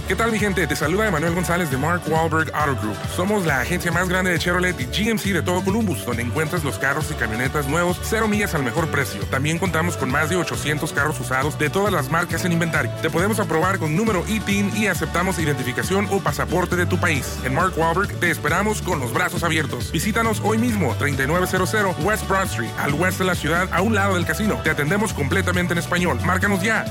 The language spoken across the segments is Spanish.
¿Qué tal, mi gente? Te saluda Emanuel González de Mark Wahlberg Auto Group. Somos la agencia más grande de Chevrolet y GMC de todo Columbus, donde encuentras los carros y camionetas nuevos, 0 millas al mejor precio. También contamos con más de 800 carros usados de todas las marcas en inventario. Te podemos aprobar con número ITIN y aceptamos identificación o pasaporte de tu país. En Mark Wahlberg te esperamos con los brazos abiertos. Visítanos hoy mismo, 3900 West Broad Street, al oeste de la ciudad, a un lado del casino. Te atendemos completamente en español. Márcanos ya,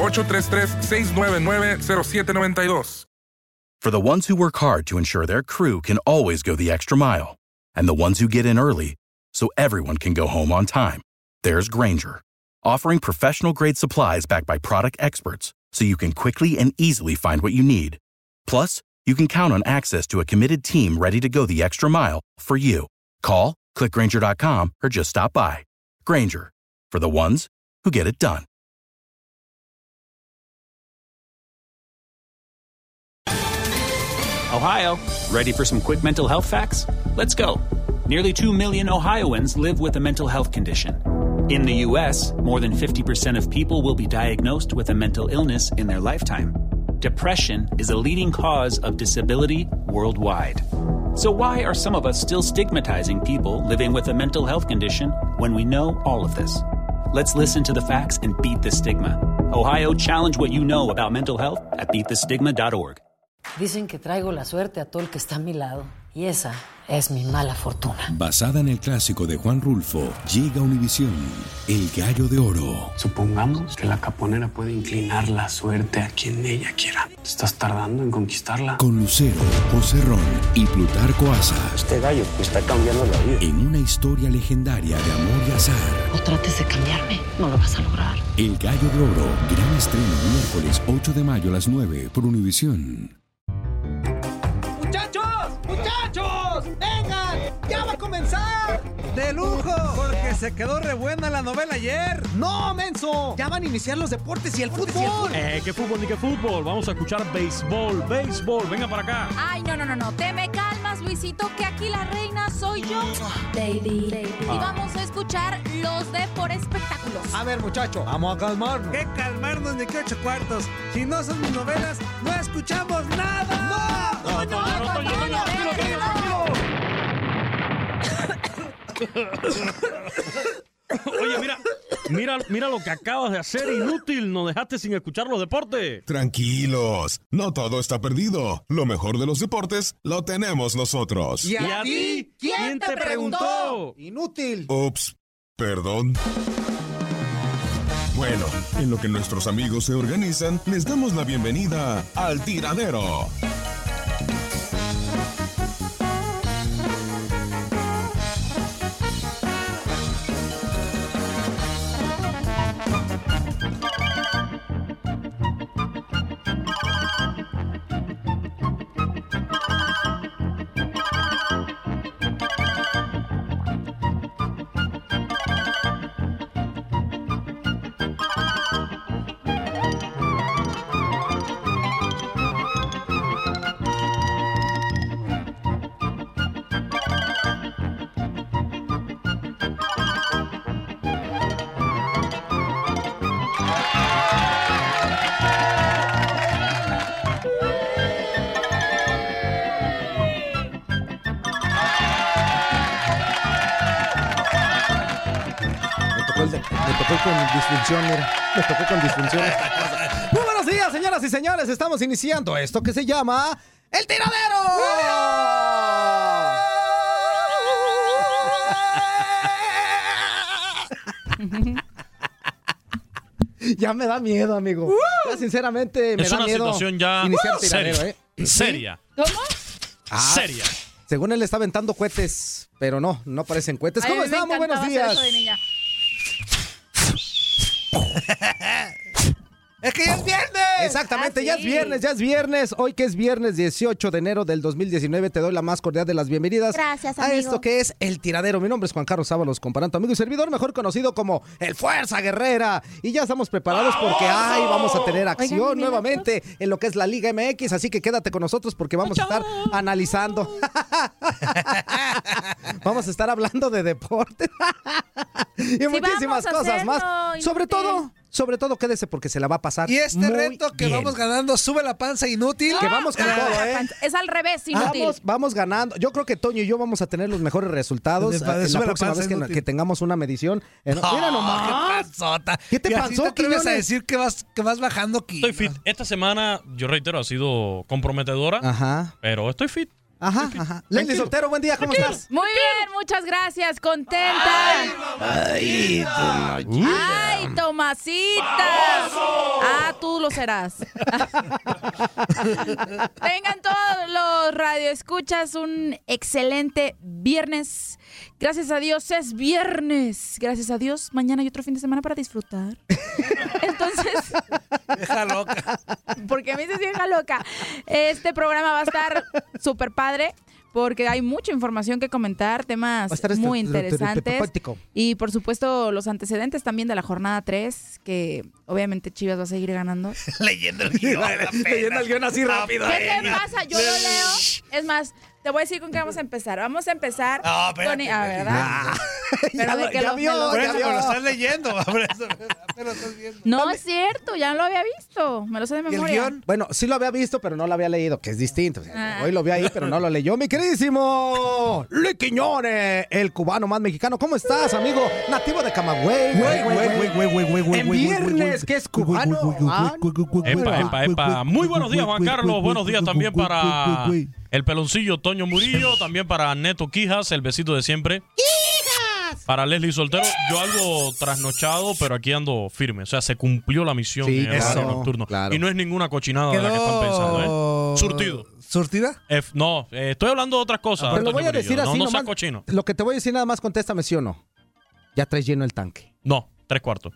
833-699-0792. For the ones who work hard to ensure their crew can always go the extra mile, and the ones who get in early so everyone can go home on time, there's Grainger, offering professional-grade supplies backed by product experts so you can quickly and easily find what you need. Plus, you can count on access to a committed team ready to go the extra mile for you. Call, click Grainger.com, or just stop by. Grainger, for the ones who get it done. Ohio, ready for some quick mental health facts? Let's go. Nearly 2 million Ohioans live with a mental health condition. In the U.S., more than 50% of people will be diagnosed with a mental illness in their lifetime. Depression is a leading cause of disability worldwide. So why are some of us still stigmatizing people living with a mental health condition when we know all of this? Let's listen to the facts and beat the stigma. Ohio, challenge what you know about mental health at beatthestigma.org. Dicen que traigo la suerte a todo el que está a mi lado, y esa es mi mala fortuna. Basada en el clásico de Juan Rulfo, llega a Univisión, El Gallo de Oro. Supongamos que la caponera puede inclinar la suerte a quien ella quiera. ¿Estás tardando en conquistarla? Con Lucero, José Ron y Plutarco Asa. Este gallo me está cambiando la vida. En una historia legendaria de amor y azar. No trates de cambiarme, no lo vas a lograr. El Gallo de Oro, gran estreno miércoles 8 de mayo a las 9 por Univisión. ¡Muchachos! ¡Vengan! ¡Ya va a comenzar! ¡De lujo! Porque se quedó re buena la novela ayer. ¡No, menso! Ya van a iniciar los deportes y el fútbol. ¿Qué fútbol ni qué fútbol? Vamos a escuchar béisbol. Venga para acá. Ay, no. Te me calmas, Luisito, que aquí la reina soy yo. Baby. Y vamos a escuchar los de por espectáculos. A ver, muchacho, vamos a calmarnos. ¿Qué calmarnos ni qué 8 cuartos? Si no son mis novelas, no escuchamos nada. No. Oye, mira lo que acabas de hacer, inútil. Nos dejaste sin escuchar los deportes. Tranquilos, no todo está perdido. Lo mejor de los deportes lo tenemos nosotros. ¿Y a ti? ¿Quién te preguntó? Inútil. Ups, perdón. Bueno, en lo que nuestros amigos se organizan, les damos la bienvenida al Tiradero. Me tocó con disfunción esta cosa. Muy buenos días, señoras y señores. Estamos iniciando esto que se llama El Tiradero. Ya me da miedo, amigo. Ya, sinceramente, me da miedo. Es una situación ya iniciar tiradero, seria. ¿Cómo? Seria. Según él está aventando cohetes, pero no parecen cohetes. ¿Cómo están? Muy buenos días. ¡Es que ya es viernes! Exactamente, ya es viernes. Hoy que es viernes 18 de enero del 2019, te doy la más cordial de las bienvenidas. Gracias, amigo. A esto que es El Tiradero. Mi nombre es Juan Carlos Ábalos, comparando amigo y servidor, mejor conocido como El Fuerza Guerrera. Y ya estamos preparados porque vamos a tener acción nuevamente en lo que es la Liga MX, así que quédate con nosotros porque vamos a estar analizando. Vamos a estar hablando de deporte y muchísimas cosas más. Sobre todo, sobre todo quédese porque se la va a pasar Y este muy reto que bien. vamos ganando, sube la panza inútil. Que vamos con todo, ¿eh? Es al revés, inútil. Vamos ganando. Yo creo que Toño y yo vamos a tener los mejores resultados De en la sube la próxima panza vez inútil. que tengamos una medición. Mira nomás. ¡Qué panzota! ¿Qué te Y así pasó, te atreves a Quiñones? decir que vas bajando kilos. Estoy fit. Esta semana, yo reitero, ha sido comprometedora, Ajá. pero estoy fit. Ajá. Leslie Soltero, buen día, ¿cómo estás? Muy bien, muchas gracias, contenta. Ay, ¡Ay, Tomasita! Ah, tú lo serás. Tengan todos los radioescuchas un excelente viernes. Gracias a Dios es viernes. Gracias a Dios, mañana hay otro fin de semana para disfrutar. Entonces, Vieja loca. ¿por qué me dices vieja loca? Este programa va a estar súper padre porque hay mucha información que comentar, temas Va a estar muy interesantes. práctico. Y por supuesto los antecedentes también de la jornada 3, que obviamente Chivas va a seguir ganando. Leyendo el guión. Leyendo el guión así rápido. ¿Qué te pasa? Yo lo leo. Es más, te voy a decir con qué vamos a empezar. Vamos a empezar No, espérate, con... ¿verdad? Pero de que ya lo- vio, me lo- Por ya eso vio. me lo estás leyendo. Por eso apenas estás viendo. No es cierto, ya lo había visto. Me lo sé de ¿Y el memoria. guión? Bueno, sí lo había visto, pero no lo había leído, que es distinto. O sea, hoy lo vi ahí, pero no lo leyó. Mi queridísimo Luis Quiñones, el cubano más mexicano. ¿Cómo estás, amigo? Nativo de Camagüey. En viernes, que es cubano. Epa. Muy buenos días, Juan Carlos. Buenos días también para el peloncillo Toño Murillo, también para Neto Quijas, el besito de siempre. Para Leslie Soltero, yo algo trasnochado, pero aquí ando firme. O sea, se cumplió la misión Sí, en el claro, horario nocturno. claro. Y no es ninguna cochinada de la que están pensando, ¿eh? Surtido. ¿Surtida? No, estoy hablando de otras cosas. Te lo Toño voy a Murillo. decir así No seas nomás. cochino. Lo que te voy a decir nada más, contéstame sí o no. Ya traes lleno el tanque. No, 3/4.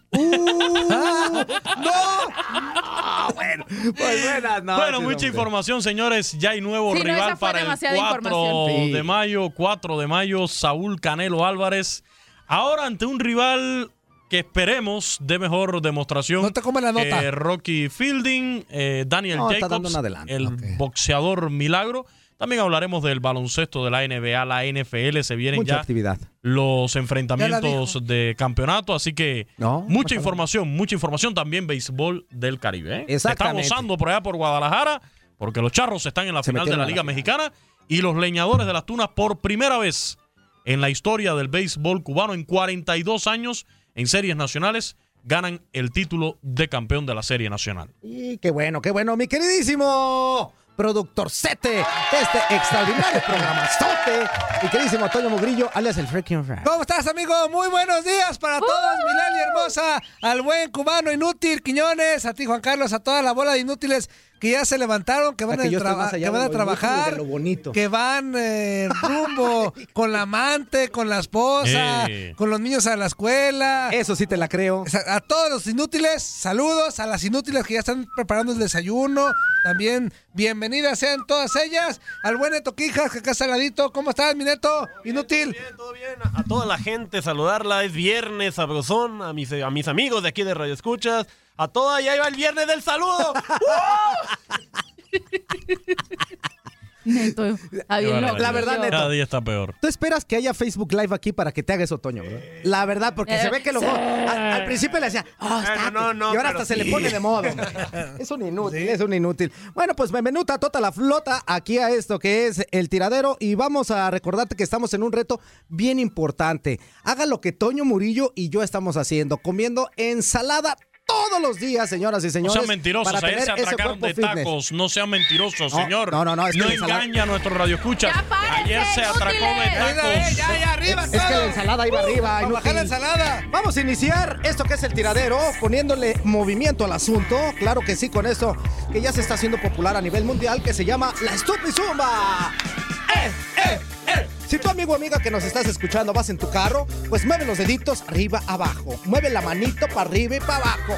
Bueno, pues buenas noches. Bueno, mucha hombre. información, señores. Ya hay nuevo Sí, no, rival esa fue para el demasiada 4 información. Sí. de mayo. 4 de mayo, Saúl Canelo Álvarez. Ahora ante un rival que esperemos dé mejor demostración No te comes la nota. que Rocky Fielding, Daniel No, está dando Jacobs, un adelanto. el Ok. boxeador milagro. También hablaremos del baloncesto de la NBA, la NFL. Se vienen Mucha ya actividad. los Ya la enfrentamientos de campeonato, así que No, mucha no información también béisbol del Caribe. ¿eh? Se está Exactamente. gozando por allá por Guadalajara, porque los Charros están en la Se final de metieron la a la Liga final. Mexicana y los Leñadores de las Tunas por primera vez en la historia del béisbol cubano en 42 años en series nacionales ganan el título de campeón de la Serie Nacional. Y qué bueno, mi queridísimo productorcete de este extraordinario programazote. Mi queridísimo Toño Mugrillo, alias el Freaking Rap. ¿Cómo estás, amigo? Muy buenos días para todos, Milani hermosa, al buen cubano inútil, Quiñones, a ti, Juan Carlos, a toda la bola de inútiles que ya se levantaron, que van Que yo estoy a más allá de lo trabajar, inútil y de lo bonito. que van rumbo con la amante, con la esposa, con los niños a la escuela. Eso sí te la creo. O sea, a todos los inútiles, saludos, a las inútiles que ya están preparando el desayuno, también bienvenidas sean todas ellas, al buen Neto Quijas, que acá está al ladito. ¿Cómo estás, mi Neto? Inútil. Todo bien. A toda la gente, saludarla. Es viernes, sabrosón. A mis amigos de aquí de Radio Escuchas. A toda, ya iba el viernes del saludo. Neto, La verdad, Neto. Cada día está peor. Tú esperas que haya Facebook Live aquí para que te haga eso, Toño, ¿verdad? La verdad, porque se ve que luego al principio le decía, no, y ahora hasta se le pone de modo. Es un inútil, es un inútil. Bueno, pues bienvenuta a toda la flota aquí a esto que es El Tiradero y vamos a recordarte que estamos en un reto bien importante. Haga lo que Toño Murillo y yo estamos haciendo, comiendo ensalada todos los días, señoras y No señores. sean mentirosos, para ayer se tener ese atracaron cuerpo de fitness. tacos. No sean mentirosos, No, señor. no, es que no la ensalada- engaña a nuestro radio escucha. ¡Ya párense, Ayer se atracó de inútiles! tacos. Ya, arriba, Es que la ensalada iba arriba. Para inútil. bajar la ensalada. Vamos a iniciar esto que es El Tiradero, poniéndole movimiento al asunto. Claro que sí, con esto que ya se está haciendo popular a nivel mundial, que se llama la Estupizumba. Si tu amigo o amiga que nos estás escuchando vas en tu carro, pues mueve los deditos arriba, abajo. Mueve la manito para arriba y para abajo.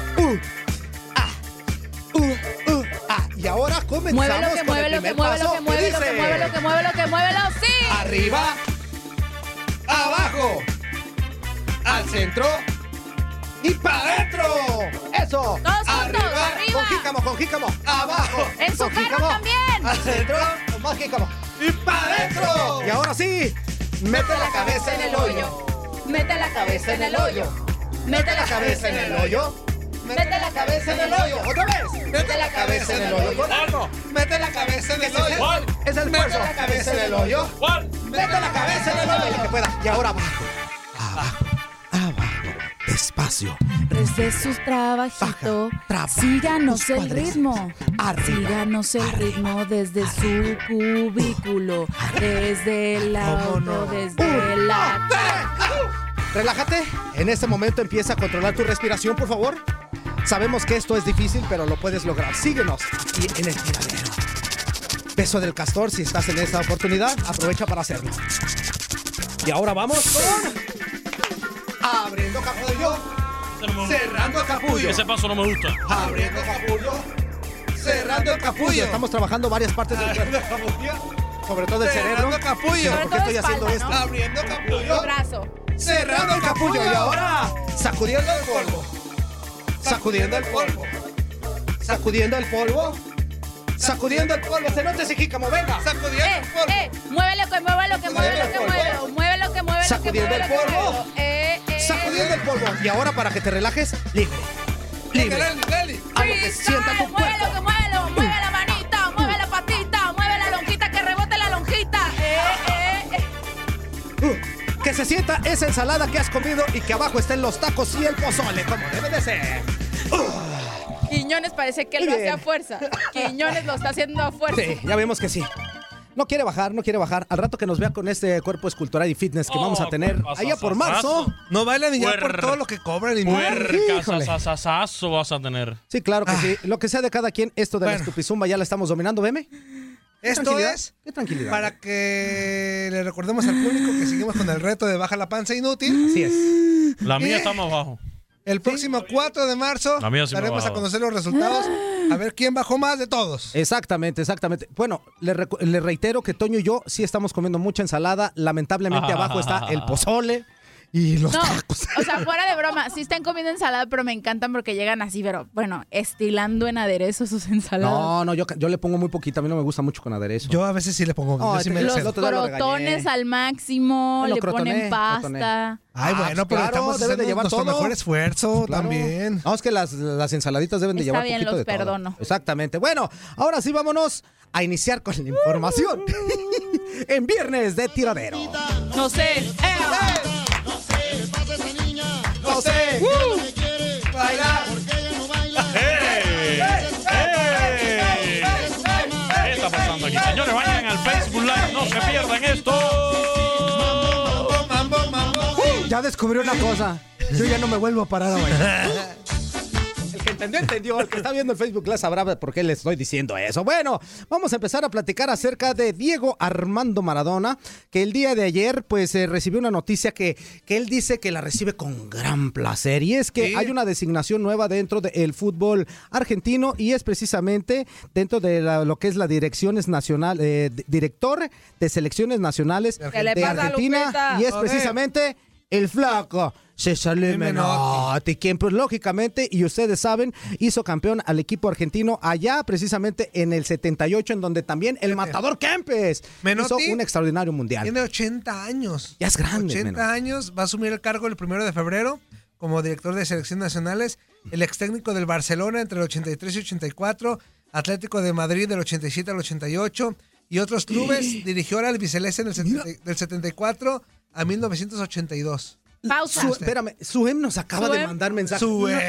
Y ahora comenzamos Muévelo, que con muévelo, el que primer muévelo, paso, que muévelo, dice, que muévelo, que muévelo, que muévelo, sí. arriba, abajo, al centro y para adentro. Eso. Todos juntos, arriba. Con jícamo, abajo. En su con carro jícamo, también. al centro, con más jícamo y para adentro. Y ahora sí, mete la cabeza en el hoyo. Mete la cabeza en el hoyo. Mete la cabeza en el hoyo. Mete la cabeza en el hoyo. Otra vez. Mete la cabeza en el hoyo. Mete la cabeza en el hoyo. Es el esfuerzo. Mete la cabeza en el hoyo. Mete la cabeza en el hoyo. Que pueda. Y ahora abajo. Despacio. Desde su trabajito, síganos el ritmo. Síganos el ritmo desde su cubículo, desde el auto, desde la... Relájate. En este momento empieza a controlar tu respiración, por favor. Sabemos que esto es difícil, pero lo puedes lograr. Síguenos aquí en el tiradero. Beso del castor, si estás en esta oportunidad, aprovecha para hacerlo. Y ahora vamos con... Abriendo capullo, cerrando el capullo. Ese paso no me gusta. Abriendo capullo, cerrando el capullo. Estamos trabajando varias partes del cuerpo. Sobre todo el cerebro. Cerrando capullo. ¿Por qué estoy haciendo esto? Abriendo capullo. Brazo. Cerrando el capullo. Y ahora, sacudiendo el polvo. Sacudiendo el polvo. Sacudiendo el polvo. Sacudiendo el polvo. Se nota ese jícamo, venga. Sacudiendo el polvo. Muévelo, que muévelo, que muévelo, que muévelo. Muévelo, que muévelo. Sacudiendo el polvo. Sacudiendo el polvo. Y ahora, para que te relajes, libre. Libre. A lo que sienta tu cuerpo. Muévelo, que muévelo. Mueve la manita, mueve la patita, mueve la lonjita, que rebote la lonjita. Que se sienta esa ensalada que has comido y que abajo estén los tacos y el pozole, como debe de ser. Quiñones parece que él lo hace a fuerza. Quiñones lo está haciendo a fuerza. Sí, ya vemos que sí. No quiere bajar, no quiere bajar. Al rato que nos vea con este cuerpo escultural y fitness que vamos a tener allá por marzo. No bailan ni ya por todo lo que cobran. Puercasasasazo vas a tener. Sí, claro que sí. Lo que sea de cada quien, esto de la estupizumba ya la estamos dominando, veme. Esto es qué tranquilidad. Para que le recordemos al público que seguimos con el reto de baja la panza inútil. Así es. La mía está más bajo. El próximo 4 de marzo daremos a conocer los resultados, a ver quién bajó más de todos. Exactamente, exactamente. Bueno, le reitero que Toño y yo sí estamos comiendo mucha ensalada. Lamentablemente abajo está el pozole y los tacos. O sea, fuera de broma, sí están comiendo ensalada, pero me encantan porque llegan así, pero bueno, estilando en aderezo sus ensaladas. No, yo le pongo muy poquito, a mí no me gusta mucho con aderezo. Yo a veces sí le pongo. Los crotones al máximo, le ponen pasta. Ay, bueno, pero claro, estamos haciendo nuestro mejor esfuerzo también. No, es que las ensaladitas deben de llevar bien, poquito los de todo. perdono. Exactamente. Bueno, ahora sí vámonos a iniciar con la información. En Viernes de Tiradero. No sé. No sé, le pasa a esa niña. No sé. ¿Qué quiere bailar? Porque ella no baila. ¿Qué está pasando aquí? Señores, vayan al Facebook Live, no se pierdan esto. Ya descubrí una cosa. Yo ya no me vuelvo a parar a bailar. El que entendió. El que está viendo el Facebook Live sabrá por qué le estoy diciendo eso. Bueno, vamos a empezar a platicar acerca de Diego Armando Maradona, que el día de ayer pues recibió una noticia que él dice que la recibe con gran placer. Y es que hay una designación nueva dentro del fútbol argentino y es precisamente dentro de lo que es la direcciones nacional, director de selecciones nacionales de Argentina. Y es precisamente el flaco César Menotti, quien pues lógicamente, y ustedes saben, hizo campeón al equipo argentino allá precisamente en el 78, en donde también el matador Kempes hizo un extraordinario mundial. Tiene 80 años. Ya es grande. 80 años, va a asumir el cargo el 1 de febrero como director de selecciones nacionales, el ex técnico del Barcelona entre el 83 y 84, Atlético de Madrid del 87 al 88 y otros clubes. Dirigió al albiceleste del 74 a 1982. Pausa. Espérame, Suem nos acaba de mandar mensaje.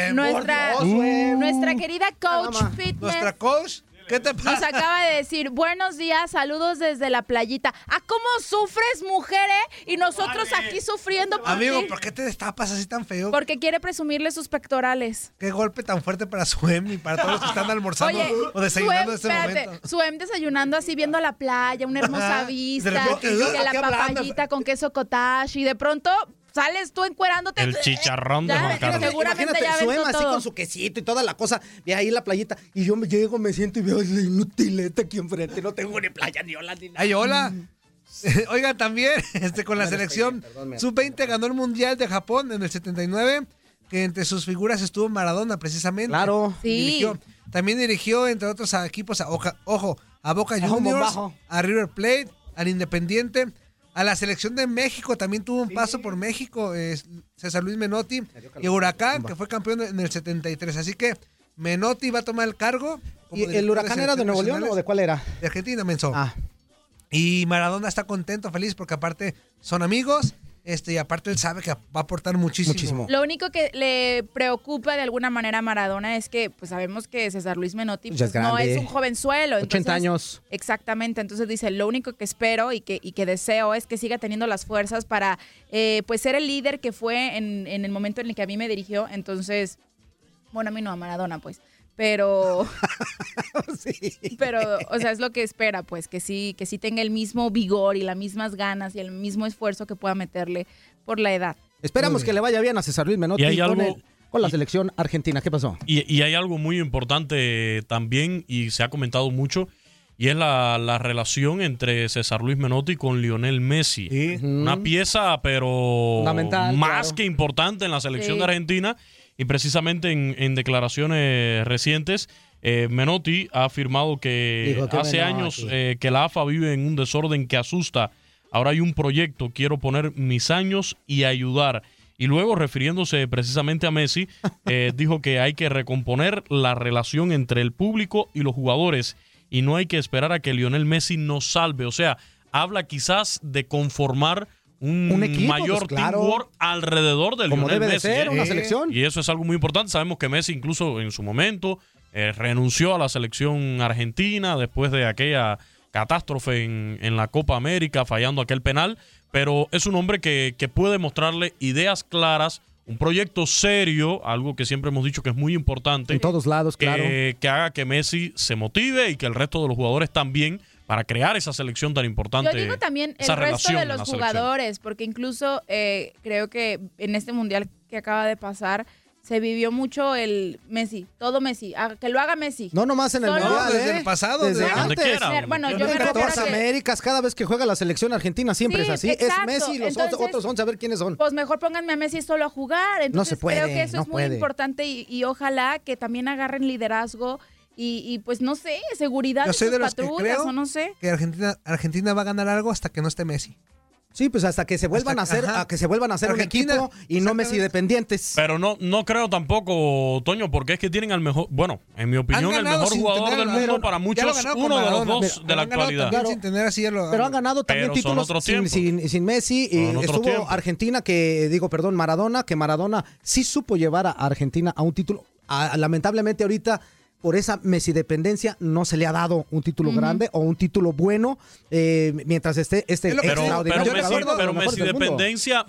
Nuestra querida coach fitness. Nuestra coach, ¿qué te pasa? Nos acaba de decir, buenos días, saludos desde la playita. ¿A cómo sufres, mujer, Y nosotros aquí sufriendo por Amigo, ti. ¿por qué te destapas así tan feo? Porque quiere presumirle sus pectorales. Qué golpe tan fuerte para Suem y para todos los que están almorzando o desayunando en este momento. Suem desayunando así, viendo la playa, una hermosa vista, que la papayita con queso cottage y de pronto sales tú encuerándote. El chicharrón de Juan Carlos. Seguramente ya Suem aventó así todo. con su quesito y toda la cosa. Ve ahí la playita. Y yo me llego, me siento y veo la inutileta aquí enfrente. No tengo ni playa, ni ola, ni nada. ¡Ay, hola! Oigan, también con la selección Sub-20 ganó el Mundial de Japón en el 79, que entre sus figuras estuvo Maradona, precisamente. Claro. Sí. También dirigió, entre otros equipos, a Boca Juniors, a River Plate, al Independiente, A la selección de México también tuvo un paso por México, César Luis Menotti, y Huracán, que fue campeón en el 73. Así que Menotti va a tomar el cargo. ¿Y el Huracán era de Nuevo León o de cuál era? De Argentina, menso. Y Maradona está contento, feliz, porque aparte son amigos. Y aparte él sabe que va a aportar muchísimo. Lo único que le preocupa de alguna manera a Maradona es que pues sabemos que César Luis Menotti pues, no es un jovenzuelo. 80 años. Exactamente. Entonces dice, lo único que espero y que deseo es que siga teniendo las fuerzas para pues ser el líder que fue en el momento en el que a mí me dirigió. Entonces, bueno, a mí no, a Maradona pues. Pero, pero, o sea, es lo que espera, pues, que sí tenga el mismo vigor y las mismas ganas y el mismo esfuerzo que pueda meterle por la edad. Esperamos que le vaya bien a César Luis Menotti con la selección argentina. ¿Qué pasó? Y hay algo muy importante también, y se ha comentado mucho, y es la relación entre César Luis Menotti con Lionel Messi. Una pieza, pero más que importante en la selección de Argentina. Y precisamente en declaraciones recientes, Menotti ha afirmado que hace años que la AFA vive en un desorden que asusta. Ahora hay un proyecto, quiero poner mis años y ayudar. Y luego, refiriéndose precisamente a Messi, dijo que hay que recomponer la relación entre el público y los jugadores. Y no hay que esperar a que Lionel Messi nos salve. O sea, habla quizás de conformar un equipo, mayor teamwork alrededor de Lionel Messi. Como debe de ser, una selección. Y eso es algo muy importante. Sabemos que Messi incluso en su momento renunció a la selección argentina después de aquella catástrofe en la Copa América, fallando aquel penal. Pero es un hombre que puede mostrarle ideas claras, un proyecto serio, algo que siempre hemos dicho que es muy importante. En todos lados, claro. Que haga que Messi se motive y que el resto de los jugadores también, para crear esa selección tan importante. Yo digo también el resto de los jugadores, porque incluso creo que en este mundial que acaba de pasar se vivió mucho el Messi, todo Messi, que lo haga Messi. No nomás en el mundial, desde el pasado, desde antes. Bueno, yo me refiero a Américas, cada vez que juega la selección argentina siempre es así. Exacto. Es Messi y los otros 11 a ver quiénes son. Pues mejor pónganme a Messi solo a jugar. Entonces, no se puede, creo que eso es muy importante y ojalá que también agarren liderazgo y pues no sé, seguridad de sus patrullas o no sé. Que Argentina va a ganar algo hasta que no esté Messi. Sí, pues hasta que se vuelvan a hacer un equipo y no Messi dependientes. Pero no creo tampoco, Toño, porque es que tienen al mejor, bueno, en mi opinión, el mejor jugador del mundo para muchos, uno de los dos de la actualidad. Pero han ganado también títulos sin Messi. Estuvo Argentina, Maradona, que Maradona sí supo llevar a Argentina a un título. Lamentablemente ahorita, por esa Messi dependencia, no se le ha dado un título grande o un título bueno mientras esté extraordinario. Pero Messi dependencia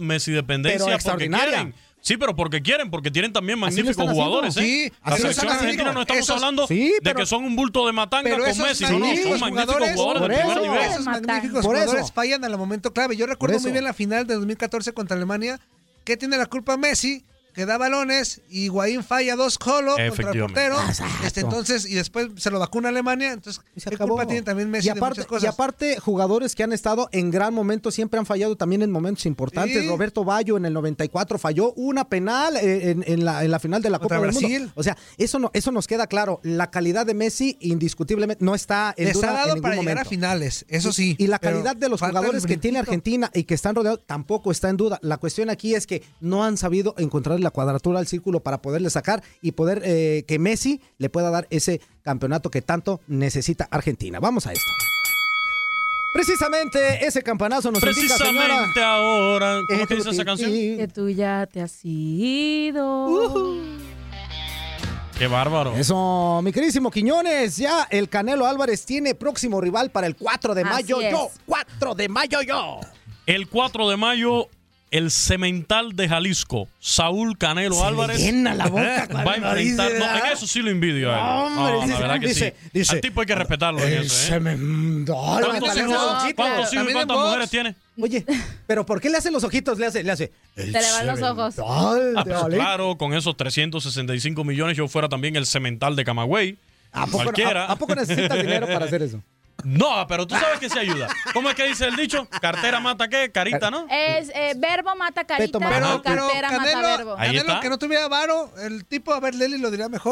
porque quieren. Sí, pero porque quieren también magníficos jugadores. Sí, la selección argentina no estamos hablando de que son un bulto de matanga con Messi. No, son magníficos jugadores de primer nivel. Esos magníficos jugadores fallan al momento clave. Yo recuerdo muy bien la final de 2014 contra Alemania. ¿Qué tiene la culpa Messi? Que da balones y Higuaín falla 2 contra el portero. Entonces, y después se lo vacuna Alemania. Entonces, ¿qué culpa tiene también Messi de muchas cosas? Y aparte, jugadores que han estado en gran momento siempre han fallado también en momentos importantes. Sí. Roberto Baggio en el 94 falló una penal en la final de la Copa del Mundo. O sea, eso nos queda claro. La calidad de Messi indiscutiblemente no está en duda en ningún momento. Para llegar a finales, eso sí. Y la calidad de los jugadores que tiene Argentina y que están rodeados tampoco está en duda. La cuestión aquí es que no han sabido encontrar la cuadratura al círculo para poderle sacar y poder que Messi le pueda dar ese campeonato que tanto necesita Argentina. Vamos a esto. Precisamente ese campanazo nos indica, señora. Precisamente ahora. ¿Cómo que dice esa canción? Que tú ya te has ido. ¡Qué bárbaro! Eso, mi queridísimo Quiñones. Ya el Canelo Álvarez tiene próximo rival para el 4 de mayo. 4 de mayo yo. El 4 de mayo... El Cemental de Jalisco, Saúl Canelo Álvarez. Llena la boca va a enfrentar. No, en eso sí lo envidio a él. No, la verdad que sí. Al tipo hay que respetarlo en eso. ¿Cuántos hijos y cuántas mujeres tiene? Oye, pero ¿por qué le hacen los ojitos? Le hace. Se le van los ojos. Pues claro, con esos 365 millones yo fuera también el Cemental de Camagüey. ¿A poco necesitas dinero para hacer eso? No, pero tú sabes que se ayuda. ¿Cómo es que dice el dicho? Cartera mata ¿qué? Carita, ¿no? Es verbo mata carita, pero cartera mata verbo. Canelo, que no tuviera varo, el tipo, a ver, Leli lo diría mejor.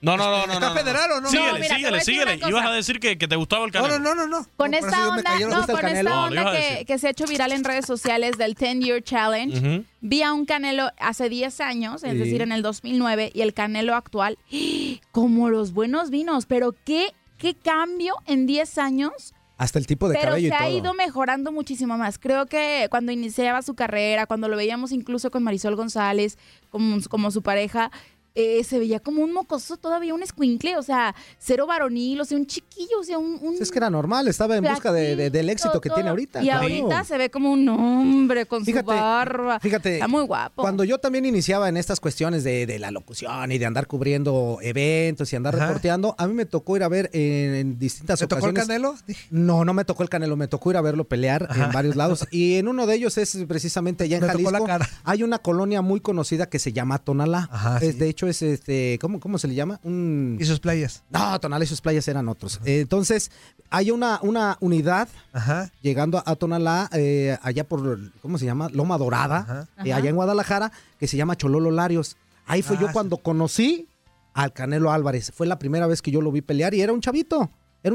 No. ¿Está federal o no? No, mira, te voy a decir Síguele. una cosa. Ibas a decir que te gustaba el Canelo. No. Con Por esta eso yo me onda, cayó. no, ¿Gusta el con Canelo? esta No, lo iba onda a decir. que se ha hecho viral en redes sociales del 10-Year Challenge, Ujú. vi a un Canelo hace 10 años, es Sí. decir, en el 2009, y el Canelo actual, como los buenos vinos. Pero qué cambio en 10 años. Hasta el tipo de Pero cabello se y ha todo. ido mejorando muchísimo más. Creo que cuando iniciaba su carrera, cuando lo veíamos incluso con Marisol González, como su pareja, se veía como un mocoso todavía, un escuincle, o sea, cero varonil, o sea, un chiquillo, o sea, un Es que era normal, estaba en busca del éxito que todo. tiene ahorita. Y claro. ahorita se ve como un hombre con Fíjate, su barba. Fíjate, Está muy guapo. Cuando yo también iniciaba en estas cuestiones de la locución y de andar cubriendo eventos y andar reporteando, a mí me tocó ir a ver en distintas ¿Te tocó el ocasiones. Canelo? No me tocó el Canelo, me tocó ir a verlo pelear en varios lados. Y en uno de ellos es precisamente allá en Me tocó Jalisco. la cara. Hay una colonia muy conocida que se llama Tonalá. sí. De hecho, es ¿cómo se le llama? ¿Y sus playas? No, Tonalá y sus playas eran otros. Entonces, hay una unidad llegando a Tonalá, allá por, ¿cómo se llama? Loma Dorada, allá en Guadalajara, que se llama Chololo Larios. Ahí fue yo cuando conocí al Canelo Álvarez. Fue la primera vez que yo lo vi pelear y era un chavito.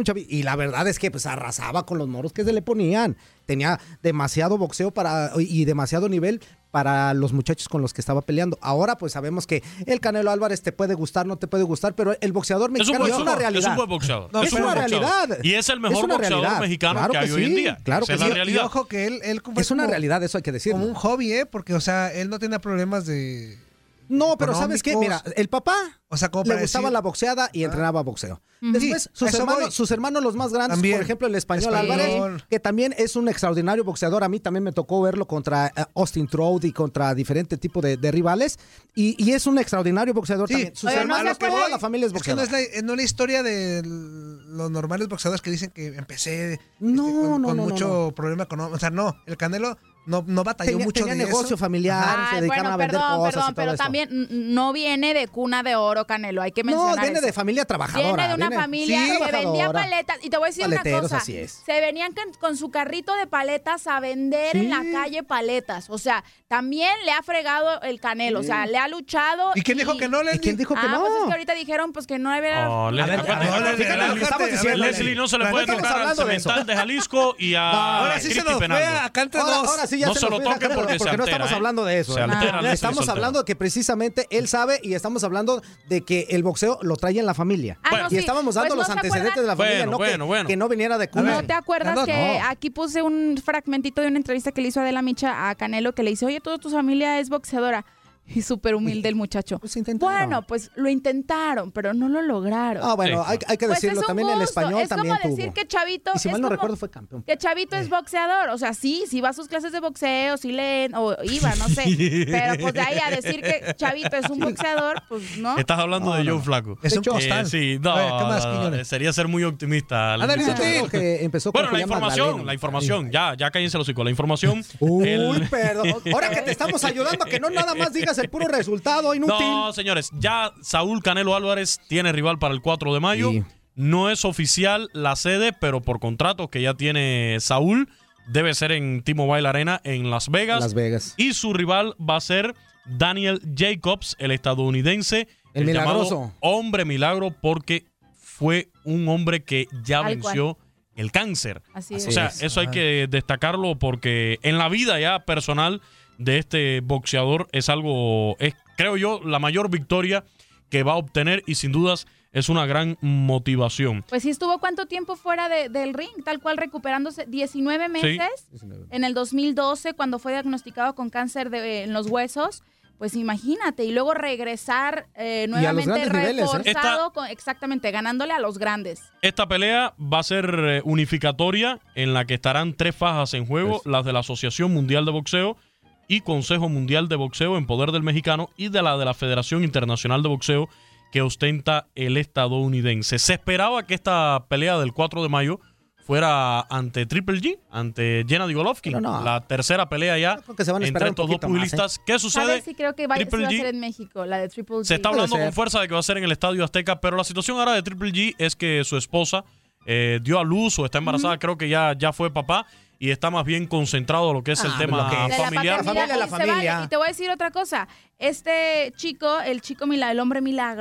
Y la verdad es que pues arrasaba con los moros que se le ponían. Tenía demasiado boxeo y demasiado nivel para los muchachos con los que estaba peleando. Ahora pues sabemos que el Canelo Álvarez te puede gustar, no te puede gustar, pero el boxeador mexicano es una realidad. Es un buen boxeador. Es una realidad. Y es el mejor Es una boxeador realidad. mexicano Claro que hay que hoy en sí, día. claro Esa que es la sí. realidad. Y ojo que él Es una realidad, eso hay que decirlo. Como un hobby, porque, o sea, él no tenía problemas de... No, pero ¿sabes qué? Mira, el papá como le para gustaba decir- la boxeada y entrenaba boxeo. Ujú. Después, Sí, sus a eso hermanos, voy. sus hermanos los más grandes, También. por ejemplo, el español Español. Álvarez, que también es un extraordinario boxeador. A mí también me tocó verlo contra Austin Trout y contra diferentes tipos de rivales. Y es un extraordinario boxeador también. Sus Oye, hermanos, ¿no se toda la familia es Es que no boxeadora. es la historia de los normales boxeadores que dicen que empecé No, con no, mucho problema económico. O sea, no, el Canelo no batalló mucho tenía de negocio eso. familiar, se dedicaban a vender cosas y todo pero eso. también no viene de cuna de oro, Canelo, hay que mencionar No, viene eso. de familia trabajadora. Viene de una familia que vendía trabajadora. paletas. Y te voy a decir una Paleteros, cosa. así es. Se venían con su carrito de paletas a vender en la calle paletas. O sea, también le ha fregado el Canelo. O sea, le ha luchado. ¿Y quién dijo que no, Leslie? ¿Y quién dijo que no? Pues es que ahorita dijeron pues que no había... Oh, Leslie, fíjate lo que estamos diciendo. Leslie no se le puede estamos tocar al hablando de eso. Cemental de Jalisco y a Ahora sí se Cristi nos fue Penaldo. acá entre Ahora, dos. ahora sí ya No se se nos lo fue toque la porque se no altera, estamos ¿eh? hablando de eso. Se altera, Leslie Estamos Soltero. hablando de que precisamente él sabe y estamos hablando de que el boxeo lo trae en la familia. Ah, no, y sí. estábamos dando Pues, los ¿no se antecedentes de la familia, Bueno. que no viniera de cuna. ¿No te acuerdas No. que aquí puse un fragmentito de una entrevista que le hizo Adela Micha a Canelo que le dice, oye, toda tu familia es boxeadora? Y súper humilde el muchacho. Bueno, pues lo intentaron, pero no lo lograron. Ah, bueno, hay que Pues decirlo. es un También el gusto. español es también como tuvo. decir que Chavito Y si mal es no como recuerdo fue campeón. que Chavito es boxeador, o sea, sí va a sus clases de boxeo, sí leen o iba, no sé, pero pues de ahí a decir que Chavito es un boxeador, pues no. Estás hablando de Joe Flaco. Es un costal. Sí, no, Oye, ¿qué más, Quiñones? sería ser muy optimista. Ándale, Luis. Sutil. Que empezó con Bueno, la Julián Magdaleno. información, ya cállense los hocico, la información. Uy, perdón. Ahora que te estamos ayudando a que no nada más digas el puro resultado inútil. No, señores, ya Saúl Canelo Álvarez tiene rival para el 4 de mayo. Sí. No es oficial la sede, pero por contratos que ya tiene Saúl, debe ser en T-Mobile Arena en Las Vegas. Las Vegas. Y su rival va a ser Daniel Jacobs, el estadounidense. El milagroso. llamado hombre milagro, porque fue un hombre que ya Tal venció el cáncer. Así O es. sea, eso hay que destacarlo porque en la vida ya personal de este boxeador es algo, creo yo, la mayor victoria que va a obtener y sin dudas es una gran motivación. Pues sí estuvo cuánto tiempo fuera del ring, tal cual recuperándose 19 meses en el 2012 cuando fue diagnosticado con cáncer en los huesos. Pues imagínate, y luego regresar nuevamente grandes niveles, ¿eh? reforzado, exactamente, ganándole a los grandes. Esta pelea va a ser unificatoria en la que estarán 3 fajas en juego, las de la Asociación Mundial de Boxeo y Consejo Mundial de Boxeo en poder del mexicano y de la Federación Internacional de Boxeo que ostenta el estadounidense. Se esperaba que esta pelea del 4 de mayo fuera ante Triple G, ante Gennady Golovkin. Pero no. La tercera pelea ya que se van a esperar entre un estos dos poquito más, pugilistas. ¿Qué sucede? ¿Sabes? Sí, creo que sí Triple va a G ser en México, la de Triple G. se está Puede hablando ser. con fuerza de que va a ser en el Estadio Azteca, pero la situación ahora de Triple G es que su esposa dio a luz o está embarazada, creo que ya fue papá y está más bien concentrado en lo que es el tema lo que es. De familiar. paternidad, La y familia. Y te voy a decir otra cosa. Este chico, el hombre milagro,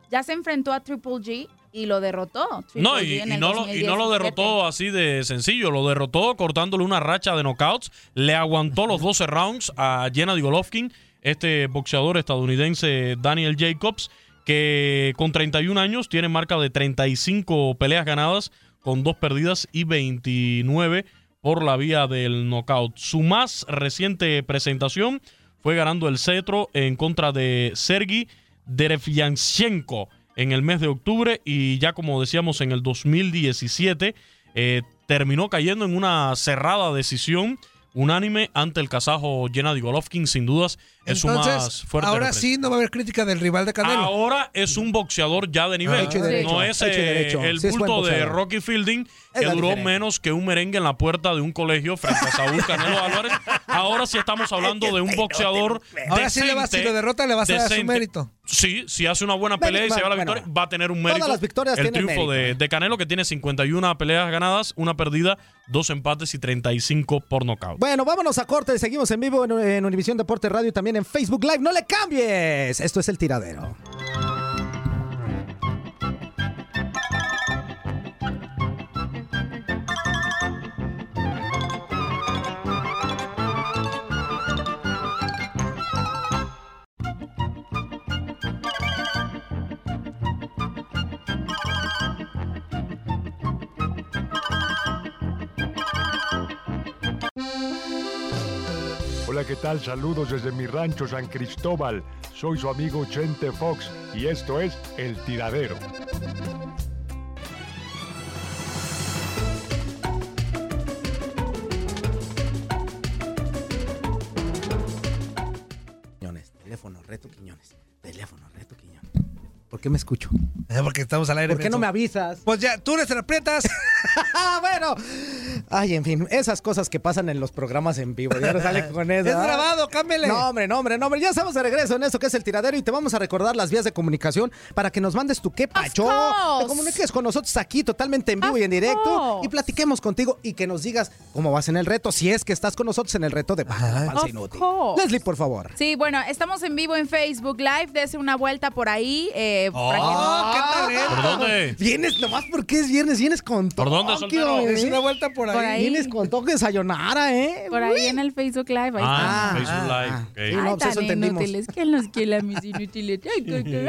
ya se enfrentó a Triple G y lo derrotó. No, y no lo derrotó así de sencillo, lo derrotó cortándole una racha de knockouts, le aguantó los 12 rounds a Gennady Golovkin, este boxeador estadounidense Daniel Jacobs, que con 31 años tiene marca de 35 peleas ganadas, con 2 perdidas y 29 por la vía del knockout. Su más reciente presentación fue ganando el cetro en contra de Sergey Derevyanchenko en el mes de octubre, y ya como decíamos en el 2017 terminó cayendo en una cerrada decisión unánime ante el kazajo Gennady Golovkin. Sin dudas es su más fuerte ahora referente. Sí no va a haber crítica del rival de Canelo. Ahora es un boxeador ya de nivel. No es el bulto de Rocky Fielding, que duró menos que un merengue en la puerta de un colegio frente a Saúl Canelo Álvarez. Ahora sí estamos hablando de un boxeador ahora decente, sí le va, si lo derrota le vas a dar su mérito. Sí, si hace una buena pelea y se va a la victoria, va a tener un mérito. Todas las victorias el tienen triunfo mérito. de Canelo, que tiene 51 peleas ganadas, 1 perdida, 2 empates y 35 por nocaut. Bueno, vámonos a corte. Seguimos en vivo en Univisión Deporte Radio y también en Facebook Live. ¡No le cambies! Esto es El Tiradero. Hola, ¿qué tal? Saludos desde mi rancho San Cristóbal. Soy su amigo Chente Fox y esto es El Tiradero. Quiñones, teléfono, reto Quiñones. Teléfono, reto Quiñones. ¿Por qué me escucho? Porque estamos al aire. ¿Por qué no me avisas? Pues ya, tú les aprietas. Bueno. Ay, en fin, esas cosas que pasan en los programas en vivo. Ya no sale con eso. Es grabado, cámbiale. No, hombre. Ya estamos de regreso en esto que es El Tiradero y te vamos a recordar las vías de comunicación para que nos mandes tu qué pacho. Te comuniques con nosotros aquí totalmente en vivo y en directo y platiquemos contigo y que nos digas cómo vas en el reto, si es que estás con nosotros en el reto de Baja la Panza Inútil. Leslie, por favor. Sí, bueno, estamos en vivo en Facebook Live. Dese una vuelta por ahí. ¡Qué talento! ¿Por dónde? Vienes nomás porque es viernes, vienes con ¿Por dónde, soltero? Es una vuelta por ahí. Vienes con toque de sayonara, ¿eh? Por ahí en el Facebook Live. Ahí está. Facebook Live. Ay, no, pues tan eso entendimos. inútiles. ¿Quién los quiere a mis inútiles? Ay,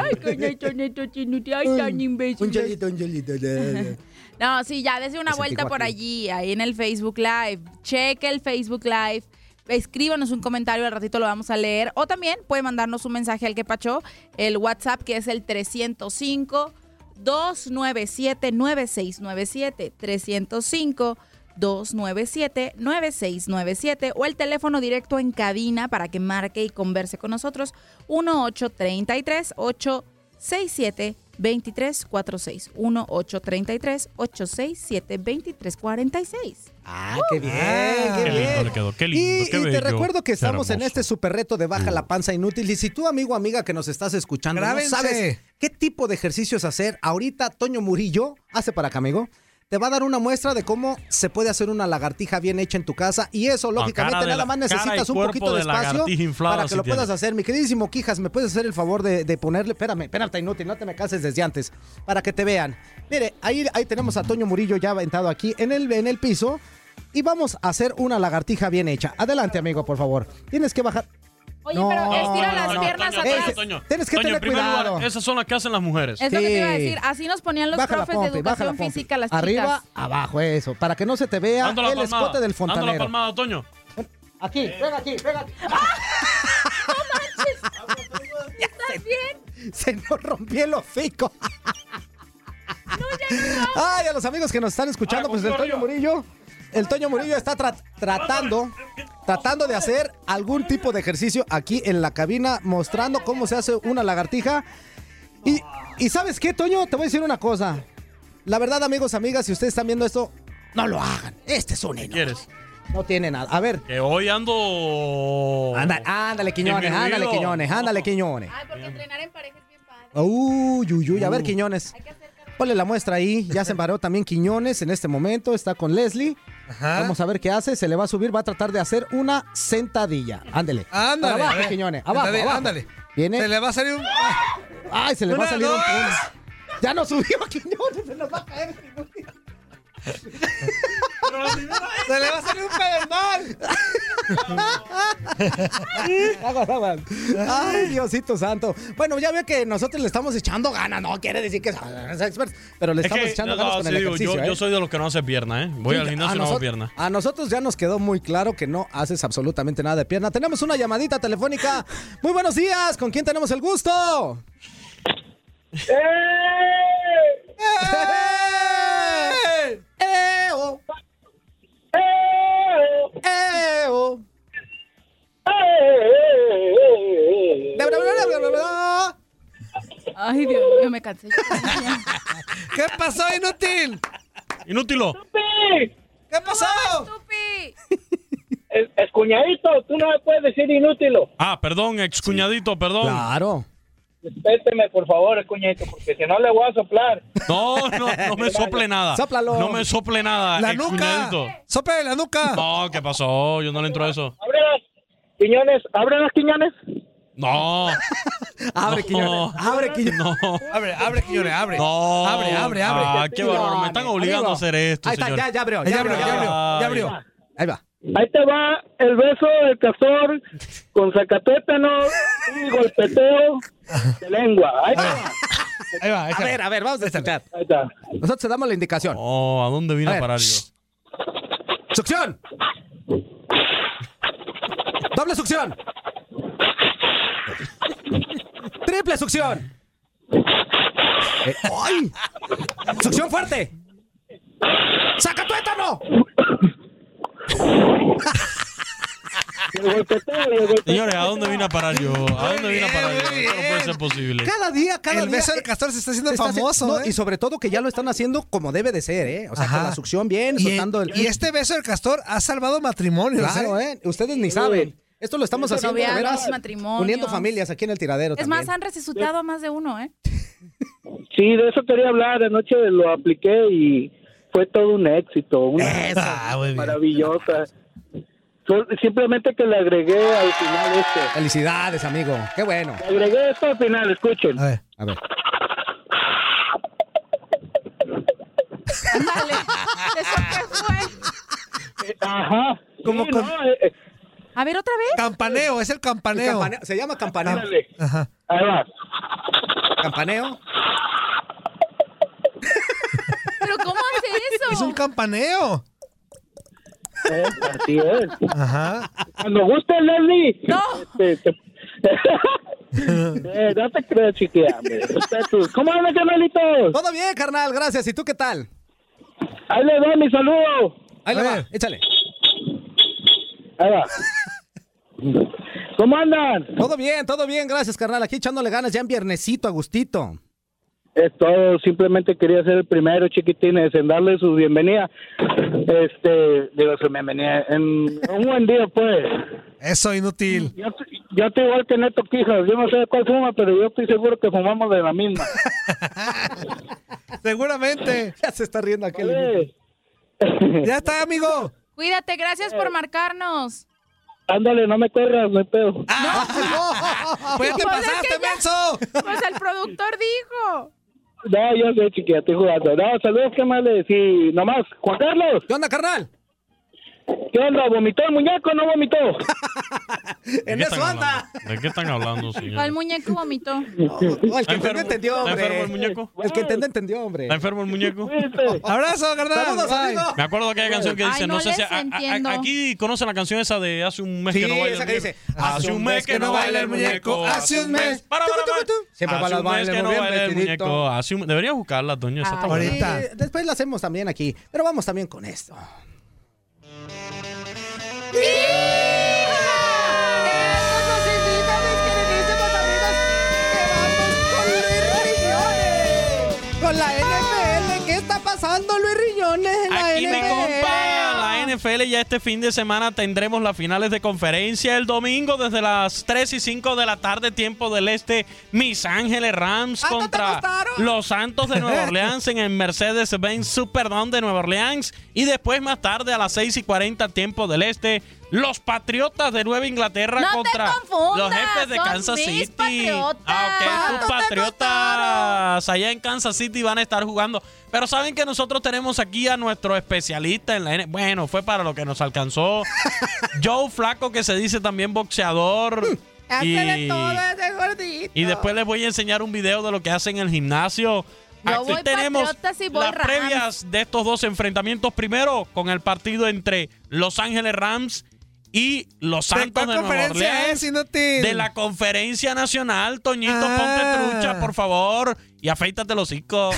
tan imbéciles. Un chelito. No, sí, ya, dese una vuelta por allí, ahí en el Facebook Live. Cheque el Facebook Live. Escríbanos un comentario, al ratito lo vamos a leer. O también puede mandarnos un mensaje al que pachó, el WhatsApp, que es el 305-297-9697. 305-297-9697. O el teléfono directo en cabina para que marque y converse con nosotros. 1-833-867-2346. 1-833-867-2346. Ah, qué bien, Qué lindo le quedó, qué lindo, qué y te bello, recuerdo que qué estamos en hermoso. este super reto de Baja la Panza Inútil. Y si tú, amigo o amiga que nos estás escuchando, Grábense. no sabes qué tipo de ejercicios hacer, ahorita Toño Murillo, hace para acá, amigo, te va a dar una muestra de cómo se puede hacer una lagartija bien hecha en tu casa. Y eso, lógicamente, cara de nada más cara y necesitas un cuerpo poquito de de espacio lagartija inflada para que sí lo puedas tiene. hacer. Mi queridísimo Quijas, ¿me puedes hacer el favor de ponerle? Espérate, inútil, no te me cases desde antes, para que te vean. Mire, ahí tenemos a Toño Murillo ya aventado aquí en el piso. Y vamos a hacer una lagartija bien hecha. Adelante, amigo, por favor. Tienes que bajar. Oye, pero estira las piernas atrás. Tienes que tener en primer cuidado. lugar, esas son las que hacen las mujeres. Es lo que te iba a decir. Así nos ponían los Baja la profes de pompi, baja la educación pompi. física las Arriba, chicas. abajo, eso. Para que no se te vea Dando la el palmada. escote del Dando fontanero. la palmada, Toño. Aquí, pega aquí. ¿Estás bien? Se nos rompió el hocico. Ay, a los amigos que nos están escuchando, pues el Toño Murillo. El Toño Murillo está tratando de hacer algún tipo de ejercicio aquí en la cabina, mostrando cómo se hace una lagartija. Y ¿sabes qué, Toño? Te voy a decir una cosa. La verdad, amigos, amigas, si ustedes están viendo esto, no lo hagan. Este es un ¿Qué enojo. quieres? No tiene nada. A ver. Que hoy ando... Ándale, Quiñones, ándale, Quiñones. Ay, porque entrenar en pareja es bien padre. Uy. A ver, Quiñones. Ponle la muestra ahí. Ya se embaró también Quiñones en este momento. Está con Leslie. Ajá. Vamos a ver qué hace. Se le va a subir. Va a tratar de hacer una sentadilla. Ándale. Ándale. Para a abajo, ver. Quiñones. Abajo. Ándale. Viene. Se le va a salir un... Ay, se le va a salir un punto. Ya no subió Quiñones, se nos va a caer. ¡Se le va a salir un pedernal! Ay, Diosito santo. Bueno, ya veo que nosotros le estamos echando ganas. No quiere decir que somos expertos, pero le estamos echando ganas con el ejercicio. Yo soy de los que no hace pierna, ¿eh? Voy al gimnasio y no hago pierna. A nosotros ya nos quedó muy claro que no haces absolutamente nada de pierna. Tenemos una llamadita telefónica. Muy buenos días. ¿Con quién tenemos el gusto? Ay, Dios mío, me cansé. ¿Qué pasó, inútil? ¡Inútilo! ¿Qué pasó? Excuñadito, tú no me puedes decir inútilo. Ah, perdón, excuñadito, perdón. Claro. Respéteme, por favor, excuñadito, porque si no le voy a soplar. No me sople nada. Sóplalo. No me sople nada. La nuca. Sople la nuca. No, ¿qué pasó? Yo no le entro a eso. Ábrelas, Quiñones. ¿Abren Quiñones? No. Abre, Quiñones. Abre, Quiñones. No. Abre, Quiñones, abre. No. Abre. Ah, qué bárbaro. Me están obligando a hacer esto, Ahí está, señor. ya abrió. Ya abrió. Ahí va. Ahí te va el beso del castor con sacatétano y golpeteo de lengua. Ahí va. A ver, vamos a escuchar. Ahí está. Nosotros te damos la indicación. Oh, ¿a dónde vine a parar yo? ¡Succión! ¡Doble succión! ¡Triple succión! ¡Ay! ¡Succión fuerte! ¡Saca tuétano! Señores, ¿a dónde vine a parar yo? ¿A dónde vine a parar yo? Esto no puede ser posible. Cada día. El beso del castor se está haciendo famoso, no, y sobre todo que ya lo están haciendo como debe de ser, ¿eh? O sea, con la succión bien, soltando el... Y este beso del castor ha salvado matrimonios, Claro, ¿eh? Ustedes ni saben. Esto lo estamos haciendo, de veras, matrimonios. uniendo familias aquí en el tiradero Es también. más, han resucitado a más de uno, ¿eh? Sí, de eso quería hablar. Anoche lo apliqué y fue todo un éxito. Una maravillosa. Simplemente que le agregué al final Felicidades, amigo. Qué bueno. Le agregué esto al final, escuchen. A ver. Ándale. ¿Eso qué fue? Ajá. Como sí, con... no, A ver, ¿otra vez? Campaneo, es el campaneo. Se llama campaneo. Ándale. Ajá. Ahí va. ¿Campaneo? ¿Pero cómo hace eso? Es un campaneo. Así es. Ajá. Cuando guste, Leslie. No. No te creas, chiquilla. ¿Cómo andan, carnalitos? Todo bien, carnal, gracias. ¿Y tú qué tal? Ahí le doy mi saludo. Ahí le va, échale. Ahí va. ¿Cómo andan? Todo bien, gracias, carnal. Aquí echándole ganas ya en viernesito, a gustito. Es todo, simplemente quería ser el primero, chiquitines, en darle su bienvenida. Digo, su bienvenida. En un buen día, pues. Eso, inútil. Yo estoy igual que Neto Quijas. Yo no sé cuál fuma, pero yo estoy seguro que fumamos de la misma. Seguramente. Ya se está riendo aquel. Ya está, amigo. Cuídate, gracias por marcarnos. Ándale, no me corras, no hay pedo. No. Pues ya te pasaste, menso. Pues el productor dijo. No, yo sé, chiquilla, estoy jugando. No, saludos, ¿qué más le decís? Nomás, Juan Carlos. ¿Qué onda, carnal? ¿Qué onda? ¿Vomitó el muñeco o no vomitó? En eso anda. ¿De qué están hablando, señor? ¿Cuál muñeco vomitó? El que entendió, hombre. ¿Está enfermo el muñeco? El que entendió, hombre. ¿Está enfermo el muñeco? Abrazo, carnal. Saludos, amigo. Me acuerdo de aquella canción que dice, no sé si les entiendo. aquí conocen la canción esa de hace un mes que no baila esa el que muñeco. dice, Hace un mes que no baila el muñeco. Hace un mes. Siempre Hace para un los mes bailes, que no muy bien baila el vestidito. muñeco. Debería buscarla, Toño. Esa está buena. Ahorita. Después la hacemos también aquí. Pero vamos también con esto. Con la NFL, ¿qué está pasando, Luis Riñones? En la Aquí mi NFL? compa, la NFL ya este fin de semana tendremos las finales de conferencia. El domingo desde las 3 y 5 de la tarde, tiempo del este, Mis Ángeles Rams contra los Santos de Nueva Orleans en el Mercedes-Benz Superdome de Nueva Orleans. Y después más tarde a las 6 y 40, tiempo del este, Los Patriotas de Nueva Inglaterra contra los Jefes de Kansas City. Tus Patriotas allá en Kansas City van a estar jugando. Pero saben que nosotros tenemos aquí a nuestro especialista en la Bueno, fue para lo que nos alcanzó. Joe Flaco, que se dice también boxeador. Hace de todo ese gordito. Y después les voy a enseñar un video de lo que hace en el gimnasio. Aquí tenemos las previas de estos dos enfrentamientos. Primero, con el partido entre Los Ángeles Rams y los Santos de Nueva Orleans. De la Conferencia Nacional. Toñito, ponte trucha, por favor. Y afeítate los hocicos.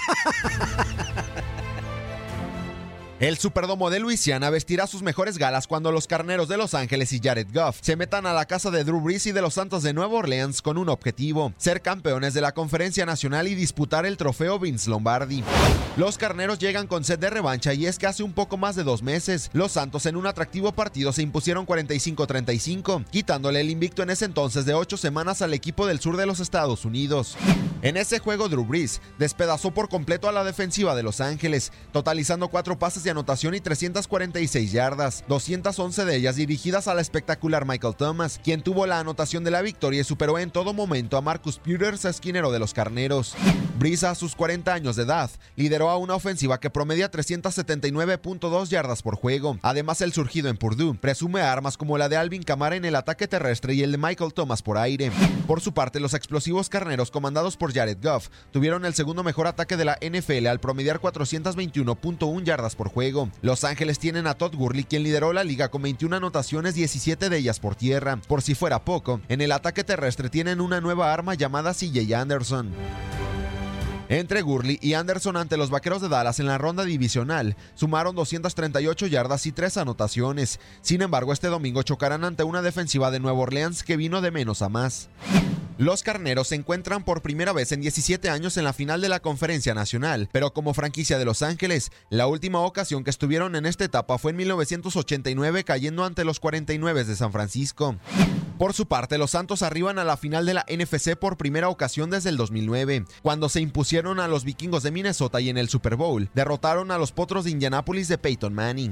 El Superdomo de Luisiana vestirá sus mejores galas cuando los Carneros de Los Ángeles y Jared Goff se metan a la casa de Drew Brees y de los Santos de Nueva Orleans con un objetivo: ser campeones de la Conferencia Nacional y disputar el trofeo Vince Lombardi. Los Carneros llegan con sed de revancha y es que hace un poco más de 2 meses, los Santos en un atractivo partido se impusieron 45-35, quitándole el invicto en ese entonces de 8 semanas al equipo del sur de los Estados Unidos. En ese juego, Drew Brees despedazó por completo a la defensiva de Los Ángeles, totalizando 4 pases de anotación y 346 yardas, 211 de ellas dirigidas al espectacular Michael Thomas, quien tuvo la anotación de la victoria y superó en todo momento a Marcus Peters, esquinero de los Carneros. Brees, a sus 40 años de edad, lideró a una ofensiva que promedia 379.2 yardas por juego. Además, el surgido en Purdue presume armas como la de Alvin Kamara en el ataque terrestre y el de Michael Thomas por aire. Por su parte, los explosivos Carneros, comandados por Jared Goff, tuvieron el segundo mejor ataque de la NFL al promediar 421.1 yardas por juego. Los Ángeles tienen a Todd Gurley, quien lideró la liga con 21 anotaciones, 17 de ellas por tierra. Por si fuera poco, en el ataque terrestre tienen una nueva arma llamada CJ Anderson. Entre Gurley y Anderson ante los Vaqueros de Dallas en la ronda divisional, sumaron 238 yardas y 3 anotaciones. Sin embargo, este domingo chocarán ante una defensiva de Nueva Orleans que vino de menos a más. Los Carneros se encuentran por primera vez en 17 años en la final de la Conferencia Nacional, pero como franquicia de Los Ángeles, la última ocasión que estuvieron en esta etapa fue en 1989, cayendo ante los 49 de San Francisco. Por su parte, los Santos arriban a la final de la NFC por primera ocasión desde el 2009, cuando se impusieron a los Vikingos de Minnesota y en el Super Bowl derrotaron a los Potros de Indianápolis de Peyton Manning.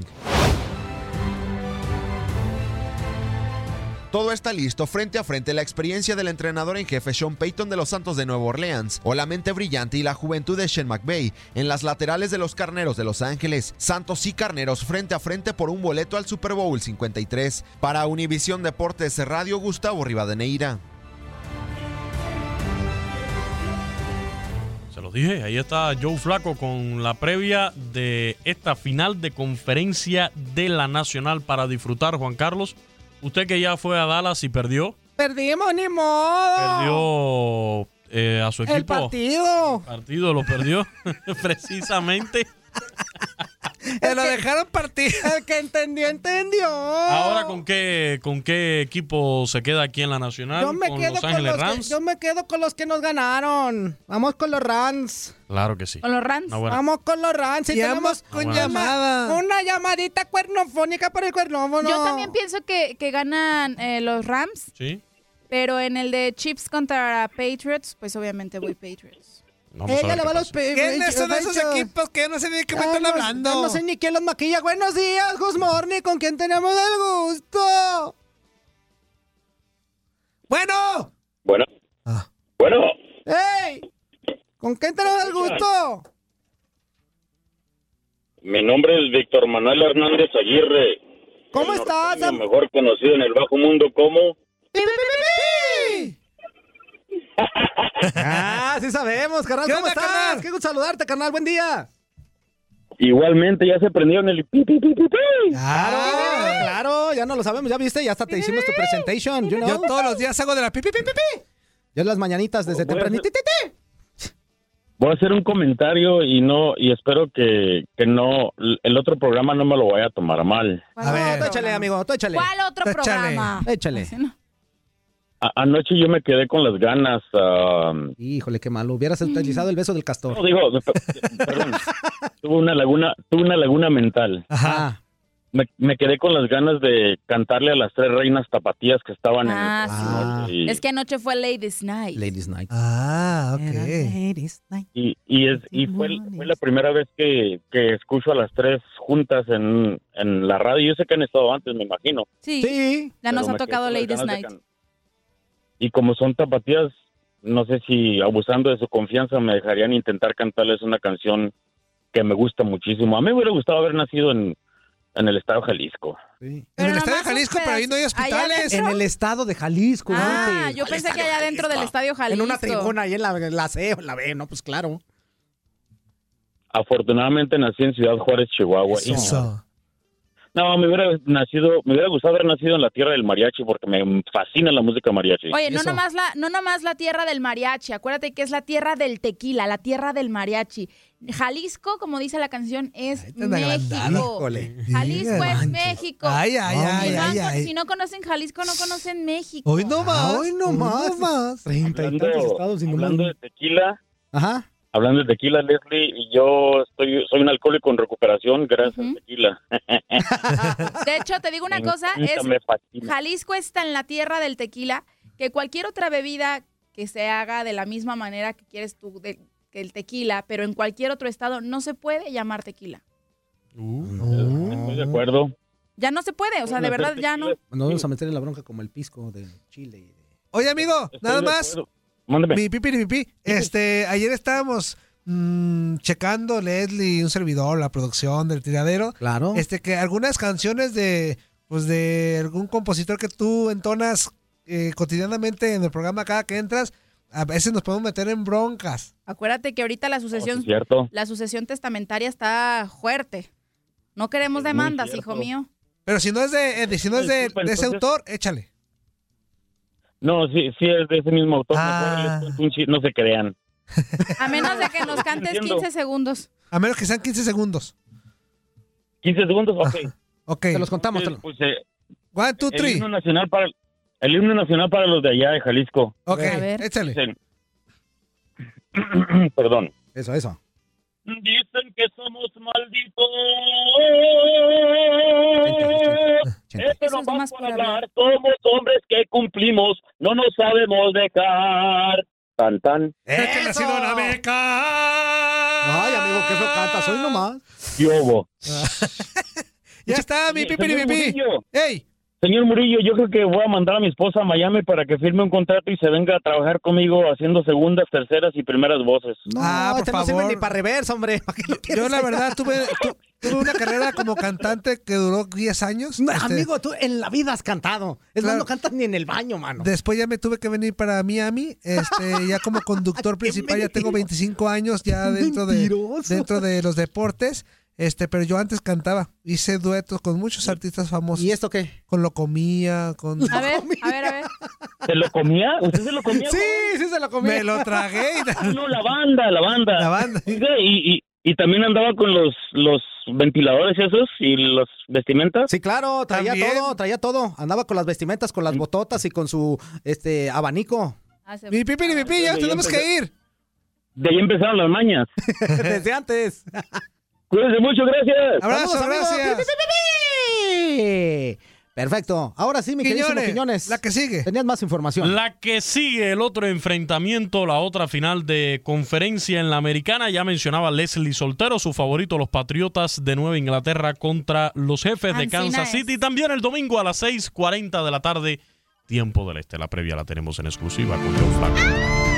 Todo está listo frente a frente la experiencia del entrenador en jefe Sean Payton de los Santos de Nueva Orleans o la mente brillante y la juventud de Sean McVay en las laterales de los Carneros de Los Ángeles. Santos y Carneros frente a frente por un boleto al Super Bowl 53. Para Univisión Deportes Radio, Gustavo Rivadeneira. Se los dije, ahí está Joe Flaco con la previa de esta final de Conferencia de la Nacional para disfrutar, Juan Carlos. Usted que ya fue a Dallas y perdió. Perdimos, ni modo. Perdió a su equipo. El partido. El partido lo perdió, precisamente. Se lo dejaron partir. El que entendió, entendió. Ahora, ¿con qué equipo se queda aquí en la Nacional? Yo me quedo Los Ángeles Rams. yo me quedo con los que nos ganaron. Vamos con los Rams. Claro que sí. ¿Con los Rams? Vamos con los Rams. Y vamos con llamada. Una llamadita cuernofónica por el cuernófono. Yo también pienso que ganan los Rams. Sí. Pero en el de Chiefs contra Patriots, pues obviamente voy Patriots. Ella le va a los ¿Quiénes son esos equipos que no sé ni de qué me están hablando? No sé ni quién los maquilla. Buenos días, Good Morning. ¿Con quién tenemos el gusto? Bueno. Bueno. ¡Ey! ¿Con quién tenemos el gusto? Mi nombre es Víctor Manuel Hernández Aguirre. ¿Cómo estás? Mejor conocido en el bajo mundo como... Sí sabemos, carnal. ¿Cómo estás? Carnal? Qué gusto saludarte, carnal. Buen día. Igualmente, ya se prendieron el pi. Claro, ya no lo sabemos, ya viste, ya hasta te hicimos tu presentation. You know? Yo todos los días hago de la pi. Ya las mañanitas desde tempranito. Voy a hacer un comentario y espero que no, el otro programa no me lo vaya a tomar mal. A ver, tú échale, amigo, tú échale. ¿Cuál otro programa? Échale. Anoche yo me quedé con las ganas. Híjole, qué malo. Hubieras utilizado el beso del castor. No, perdón. Tuve una laguna mental. Ajá. me quedé con las ganas de cantarle a las 3 reinas tapatías que estaban sí. y, Es que anoche fue Ladies Night. Ladies Night. Ah, ok. y fue la primera vez que escucho a las 3 juntas en la radio. Yo sé que han estado antes, me imagino. Sí. Ya nos ha tocado Ladies Night. Y como son tapatías, no sé si abusando de su confianza me dejarían intentar cantarles una canción que me gusta muchísimo. A mí me hubiera gustado haber nacido en el estado de Jalisco. En el estado de Jalisco, pero ahí no hay hospitales. En el estado de Jalisco. Yo pensé que allá dentro del estadio Jalisco. En una tribuna ahí en la C o en la B, no, pues claro. Afortunadamente nací en Ciudad Juárez, Chihuahua. Eso. No, me hubiera gustado haber nacido en la tierra del mariachi porque me fascina la música mariachi. Oye, no nomás la tierra del mariachi, acuérdate que es la tierra del tequila, la tierra del mariachi. Jalisco, como dice la canción, es México. Jalisco es México. Si no conocen Jalisco, no conocen México. Hoy no más. 30 y tantos estados sin hablando de tequila. Ajá. Hablando de tequila, Leslie, y yo soy un alcohólico en recuperación gracias al tequila. De hecho, te digo una cosa, Jalisco está en la tierra del tequila, que cualquier otra bebida que se haga de la misma manera que quieres tú que el tequila, pero en cualquier otro estado no se puede llamar tequila. Estoy de acuerdo. Ya no se puede, o sea, de verdad ya no. No vamos a meter en la bronca como el pisco de Chile. Oye, amigo, nada más. Mándame. Mi pipi. Ayer estábamos checando, Leslie, un servidor, la producción del tiradero. Claro. Que algunas canciones de algún compositor que tú entonas cotidianamente en el programa cada que entras, a veces nos podemos meter en broncas. Acuérdate que ahorita la sucesión testamentaria está fuerte. No queremos demandas, hijo mío. Pero si no es de ese autor, échale. No, sí es de ese mismo autor. No se crean. A menos de que nos cantes 15 segundos. A menos que sean 15 segunos. 15 segundos, ok. Te los contamos. Pues, 1, 2, 3. El himno nacional para los de allá de Jalisco. Ok, échale. Perdón. Eso. Dicen que somos malditos. Esto no más por hablar. Somos hombres que cumplimos. No nos sabemos dejar. Tan, tan. ¡Es que nacido en América! Ay, amigo, qué feo cantas. Hoy nomás. Yobo. Ya está, mi pipi. ¡Ey! Señor Murillo, yo creo que voy a mandar a mi esposa a Miami para que firme un contrato y se venga a trabajar conmigo haciendo segundas, terceras y primeras voces. No, por favor. No sirve ni para reversa, hombre. Yo la verdad tuve una carrera como cantante que duró 10 años. No, amigo, tú en la vida has cantado. Es más, no cantas ni en el baño, mano. Después ya me tuve que venir para Miami, ya como conductor principal, ya tengo 25 años ya dentro de los deportes. Pero yo antes cantaba, hice duetos con muchos artistas famosos. ¿Y esto qué? Con Lo Comía, con... A ver. ¿Se lo comía? ¿Usted se lo comía? Sí, se lo comía. Me lo tragué. No, la banda. Y también andaba con los ventiladores esos y los vestimentas. Sí, claro, traía todo. Andaba con las vestimentas, con las bototas y con su abanico. Mi pipi, ya tenemos que ir. De ahí empezaron las mañas. Desde antes. Cuídense mucho, gracias. Abrazo, gracias. Perfecto. Ahora sí, mi queridísimo Quiñones. La que sigue. Tenías más información. La que sigue, el otro enfrentamiento, la otra final de conferencia en la Americana. Ya mencionaba Leslie Soltero, su favorito, los Patriotas de Nueva Inglaterra contra los Jefes de Kansas City. También el domingo a las 6:40 de la tarde, tiempo del este. La previa la tenemos en exclusiva con John Flaco.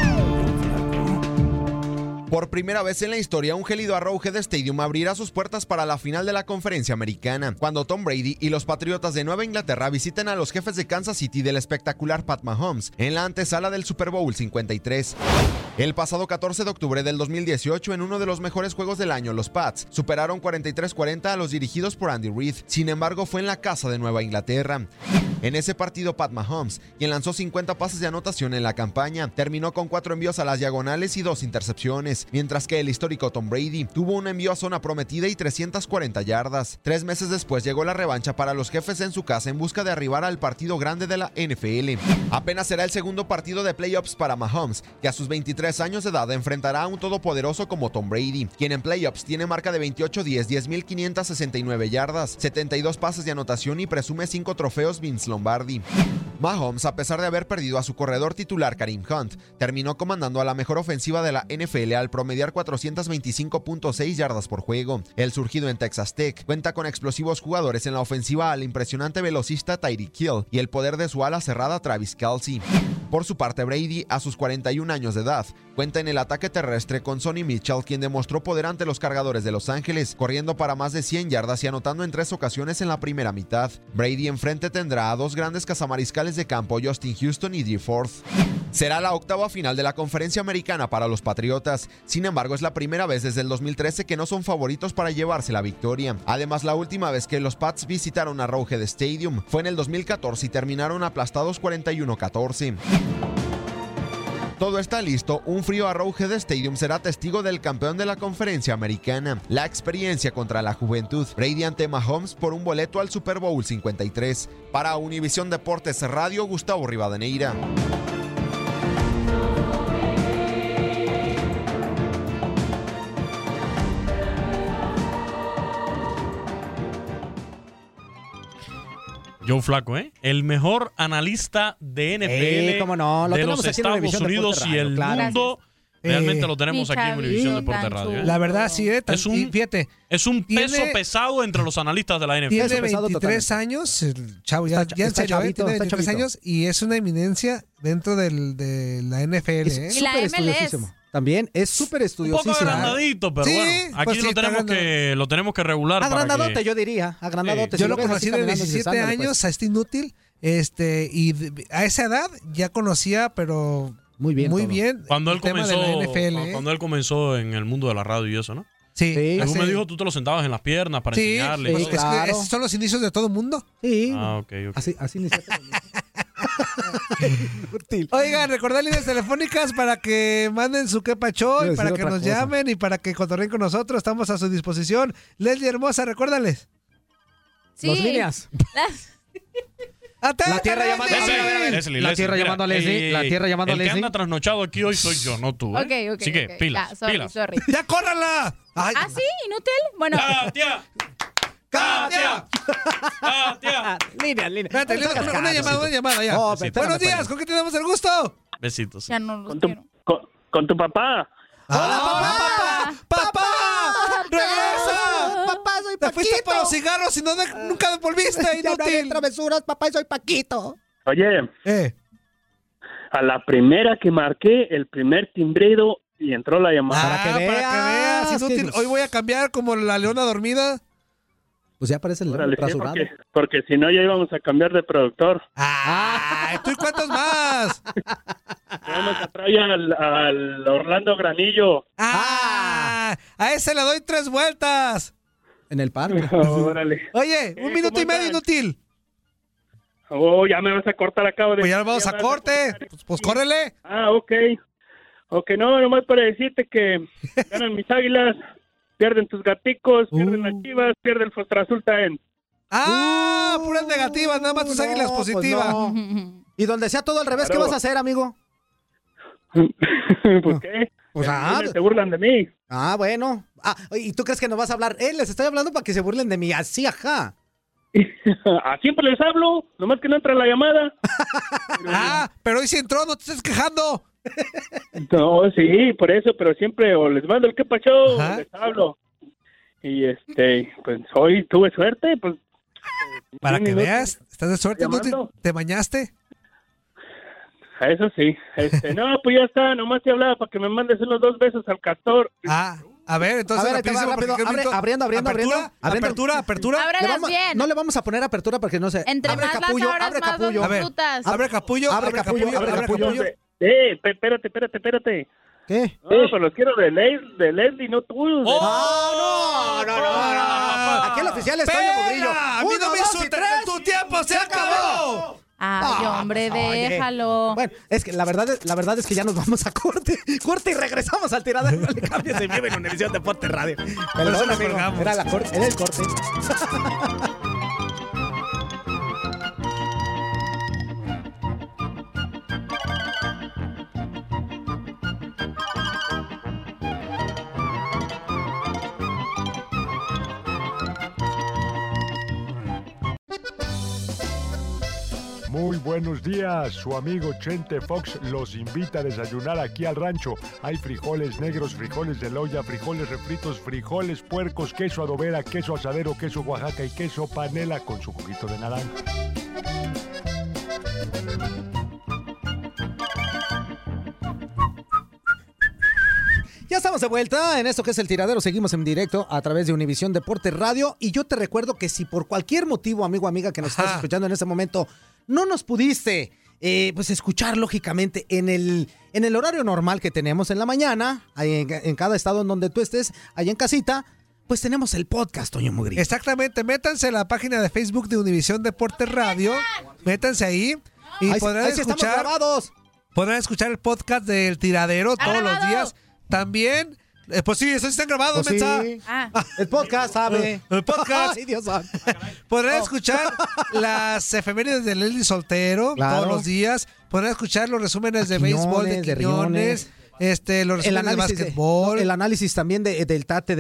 Por primera vez en la historia, un gélido Arrowhead Stadium abrirá sus puertas para la final de la conferencia americana, cuando Tom Brady y los Patriotas de Nueva Inglaterra visiten a los Jefes de Kansas City del espectacular Pat Mahomes, en la antesala del Super Bowl 53. El pasado 14 de octubre del 2018, en uno de los mejores juegos del año, los Pats superaron 43-40 a los dirigidos por Andy Reid. Sin embargo, fue en la casa de Nueva Inglaterra. En ese partido, Pat Mahomes, quien lanzó 50 pases de anotación en la campaña, terminó con 4 envíos a las diagonales y 2 intercepciones, mientras que el histórico Tom Brady tuvo un envío a zona prometida y 340 yardas. 3 meses después llegó la revancha para los Jefes en su casa en busca de arribar al partido grande de la NFL. Apenas será el segundo partido de playoffs para Mahomes, que a sus 23 años de edad enfrentará a un todopoderoso como Tom Brady, quien en playoffs tiene marca de 28-10, 10.569 yardas, 72 pases de anotación y presume 5 trofeos Vince Lombardi. Mahomes, a pesar de haber perdido a su corredor titular Kareem Hunt, terminó comandando a la mejor ofensiva de la NFL al promediar 425.6 yardas por juego. El surgido en Texas Tech cuenta con explosivos jugadores en la ofensiva al impresionante velocista Tyreek Hill y el poder de su ala cerrada Travis Kelce. Por su parte, Brady, a sus 41 años de edad, cuenta en el ataque terrestre con Sonny Mitchell, quien demostró poder ante los Cargadores de Los Ángeles, corriendo para más de 100 yardas y anotando en 3 ocasiones en la primera mitad. Brady enfrente tendrá a 2 grandes cazamariscales de campo, Justin Houston y Dee Ford. Será la 8ª final de la Conferencia Americana para los Patriotas. Sin embargo, es la primera vez desde el 2013 que no son favoritos para llevarse la victoria. Además, la última vez que los Pats visitaron a Arrowhead Stadium fue en el 2014 y terminaron aplastados 41-14. Todo está listo, un frío Arrowhead Stadium será testigo del campeón de la Conferencia Americana. La experiencia contra la juventud. Brady ante Mahomes por un boleto al Super Bowl 53. Para Univisión Deportes Radio, Gustavo Rivadeneira. Joe Flacco, el mejor analista de NFL cómo no, lo de tenemos los aquí en Estados Univisión Unidos Deporte y Radio, el claro. mundo. Realmente lo tenemos aquí en Univisión Deporte Radio. La verdad, sí, fíjate. Es un peso pesado entre los analistas de la NFL. Tiene 23 años, el chavo ya está está chavito, tiene está 23 chavito. años y es una eminencia dentro de la NFL. Es súper estudiosísimo. También es súper Un estudiosísimo. poco agrandadito, pero Sí, bueno, aquí pues sí, lo tenemos que regular. Agrandadote, para que... yo diría. Agrandadote. Yo Si lo ves conocí así de caminando, 17 dices, ándale, años pues. a este inútil. Y a esa edad ya conocía, pero muy bien. Cuando él el tema de comenzó, la NFL, cuando él comenzó en el mundo de la radio y eso, ¿no? Sí. Según me dijo, tú te lo sentabas en las piernas para enseñarle. Pues es que esos son los inicios de todo el mundo. Sí. Ah, ok. Así iniciaste. Oigan, recordar líneas telefónicas para que manden su quepacho y para que nos llamen y para que cotorreen con nosotros. Estamos a su disposición. Leslie hermosa, recuérdales. Sí. Las líneas. La tierra llamando a Leslie. La tierra llamando a Leslie. La tierra llamando a El que Leslie. anda trasnochado aquí hoy soy yo, no tú. Ok. Así que, pilas, Ya, pilas. sorry. ¡Ya córrala! Ay, ¿Sí? ¿Inútil? Bueno. ¡Katia! Línea. Espérate, una llamada ya. Oh, Buenos días, ¿con qué tenemos el gusto? Besitos. Ya no los Con tu papá. ¡Hola, papá! ¡Regresa! Papá, soy Te Paquito. fuiste por los cigarros y nunca devolviste, Ya no hay inútil. travesuras, papá, soy Paquito. Oye, a la primera que marqué, el primer timbrero y entró la llamada. Para que veas, inútil. que- Hoy voy a cambiar como la leona dormida. Pues ya aparece el Órale, sí, rasurado. porque si no ya íbamos a cambiar de productor. ¿Tú y cuántos más? Vamos a traer al Orlando Granillo. A ese le doy 3 vueltas. En el parque. Órale. Oye, 1 minuto y medio, inútil. Oh, ya me vas a cortar, acabo de... Pues ya vamos a corte. Pues córrele. Ah, ok. Ok, no, nomás para decirte que ganan mis águilas, pierden tus gaticos, pierden las chivas, pierde el Fostra Azul también. Puras negativas, nada más tus águilas pues positivas. no. Y donde sea todo al revés, Claro. ¿qué vas a hacer, amigo? ¿Por qué? Pues, Se burlan de mí. Bueno. ¿Y tú crees que nos vas a hablar? Les estoy hablando para que se burlen de mí. Así, ajá. Siempre les hablo, nomás que no entra la llamada. Pero hoy sí entró, no te estés quejando. No, sí, por eso, pero siempre o les mando el que pacho o les hablo. Y pues hoy tuve suerte, pues. Para que veas, estás de suerte, llamando. inútil. ¿Te bañaste? Eso sí. No, pues ya está, nomás te hablaba para que me mandes unos 2 besos al castor. A ver, entonces A ver, te va rapidísimo, rápido. porque Abriendo. Apertura. Ábrelas bien. No le vamos a poner apertura porque no sé. Entre Abre más las capullo, abras, abre más capullo. dos frutas. Abre capullo. Espérate. ¿Qué? No, pues los quiero de Leslie, no tú. No. Aquí el oficial es Toño Mugrillo. A mí no me insultes, tu tiempo se acabó. hombre, déjalo. Bueno, es que la verdad es que ya nos vamos a corte. Corte y regresamos al tiradero. No le cambies de vivo en Univisión Deportes Radio. Perdón, amigo. Era el corte. Muy buenos días, su amigo Chente Fox los invita a desayunar aquí al rancho. Hay frijoles negros, frijoles de loya, frijoles refritos, frijoles puercos, queso adobera, queso asadero, queso Oaxaca y queso panela con su juguito de naranja. Ya estamos de vuelta en esto que es El Tiradero. Seguimos en directo a través de Univisión Deportes Radio. Y yo te recuerdo que si por cualquier motivo, amigo o amiga que nos estás escuchando en este momento, no nos pudiste pues escuchar lógicamente en el horario normal que tenemos en la mañana, en cada estado en donde tú estés, allá en casita, pues tenemos el podcast, Toño Mugri. Exactamente. Métanse a la página de Facebook de Univisión Deportes Radio. Métanse ahí y podrán escuchar. Podrán escuchar el podcast del Tiradero todos los días. También, pues sí, esos están grabados, pues sí. El podcast, ¿sabe? El podcast. Ay, Dios santo. Podrán escuchar las efemérides de Leslie Soltero todos los días. Podrán escuchar los resúmenes de béisbol de Quiñones. Los resúmenes de básquetbol. El análisis también del Tate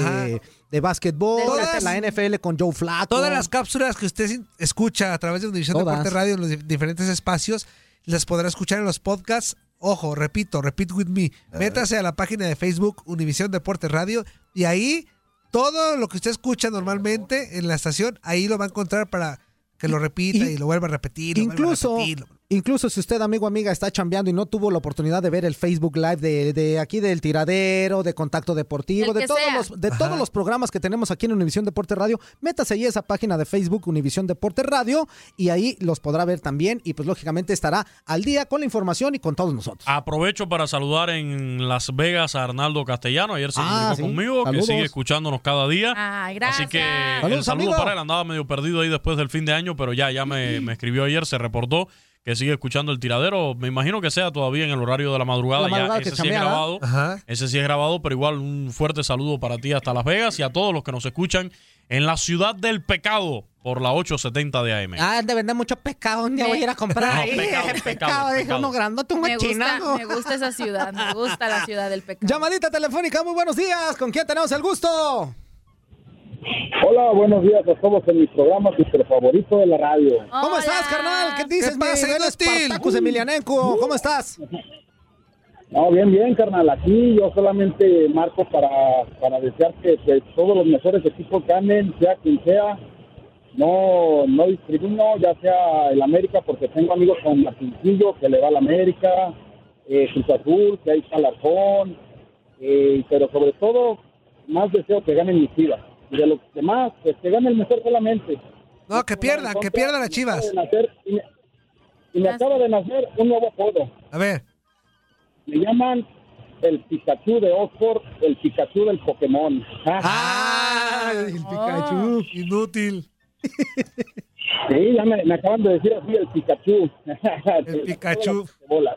de básquetbol. La NFL con Joe Flacco. Todas las cápsulas que usted escucha a través de Univisión Deportes Radio en los diferentes espacios, las podrá escuchar en los podcasts. Ojo, repito, repeat with me. Métase a la página de Facebook Univisión Deportes Radio y ahí todo lo que usted escucha normalmente en la estación, ahí lo va a encontrar para que lo repita y lo vuelva a repetir. Incluso si usted, amigo o amiga, está chambeando y no tuvo la oportunidad de ver el Facebook Live de aquí del Tiradero, de Contacto Deportivo, de todos los programas que tenemos aquí en Univisión Deportes Radio, métase ahí a esa página de Facebook Univisión Deportes Radio y ahí los podrá ver también y pues lógicamente estará al día con la información y con todos nosotros. Aprovecho para saludar en Las Vegas a Arnaldo Castellano. Ayer se comunicó conmigo, que sigue escuchándonos cada día. Gracias. Así que el saludo para él. Andaba medio perdido ahí después del fin de año, pero ya me escribió ayer, se reportó que sigue escuchando el Tiradero. Me imagino que sea todavía en el horario de la madrugada. Ese sí es grabado. Ese sí es grabado, pero igual un fuerte saludo para ti hasta Las Vegas y a todos los que nos escuchan en la ciudad del pecado por la 870 de AM. De vender mucho pescado. Un día voy a ir a comprar ahí. Pescado. Dije uno grandote, un chinago. Me gusta esa ciudad. Me gusta la ciudad del pecado. Llamadita telefónica. Muy buenos días. ¿Con quién tenemos el gusto? Hola, buenos días. Estamos en mi programa super favorito de la radio. ¿Cómo estás, carnal? ¿Qué dices? ¿Qué pasa, Espartacus Emelianenko? ¿Cómo estás? No, bien, carnal. Aquí yo solamente marco para desear que todos los mejores equipos ganen, sea quien sea. No discrimino, ya sea el América, porque tengo amigos con Martincillo que le va al América, Cruz Azul, que ahí está Alarcón, pero sobre todo, más deseo que ganen mis Chivas. Y de los demás, pues que gane el mejor solamente. No, que pierdan las Chivas. Me acaba de nacer un nuevo apodo. A ver. Me llaman el Pikachu de Oxford, el Pikachu del Pokémon. El Pikachu. Inútil. Sí, ya me acaban de decir así, el Pikachu. El Pikachu.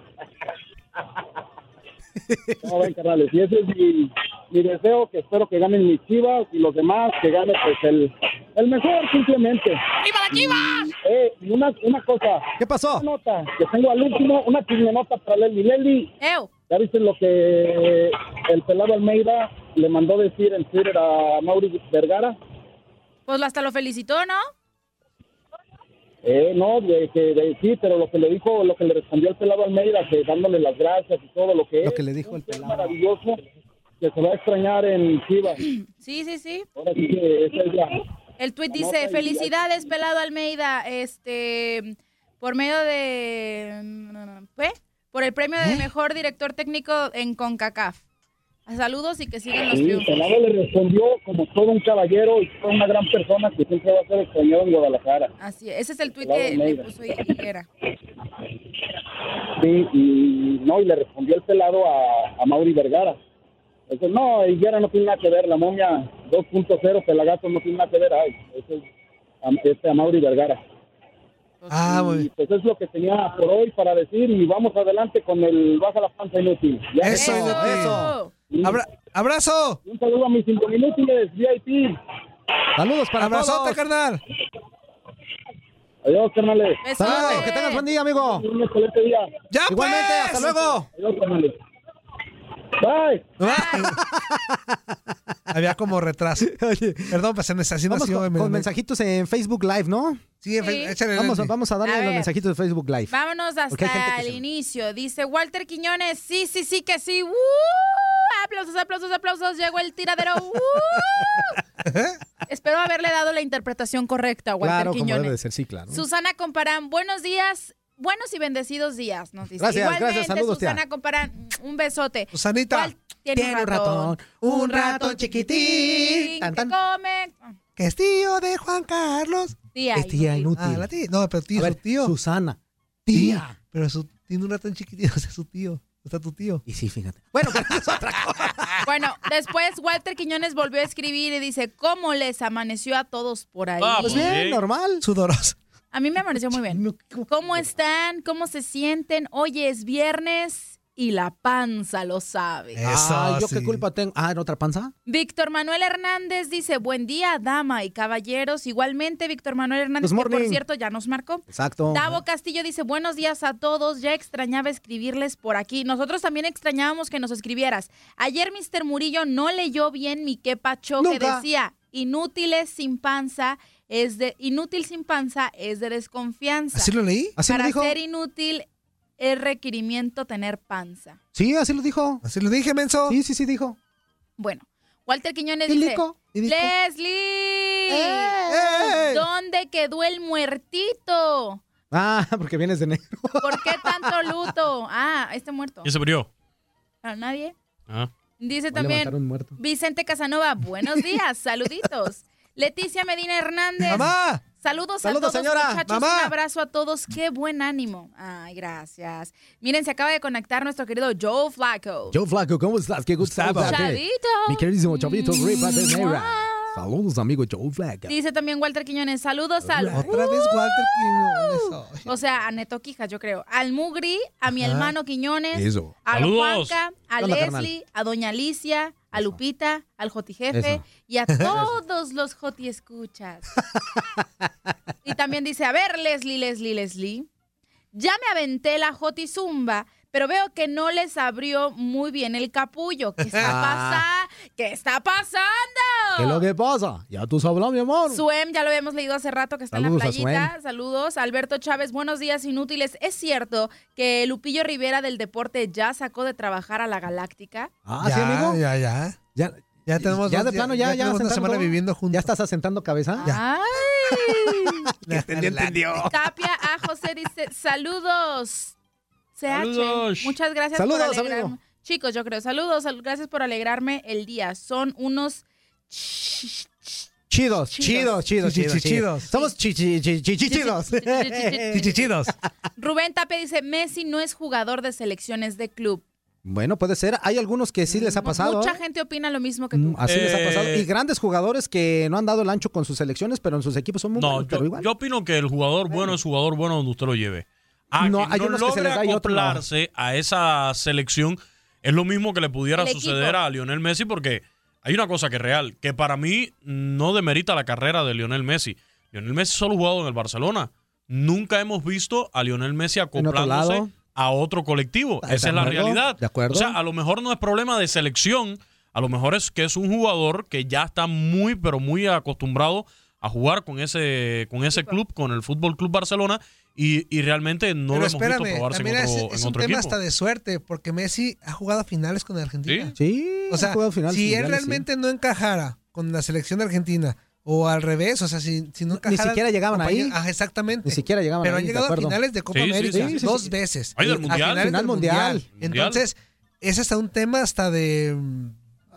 No, ven, carnales, y ese es mi deseo, que espero que ganen mis Chivas y los demás que gane pues el mejor simplemente. ¡Viva la Chivas! Y una cosa. ¿Qué pasó? Una nota que tengo al último, una nota para Leslie. ¿Ya viste lo que el pelado Almeida le mandó decir en Twitter a Mauri Vergara? Pues hasta lo felicitó, ¿no? No, sí, pero lo que le respondió el pelado Almeida, que dándole las gracias y todo lo que le dijo el pelado. Maravilloso, que se va a extrañar en Chivas. Sí. Ahora sí que esa es la... El tuit dice, felicidades, pelado Almeida, por medio de... Por el premio de mejor director técnico en CONCACAF. Saludos y que sigan los triunfos. El pelado le respondió como todo un caballero y toda una gran persona que siempre va a ser extrañado en Guadalajara. Así es, ese es el tuit que le puso Higuera. Sí, y le respondió el pelado a Mauri Vergara. Entonces, no, Higuera no tiene nada que ver, la momia 2.0, Pelagato no tiene nada que ver, eso es a Mauri Vergara. Muy pues es lo que tenía por hoy para decir y vamos adelante con el Baja la Panza Inútil. ¿Ya? Eso. ¡Abrazo! Un saludo a mis 5 inútiles, VIP. Saludos para Abrazote, todos. carnal. Adiós, carnales. Saludos, que tengas buen día, amigo. Un excelente día. ¡Ya, igualmente, pues! hasta luego. Adiós, carnales. Bye. Había como retraso. Perdón, pues así Vamos nació. con mensajitos en Facebook Live, ¿no? Sí, échale. Vamos a darle A los ver. mensajitos de Facebook Live. Vámonos Porque hay gente hasta que el se- inicio. Dice Walter Quiñones, sí, que sí. Aplausos. Llegó el tiradero. Espero haberle dado la interpretación correcta a Walter Claro, como Quiñones. debe de ser, sí, claro. Susana Comparán, buenos días. Buenos y bendecidos días, nos dice. Gracias, Igualmente, saludos, tía. Susana Comparán, un besote. Susanita. ¿Cuál tiene un ratón? Un ratón chiquitín. Que come. Que es tío de Juan Carlos. Tía. Es tía inútil. Ah, la tía. No, pero tío, A ver, su tío. Susana. Tía. Pero tiene un ratón chiquitito, o sea, su tío. O sea, tu tío. Y sí, fíjate. Bueno, pero eso es otra cosa. Bueno, después Walter Quiñones volvió a escribir y dice, ¿cómo les amaneció a todos por ahí? Pues bien, normal. Sudoroso. A mí me amaneció muy bien. ¿Cómo están? ¿Cómo se sienten? Hoy es viernes y la panza lo sabe. ¿Yo qué culpa tengo? ¿En otra panza? Víctor Manuel Hernández dice, buen día, dama y caballeros. Igualmente, Víctor Manuel Hernández, Good que por morning. cierto ya nos marcó. Exacto. Davo Castillo dice, buenos días a todos, ya extrañaba escribirles por aquí. Nosotros también extrañábamos que nos escribieras. Ayer Mr. Murillo no leyó bien mi qué pacho que Nunca. decía, inútil sin panza es de desconfianza. ¿Así lo leí? ¿Así lo Para dijo? ser inútil es requerimiento tener panza. Sí, así lo dijo. Así lo dije, menso. Sí, dijo. Bueno, Walter Quiñones ¿Y dice, dijo? Leslie, ¡Eh! ¿dónde quedó el muertito? Porque vienes de negro. ¿Por qué tanto luto? Este muerto. ¿Quién se murió? ¿A nadie? Ah. Dice Voy a levantar un también muerto. Vicente Casanova, buenos días, saluditos. Leticia Medina Hernández. ¡Mamá! Saludos a Saludos, todos, señora. muchachos. ¡Mamá! Un abrazo a todos. Qué buen ánimo. Ay, gracias. Miren, se acaba de conectar nuestro querido Joe Flacco. Joe Flaco, ¿cómo estás? Qué gusto saludarte. Chavito. Mi queridísimo Chavito Rivadeneira. Saludos, amigo Joe Flaco. Dice también Walter Quiñones, saludos al... Otra vez Walter Quiñones. O sea, a Neto Quijas, yo creo. Al Mugri, a mi hermano Quiñones, Eso. a Saludos. Juanca, a ¿Qué onda, Leslie, a Doña Alicia, a Lupita, al Joti Jefe Eso. y a todos los Joti Escuchas. Y también dice, a ver, Leslie, ya me aventé la Joti Zumba, pero veo que no les abrió muy bien el capullo. ¿Qué está pasando? ¿Qué está pasando? ¿Qué es lo que pasa? Ya tú sabrás, mi amor. Suem, ya lo habíamos leído hace rato que está Saludos en a la playita. Suem. Saludos. Alberto Chávez, buenos días, inútiles. ¿Es cierto que Lupillo Rivera del Deporte ya sacó de trabajar a la Galáctica? ¿Sí, amigo? Ya tenemos ya dos- de plano, ya ya tenemos una asentando semana todo. viviendo juntos. ¿Ya estás asentando cabeza? ¡Ay! Entendió. Capia A. José dice, saludos. CH, Saludos. muchas gracias Saludos, por alegrarme. amigo. Chicos, yo creo, saludos, gracias por alegrarme el día. Son unos... Chidos. Chichichidos. Somos chichichidos. Chichichidos. Rubén Tapia dice, Messi no es jugador de selecciones de club. Bueno, puede ser. Hay algunos que sí les ha pasado. Mucha gente opina lo mismo que tú. Así les ha pasado. Y grandes jugadores que no han dado el ancho con sus selecciones, pero en sus equipos son muy No, buenos, pero igual. yo opino que el jugador bueno es jugador bueno donde usted lo lleve. No, Que hay no unos que se logre les da y otros no. acoplarse a esa selección es lo mismo que le pudiera El suceder equipo. a Lionel Messi, porque hay una cosa que es real, que para mí no demerita la carrera de Lionel Messi. Lionel Messi solo ha jugado en el Barcelona. Nunca hemos visto a Lionel Messi otro acoplándose lado. a otro colectivo. ¿De Esa es la acuerdo? realidad. De acuerdo. O sea, a lo mejor no es problema de selección, a lo mejor es que es un jugador que ya está muy, pero muy acostumbrado a jugar con ese club, con el Fútbol Club Barcelona, y realmente no Pero lo hemos visto probarse también en es otro un tema equipo. hasta de suerte, porque Messi ha jugado finales con Argentina. Sí, O sea, ha jugado finales si él mundiales, realmente no encajara con la selección de Argentina, o al revés, o sea, si no encajara... siquiera llegaban ahí. Exactamente. Ni siquiera llegaban Pero ahí, han de llegado a acuerdo. finales de Copa Sí, sí, América sí, dos veces. Ay, del A Mundial. finales Final del mundial. Entonces, es hasta un tema hasta de...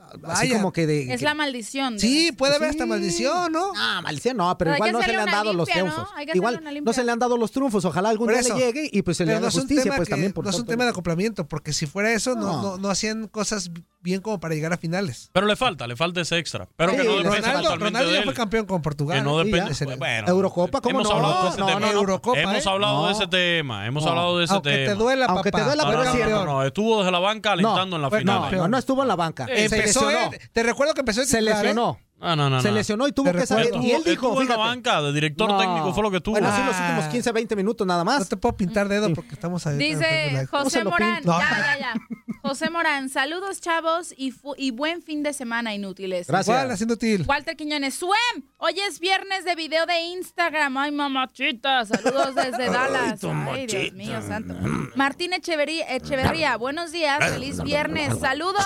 así como que de... Es la maldición. Sí, puede haber hasta maldición, ¿no? Ah, maldición no, pero Hay igual que no se hacerle le han una dado los limpia, ¿no? triunfos. Hay que Igual hacerle una limpia. no se le han dado los triunfos, ojalá algún Por día eso. le llegue y pues se le Pero haga no es un justicia, tema pues que- también por no es un tonto. tema de acoplamiento, porque si fuera eso, no hacían cosas bien como para llegar a finales. Pero le falta ese extra. Pero Sí, que no depende Ronaldo totalmente de ya él. fue campeón con Portugal. Que no Sí, depende. ya. Bueno, Eurocopa, ¿cómo hemos no? hablado de ese tema. Eurocopa, Hemos hablado de ese tema. Hemos hablado de ese Aunque tema. te duela, Aunque papá. te duela, pero No, es no, cierto. no, estuvo desde la banca alentando en la final. No estuvo en la banca. Se Empezó lesionó. te recuerdo que empezó de Se titular, lesionó. No. Se lesionó y tuvo que salir. Y él dijo, estuvo en la fíjate. banca, de director técnico fue lo que tuvo. Bueno, sí, los últimos 15, 20 minutos nada más. No te puedo pintar dedo porque estamos ahí. Dice José Morán, No. ya. José Morán, saludos chavos y buen fin de semana, inútiles. Gracias. Igual, haciendo útil. Walter Quiñones, ¡Suem! Hoy es viernes de video de Instagram. Ay, mamachita, saludos desde Dallas. Ay, Dios mío, santo. Martín Echeverría, buenos días, feliz viernes. Saludos.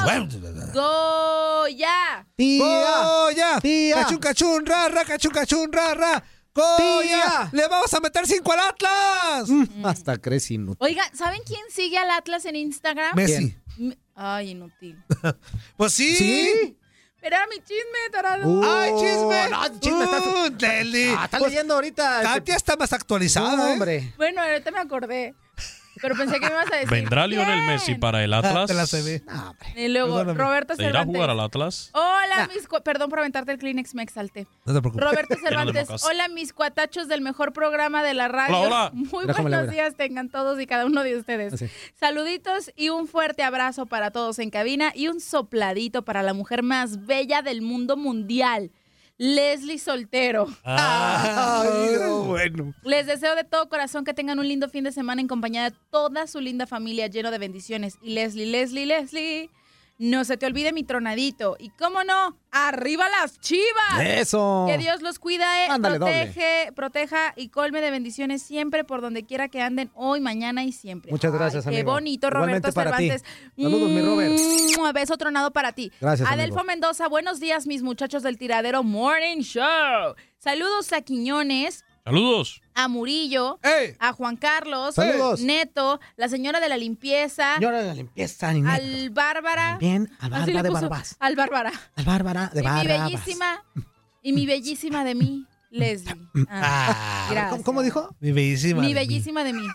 Goya. ¡Goya! Tía. ¡Cachun, cachun, rara, cachun, cachun, rara! ¡Goya! ¡Le vamos a meter 5 al Atlas! Hasta crees inútil. Oiga, ¿saben quién sigue al Atlas en Instagram? Messi. Ay, inútil. Pues sí. ¿Sí? Pero era mi chisme, tarado. ¡Ay, chisme! No, chisme, Leli. está leyendo ahorita. Katia está más actualizada, No, ¿eh? hombre. Bueno, ahorita me acordé. Pero pensé que me ibas a decir. ¿Vendrá Lionel ¿quién? Messi para el Atlas? Te la se ve. Y luego, Perdóname. Roberto ¿Se irá a Cervantes. jugar al Atlas? Hola, perdón por aventarte el Kleenex, me exalté. No te preocupes. Roberto Cervantes, democas. hola mis cuatachos del mejor programa de la radio. Hola, hola. Muy Déjame buenos la días tengan todos y cada uno de ustedes. Así. Saluditos y un fuerte abrazo para todos en cabina y un sopladito para la mujer más bella del mundo mundial, Leslie Soltero. Ay, no, bueno. Les deseo de todo corazón que tengan un lindo fin de semana en compañía de toda su linda familia, lleno de bendiciones. Y Leslie, no se te olvide mi tronadito. Y cómo no, ¡arriba las Chivas! Eso. Que Dios los cuida, Ándale, proteja y colme de bendiciones siempre por donde quiera que anden hoy, mañana y siempre. Muchas gracias, Qué amigo. bonito, Igualmente Roberto para ti. Cervantes. Saludos, mi Robert. Beso tronado para ti. Gracias, Adelfo amigo. Mendoza, buenos días, mis muchachos del Tiradero Morning Show. Saludos a Quiñones, Saludos. a Murillo, ¡Ey! a Juan Carlos, Saludos. Neto, la señora de la limpieza, Señora de la limpieza, ni neta. al Bárbara. Bien, al Así Barba le de puso, Barbas. Al Bárbara. Al Bárbara de Barbas. Y mi bellísima de mí, Leslie. Gracias. ¿Cómo dijo? Mi bellísima. Mi de mí. bellísima de mí.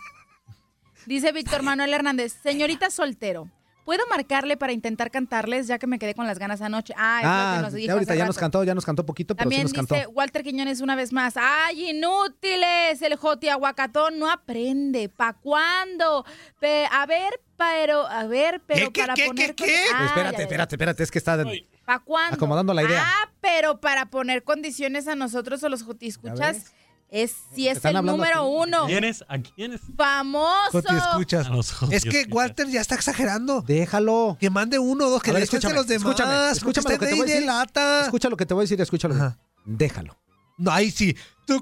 Dice Víctor Manuel Hernández, señorita Soltero, ¿puedo marcarle para intentar cantarles ya que me quedé con las ganas anoche? Ah, es lo que nos dijo ya ahorita hace ya nos rato. cantó poquito, pero También sí nos dice cantó. Walter Quiñones una vez más, ¡ay, inútiles! El Joti Aguacatón no aprende. ¿Pa' cuándo? A ver, pero ¿Qué, para qué, poner... qué, qué? Ay, Espérate, es que está ¿Pa' cuándo? acomodando la idea. Ah, pero para poner condiciones a nosotros o los Jotiscuchas, es Están el hablando número a ti. uno. ¿A quiénes? ¡Famoso! Joti, escuchas. A los Joti Es que escuchas. Walter ya está exagerando. Déjalo. Que mande 1 o 2, que A le ver, descanse a los demás. Escúchame lo que te voy a decir. Lata. Escucha lo que te voy a decir, escúchalo. Ajá. Déjalo. No, ahí sí.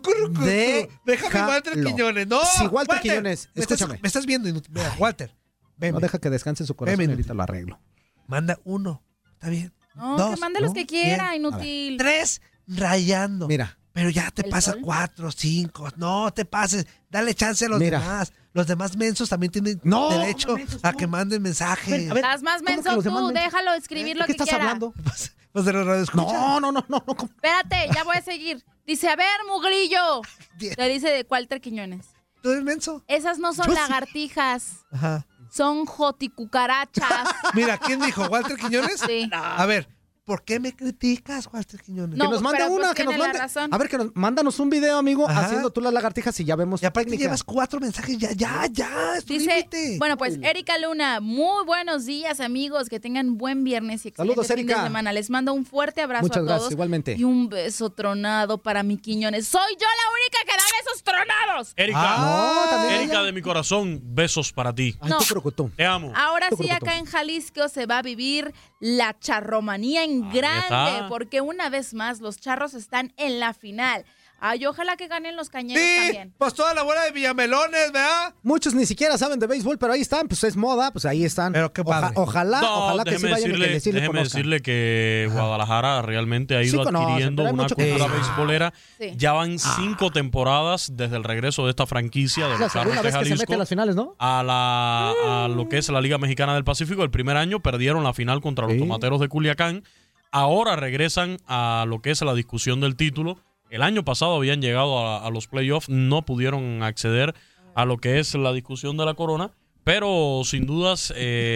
Déjame Walter Quiñones. No, Si Walter Quiñones, me estás viendo. Mira, Walter. Ven. No deja que descanse su corazón y ahorita lo arreglo. Manda 1. Está bien. No, 2, que mande los que quiera, bien. inútil. 3, rayando. Mira. Pero ya te ¿El pasa sol? 4, 5. No te pases. Dale chance a los Mira. demás. Los demás mensos también tienen No, derecho mensos, a no. que manden mensaje. A ver, Estás más ¿cómo que menso los demás tú, mensos? déjalo escribir lo ¿De qué que estás quiera. hablando? Pues de los radioescuchas. No. Espérate, ya voy a seguir. Dice, a ver, mugrillo. Le dice de Walter Quiñones. ¿Tú eres menso? Esas no son Yo sí. lagartijas, Ajá. son joticucarachas. Mira, ¿quién dijo? ¿Walter Quiñones? Sí. A ver, ¿por qué me criticas, Walter Quiñones? No, que nos mande pero, una, pues, que nos tiene la mande. razón. A ver, mándanos un video, amigo, Ajá. haciendo tú las lagartijas y ya vemos. Y aparte técnica. llevas 4 mensajes. Ya. Es tu Dice, límite. bueno, pues Erika Luna, muy buenos días, amigos, que tengan buen viernes y excelente Saludos, fin de Erika. semana. Les mando un fuerte abrazo Muchas a todos. gracias, igualmente. Y un beso tronado para mi Quiñones. Soy yo la única que da besos tronados. Erika, no, también Erika de mi corazón, besos para ti. Ay, No. tú creo que tú. Te amo. Ahora Tú sí, creo que acá en Jalisco se va a vivir la charromanía en Ahí grande, está. porque una vez más los charros están en la final. Ay, ojalá que ganen los Cañeros Sí, también. pues toda la bola de Villamelones, ¿verdad? Muchos ni siquiera saben de béisbol, pero ahí están, pues es moda, pues ahí están. Pero qué padre. Ojalá que sí vayan y que sí le Déjeme conozcan. decirle que Guadalajara realmente ha ido Sí conocen, adquiriendo pero hay una mucho que cultura decir. beisbolera. Sí. Ya van 5 temporadas desde el regreso de esta franquicia de Es los la Charros segunda de vez que se mete Jalisco a las finales, ¿no? a lo que es la Liga Mexicana del Pacífico. El primer año perdieron la final contra los Tomateros de Culiacán. Ahora regresan a lo que es la discusión del título. El año pasado habían llegado a los playoffs, no pudieron acceder a lo que es la discusión de la corona, pero sin dudas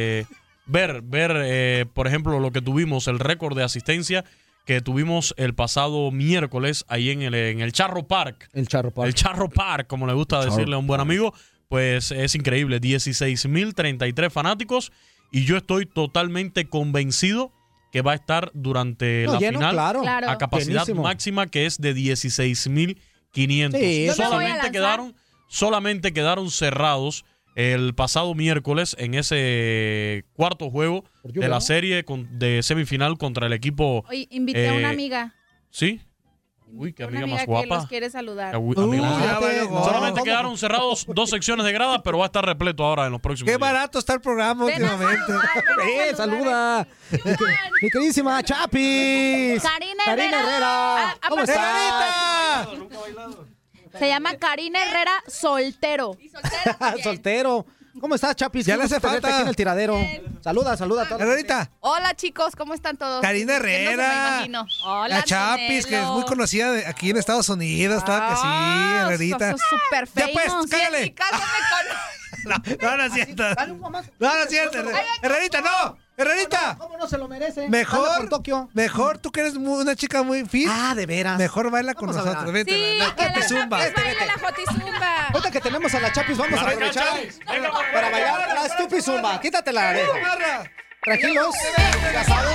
ver por ejemplo, lo que tuvimos, el récord de asistencia que tuvimos el pasado miércoles ahí en el Charro Park. El Charro Park. El Charro Park, como le gusta decirle a un buen amigo, pues es increíble. 16,033 fanáticos y yo estoy totalmente convencido que va a estar durante la lleno, final claro. a capacidad Llenísimo. máxima, que es de 16,500. Sí, eso- solamente quedaron cerrados el pasado miércoles en ese cuarto juego de la serie de semifinal contra el equipo. Oye, invité a una amiga. ¿Sí? Uy, qué amiga más que los guapa. quiere saludar. Solamente quedaron cerrados 2 secciones de grada, pero va a estar repleto ahora en los próximos Qué días. barato está el programa últimamente. Saluda. Mi queridísima Chapis. Karina Herrera. Herrera. ¿Cómo estás? Se llama Karina Herrera Soltero. Soltero. ¿Cómo estás, Chapis? Ya Qué le hace gusto tenerte falta. aquí en el tiradero. Saluda a todos. Herrerita. Hola, chicos, ¿cómo están todos? Karina Herrera. Hola, La Chapis, que es muy conocida aquí en Estados Unidos. Claro que sí, Herrerita. Súper Ya pues, famous. cállale. Sí, en mi casa me No es cierto. No es cierto. Herrerita, no. Herrerita. ¿Cómo no se lo merece? Mejor, Anda por Tokio. mejor, tú que eres una chica muy fit. Ah, de veras. Mejor baila con Vamos a nosotros. ver. Vente, Sí, la que la Jotizumba. Chapis baila la Jotizumba. Ahorita que tenemos a la Chapis, vamos a aprovechar para bailar la estupizumba. Quítate la oreja. Tranquilos. Ya saben.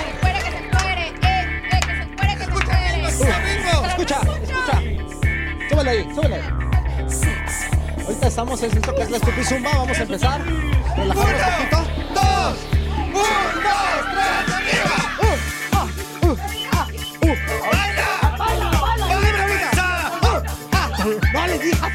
Escucha. Súbele ahí. Ahorita estamos en esto que es la estupizumba. Vamos a empezar. Relajamos un poquito. 2, 1, 2, 3, arriba. No le digas.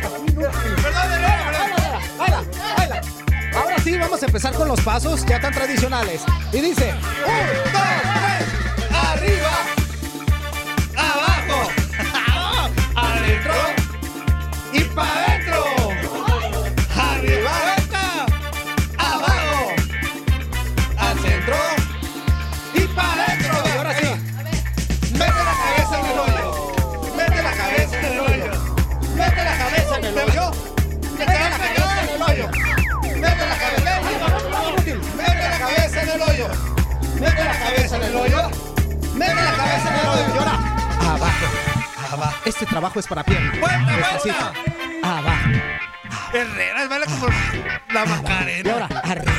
Baila. Ahora sí, vamos a empezar con los pasos ya tan tradicionales. Y dice: 1, 2, 3, arriba, abajo, adentro y para adentro. Arriba, abajo, al centro y para adentro. Y ahora sí, mete la cabeza en el hoyo. Mete la cabeza en el hoyo. Mete la cabeza en el hoyo. Mete la cabeza en el hoyo. Mete la cabeza en el hoyo. Mete la cabeza en el hoyo. Mete la cabeza en el hoyo. Mete la cabeza en el hoyo. Y ahora, abajo. Este trabajo es para piernas. Vuelta. Despacito. Abajo. Herrera, baila como la Macarena. Y ahora, arriba.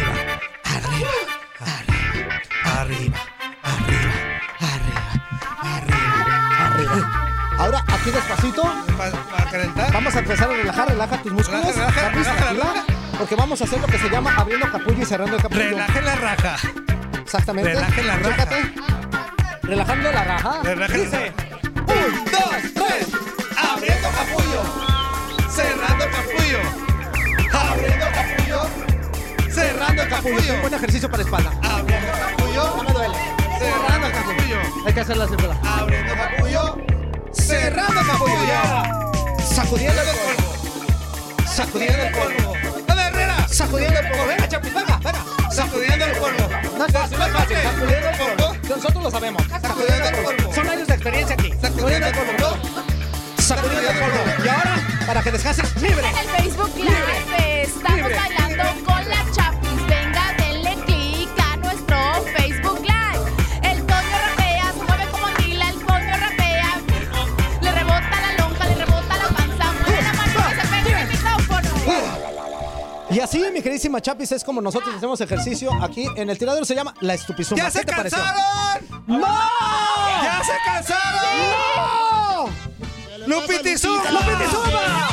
Ahora, aquí despacito. Para calentar. Vamos a empezar a relaja tus músculos. Relaja, Chapis, tranquila, porque vamos a hacer lo que se llama abriendo capullo y cerrando el capullo. Relaje la raja. Exactamente. Relaje la raja. Chécate. Relajando la raja. Dice: 1, 2, 3. Abriendo capullo. Cerrando capullo. Abriendo capullo. Cerrando capullo. Un buen ejercicio para espalda. Abriendo capullo. No me duele. Cerrando capullo. Hay que hacerla así, ¿verdad? Abriendo capullo. Cerrando capullo. Sacudiendo el polvo. Sacudiendo el polvo. ¡Dale, Herrera! Sacudiendo el polvo. Venga, Chapis, venga. Sacudiendo el polvo. No es fácil. Sacudiendo el polvo. Nosotros lo sabemos. Sacudiendo el polvo. Son años de experiencia aquí. Sacudiendo el polvo. Sacudiendo el polvo. Y ahora, para que descanses libre. En el Facebook Live estamos bailando con la Chapis. Venga, denle click a nuestro Facebook Live. El Toño rapea, se mueve como Anguila. El Toño rapea. Le rebota la lonja, le rebota la panza. Mueve la mano y se pega en el micrófono. Y así, mi queridísima Chapis, es como nosotros hacemos ejercicio aquí en el tiradero. Se llama la estupizumba. ¡Ya se ¿Qué te pareció? cansaron! ¡No! ¡Ya se cansaron! ¡No! ¡Lupitizumba! ¡Lupitizumba!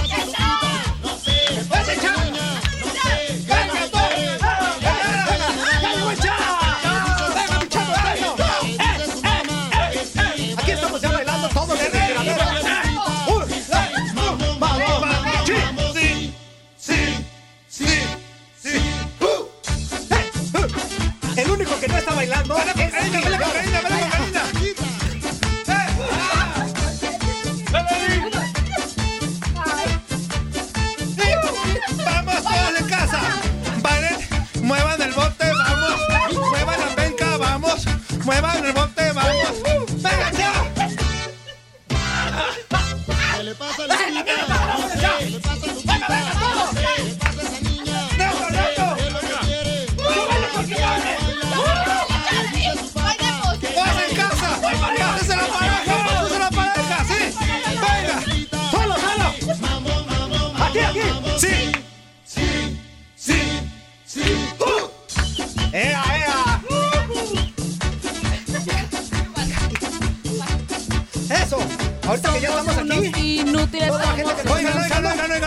Aquí estamos ya bailando todos en el tiradero.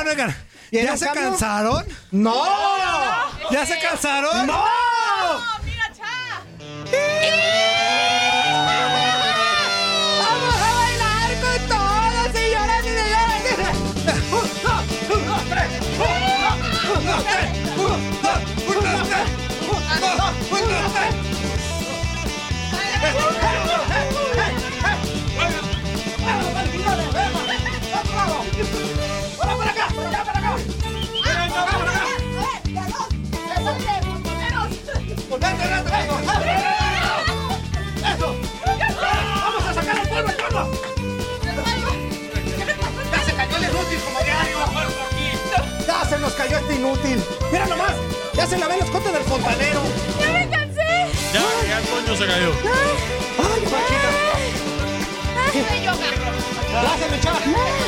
oigan. ¿Ya se cansaron? ¡No! ¿Ya se cansaron? ¡No! ¡Mira, Cha! ¡Vamos a bailar con todos, señoras y señores! ¡Vamos a sacar el polvo, el polvo! ¡Ya se cayó el inútil como diario! ¡Ya se nos cayó este inútil! ¡Mira nomás! ¡Ya se la ven los cotes del fontanero! ¡Ya me cansé! Ya el Toño se cayó. ¡Ay, machita! ¡Hazme yoga! ¡Gracias, mi chava!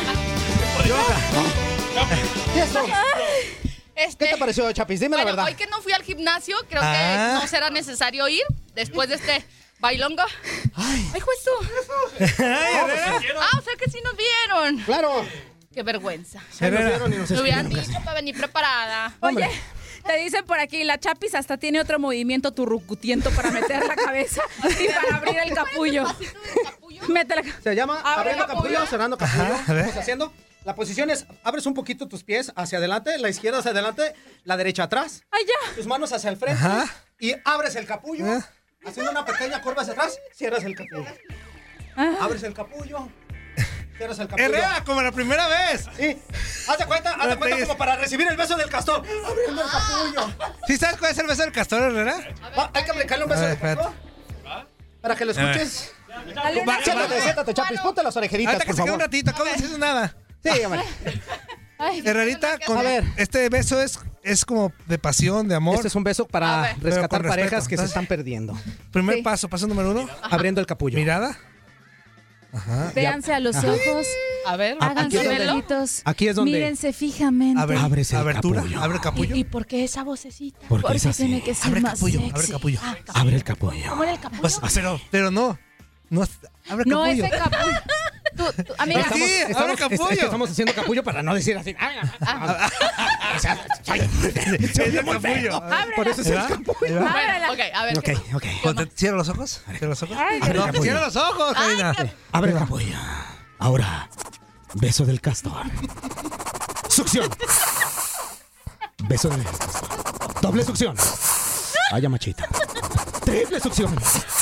¿Y eso? ¿Qué te pareció, Chapis? Dime la verdad. Hoy que no fui al gimnasio, creo que no será necesario ir después de este bailongo. ¡Ay, juez tú! O sea que sí nos vieron. ¡Claro! ¡Qué vergüenza! Sí, nos vieron y nos Me hubieran escribieron. dicho para venir preparada. Oye, te dicen por aquí, la Chapis hasta tiene otro movimiento turrucutiento para meter la cabeza y para abrir el capullo. Métela. Se llama abriendo capullo, cerrando capullo. a ver. Estamos haciendo. La posición es, abres un poquito tus pies hacia adelante, la izquierda hacia adelante, la derecha atrás. ¡Ay, ya! Tus manos hacia el frente. Ajá. Y abres el capullo. Haciendo una pequeña curva hacia atrás, cierras el capullo. Abres el capullo. Cierras el capullo. Herrera, como la primera vez. Sí. Haz de cuenta como para recibir el beso del castor. Abriendo el capullo. ¿Sí sabes cuál es el beso del castor, Herrera? Hay que aplicarle un beso del castor. Para que lo escuches. Siéntate, Chapis. Ponte las orejeritas, Ahorita que por se quede favor. un ratito, acabo de decir nada. Sí, hombre. Herrerita, A ver. este beso es como de pasión, de amor. Este es un beso para Pero rescatar con parejas respeto, que se ¿sabes? están perdiendo. Primer paso número 1. Abriendo el capullo. Mirada. Ajá. Véanse a los Ajá. ojos. A ver, Háganse aquí es donde- velitos. aquí es donde- Mírense fijamente. Abres el abertura, capullo. abre el capullo. ¿Y por qué esa vocecita? Porque es así. tiene que ser Abre más capullo, sexy. abre capullo. Abre el capullo. ¿Cómo era el capullo? Pues, pero no. Abre No, capullo. ese capullo. Amiga, Sí, abre capullo. Es que estamos haciendo capullo para no decir así. O sea, se oye muy feo. Por eso es el capullo. Bueno, ok, a ver. Ok. ¿Cierra los ojos? ¿Cierra los ojos? Abre el No, capullo. cierra los ojos, Karina. Abre el capullo. Ahora, beso del castor. Succión. Beso del castor. Doble succión. Vaya machita. Triple succión.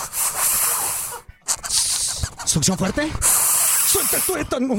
Succión fuerte. Suelta el tuétano.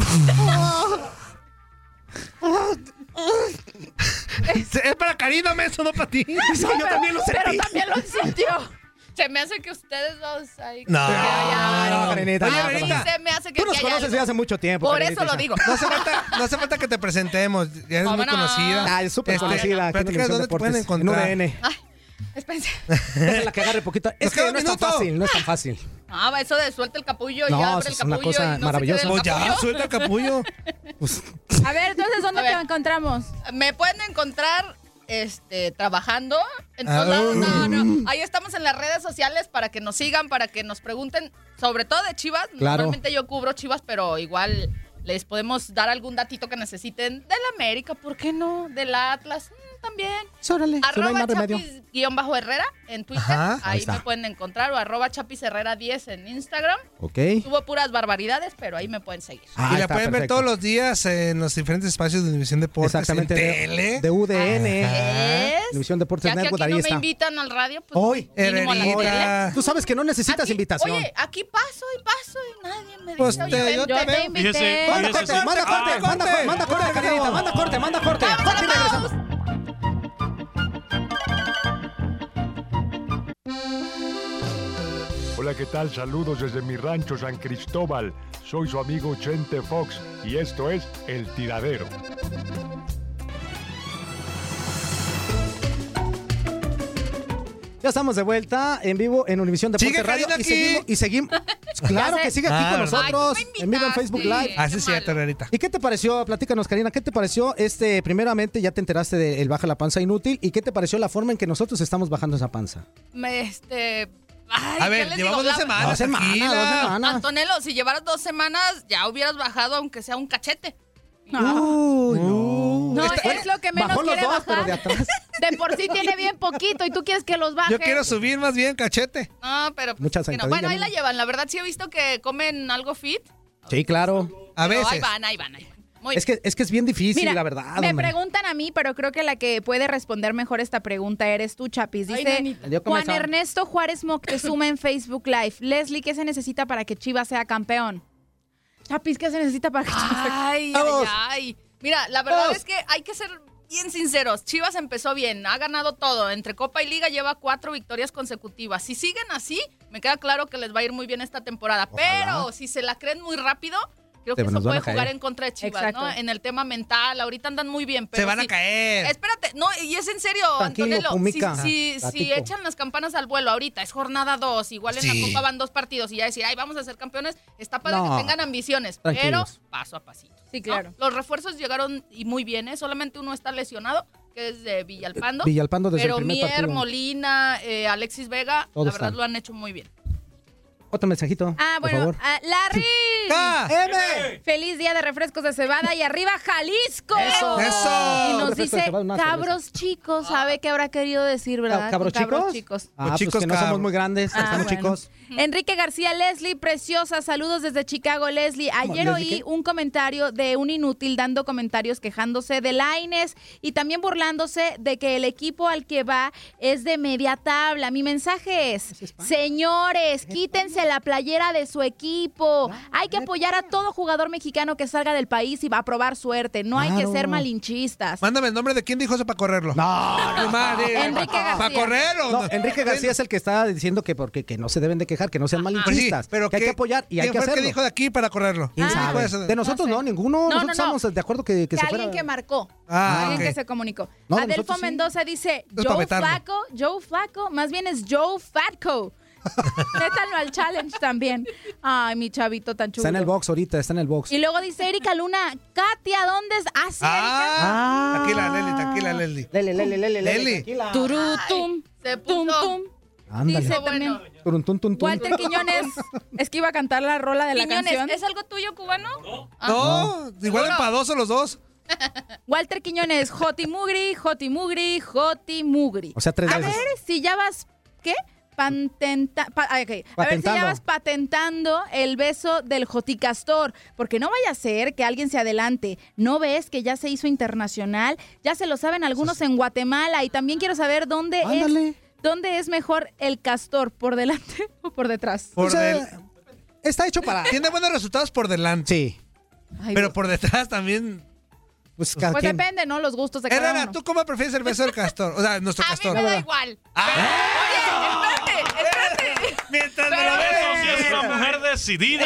Es para Karina, menso, no para ti. Yo también lo sentí. Pero también lo sintió. Se me hace que ustedes dos ahí. No, Karenita. Oye, no, Karenita. Se me hace que Tú nos aquí hay conoces algo. desde hace mucho tiempo. Por Karenita. eso lo digo. No hace falta que te presentemos. Ya eres muy Vámonos. conocida. Ah, es súper conocida. aquí en Platica Univisión dónde te pueden Deportes, encontrar. En UDN. Ay, espérense. Déjala que agarre poquito. Es Nos queda que un no es tan minuto. fácil, no es tan fácil. Ah, eso de suelta el capullo y No, abre el es una capullo cosa y no maravillosa. se quede Pues el ya, capullo. suelta el capullo. a ver, entonces, ¿dónde A ver. te encontramos? Me pueden encontrar trabajando en todos lados. No. Ahí estamos en las redes sociales para que nos sigan, para que nos pregunten, sobre todo de Chivas. Claro. Normalmente yo cubro Chivas, pero igual les podemos dar algún datito que necesiten del América, ¿por qué no? Del Atlas, también. Órale, si no hay Arroba más remedio. Chapis_Herrera en Twitter. Ajá, ahí ahí está. me pueden encontrar. O arroba ChapisHerrera10 en Instagram. Ok. Subo puras barbaridades, pero ahí me pueden seguir. Y la pueden ver todos los días en los diferentes espacios de Univisión Deportes. Exactamente. En tele. De UDN. Ajá. Univisión Deportes Ya que Network, aquí ahí no me está. invitan al radio, pues Hoy, mínimo a la tele. Tú sabes que no necesitas invitación. Oye, aquí paso y nadie me dice. Pues oye, te- ven, yo te yo veo. invité. Manda corte, manda corte, manda corte, Karenita, manda corte. Corte y regresamos. Hola, ¿qué tal? Saludos desde mi rancho San Cristóbal. Soy su amigo Chente Fox y esto es El Tiradero. Ya estamos de vuelta en vivo en Univisión Deportes ¿Sigue Radio Karina y aquí? seguimos. Claro que sigue aquí con nosotros en vivo en Facebook Live. Así es cierto, Herrerita. ¿Y qué te pareció? Platícanos, Karina, ¿qué te pareció? Primeramente ya te enteraste del baja la panza inútil y ¿qué te pareció la forma en que nosotros estamos bajando esa panza? Ay, A ¿qué ver, les llevamos digo? 2 semanas. Dos semanas. Antonello, si llevaras 2 semanas, ya hubieras bajado aunque sea un cachete. Uy, no. es lo que menos bajó los quiere dos, pero bajar. de atrás. De por sí tiene bien poquito y tú quieres que los baje. Yo quiero subir más bien, cachete. No, pero Mucha que no. zancadilla, Bueno, ahí ¿no? la llevan. La verdad sí he visto que comen algo fit. Sí, claro. A Pero veces. ahí van. Muy Es que es bien difícil, Mira, la verdad. me hombre. preguntan a mí, pero creo que la que puede responder mejor esta pregunta eres tú, Chapis. Ay, Dice nanita. Yo Juan comenzaba. Ernesto Juárez Moctezuma en Facebook Live. Leslie, ¿qué se necesita para que Chivas sea campeón? Chapis, ¿qué se necesita para que Chivas sea campeón? Ay. Mira, la verdad es que hay que ser bien sinceros. Chivas empezó bien, ha ganado todo. Entre Copa y Liga lleva 4 victorias consecutivas. Si siguen así, me queda claro que les va a ir muy bien esta temporada. Pero si se la creen muy rápido, creo que eso Nos van puede a caer. jugar en contra de Chivas, Exacto. ¿no? En el tema mental, ahorita andan muy bien. Pero Se van a sí- caer. Espérate, no, y es en serio, Tranquilo, Antonello. Pumica. Si Ratito. echan las campanas al vuelo ahorita, es jornada 2, igual en Sí. la Copa van 2 partidos y ya decir, ay, vamos a ser campeones, está padre No. que tengan ambiciones, Tranquilos. pero paso a pasito. Sí, ¿no? claro. Los refuerzos llegaron y muy bien, ¿eh? Solamente uno está lesionado, que es de Villalpando. Villalpando desde pero el primer Mier, partido. Molina, Alexis Vega, Todos la verdad están. lo han hecho muy bien. Otro mensajito, Ah, por bueno, favor. Larry. ¡M! Feliz día de refrescos de cebada y arriba Jalisco. Eso. Eso. Y nos Refresco de dice cebada, una cabros chicos, ¿sabe qué habrá querido decir, verdad? ¿Cabros Con chicos? Ah, Los pues chicos que no cabros. somos muy grandes, estamos bueno. chicos. Enrique García, Leslie, preciosa, saludos desde Chicago, Leslie. Ayer ¿Leslie oí qué? un comentario de un inútil dando comentarios quejándose de Lainez y también burlándose de que el equipo al que va es de media tabla. Mi mensaje es, señores, quítense la playera de su equipo. Hay que apoyar a todo jugador mexicano que salga del país y va a probar suerte. No hay que Claro. ser malinchistas. Mándame el nombre de quién dijo eso para correrlo. No, Enrique García. ¿Para correrlo? No, Enrique García es el que está diciendo que porque que no se deben de quejar, que no sean malinchistas, pero que hay que apoyar y hay que ¿quién fue el hacerlo. que dijo de aquí para correrlo? ¿Quién ¿Quién sabe? fue ese? De nosotros No no, sé. ninguno. No, Nosotros no, no. estamos de acuerdo que Que se alguien fuera. que marcó. Ah, Alguien ok. que se comunicó. No, de Adelfo nosotros sí. Mendoza dice, Es pa' Joe vetarlo. Flaco, más bien es Joe Fatco. Métanlo al challenge también. Ay, mi chavito tan chulo. Está en el box ahorita, está en el box. Y luego dice Erika Luna, Katia, ¿dónde es? Ah, sí, Ah, tranquila, Leslie. Leslie. Erika. Turutum, Se tum, puso. tum. Ándale. Dice Bueno. también Turun, tun, tun, tun. Walter Quiñones, es que iba a cantar la rola de la Quiñones, canción. ¿es algo tuyo, cubano? No, igual empadosos los dos. Walter Quiñones, Jotimugri, Jotimugri, Jotimugri. O sea, 3 A veces. ver si ya vas, ¿qué? A ver si ya Patentando. vas patentando el beso del Joticastor, porque no vaya a ser que alguien se adelante. ¿No ves que ya se hizo internacional? Ya se lo saben algunos en Guatemala y también quiero saber Ándale. dónde es mejor el castor, ¿por delante o por detrás? Por O sea, del- está hecho para. Tiene buenos resultados por delante. Sí. Ay, Pero Dios. por detrás también. Pues cada Pues quien. depende, ¿no? Los gustos de cada Herrera, uno. ¿tú cómo prefieres el beso del castor? O sea, nuestro A mí castor. me da igual. Oye, espérate. Mientras me Pero- lo beso, Eso sí es una mujer decidida.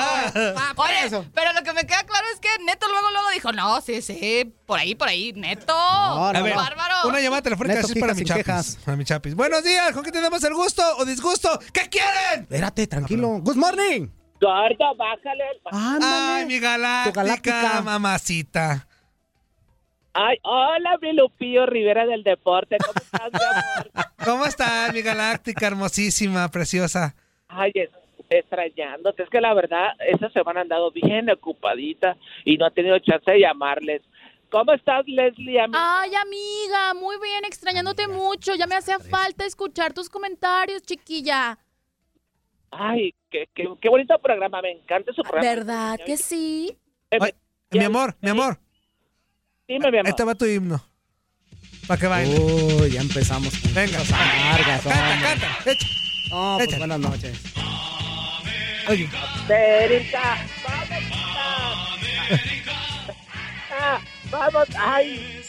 Oye, pero lo que me queda claro es que Neto luego dijo, no, sí, por ahí, Neto. No, no, A ver, Bárbaro. una llamada telefónica Neto, así para quejas mi sin chapis. quejas. Para mi chapis. Buenos días, ¿con qué tenemos el gusto o disgusto? ¿Qué quieren? Espérate, tranquilo. Good morning. Gordo, bájale. Ay, mi galáctica, galáctica. mamacita. Ay, hola, mi Lupillo Rivera del Deporte. ¿Cómo estás, mi amor? ¿Cómo estás, mi galáctica, hermosísima, preciosa? Ay, extrañándote. Es que la verdad, esta semana han andado bien ocupadita y no he tenido chance de llamarles. ¿Cómo estás, Leslie? Ay, amiga, muy bien, extrañándote mucho. Ya me hacía falta escuchar tus comentarios, chiquilla. Ay, qué bonito programa. Me encanta su programa. ¿Verdad que sí? Ay, mi amor. Dime, mi amor. Este va tu himno. Para que baile. Uy, ya empezamos. con Venga. cosas largas, hombre. Canta. Echa. No, pues Échale. buenas noches. Oye. América, vamos. Ay,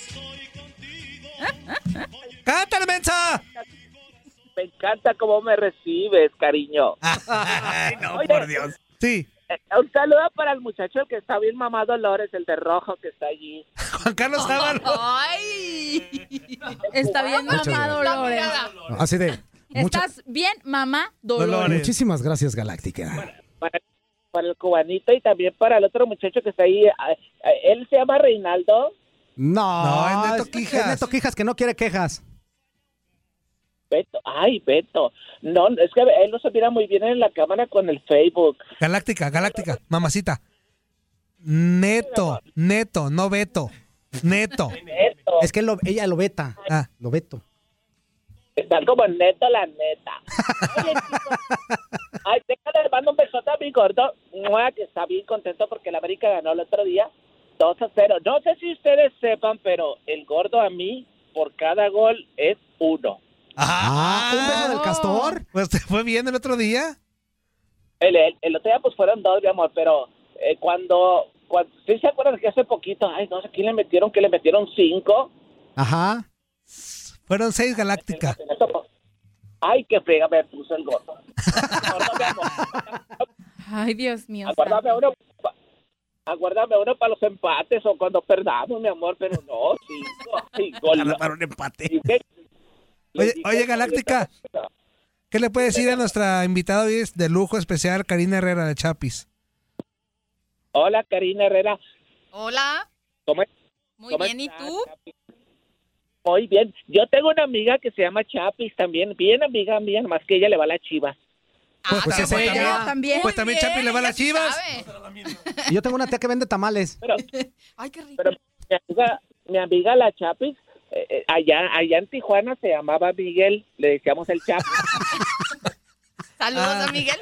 ¡Cántale, mensa! me encanta cómo me recibes, cariño. Ay, no, Oye. por Dios. Sí, Un saludo para el muchacho el que está bien mamado, Dolores, el de rojo que está allí. Juan Carlos Sábalo. Ay. Está bien, Muchas mamá gracias. Dolores. No, así de. ¿Estás bien, mamá Dolores? Dolores. Muchísimas gracias, Galáctica. Para el cubanito y también para el otro muchacho que está ahí. Él se llama Reinaldo. No, es Neto Quijas. Es Neto Quijas que no quiere quejas. Beto. Ay, Beto. No, es que él no se mira muy bien en la cámara con el Facebook. Galáctica, mamacita. Neto, no Beto. Neto. Neto. Es que ella lo veta. Lo veto. Están como Neto, la neta. Oye, chicos. Ay, déjale, le mando un besote a mi gordo. Que está bien contento porque el América ganó el otro día 2-0. No sé si ustedes sepan, pero el gordo a mí, por cada gol, es 1. ¿Un beso del castor? Pues te fue bien el otro día. El otro día pues fueron 2, mi amor, pero cuando ¿sí se acuerdan que hace poquito, ay, no sé quién le metieron, que le metieron 5? Ajá. Fueron 6 Galáctica. Ay, qué frega me puso el gordo. Ay, Dios mío. Aguárdame uno para los empates o cuando perdamos, mi amor, pero no, 5. Ay, gol. Para un empate. Oye, Galáctica, ¿qué le puede decir a nuestra invitada hoy de lujo especial, Karina Herrera de Chapis? Hola, Karina Herrera. Hola. Muy bien, ¿y tú? Muy bien. Yo tengo una amiga que se llama Chapis también, bien amiga mía, más que ella le va a las Chivas. Pues es ella. También. Pues también Chapis le va a las Chivas. Y yo tengo una tía que vende tamales. Ay, qué rico. Pero mi amiga la Chapis, allá en Tijuana se llamaba Miguel, le decíamos el Chapis. Saludos a Miguel.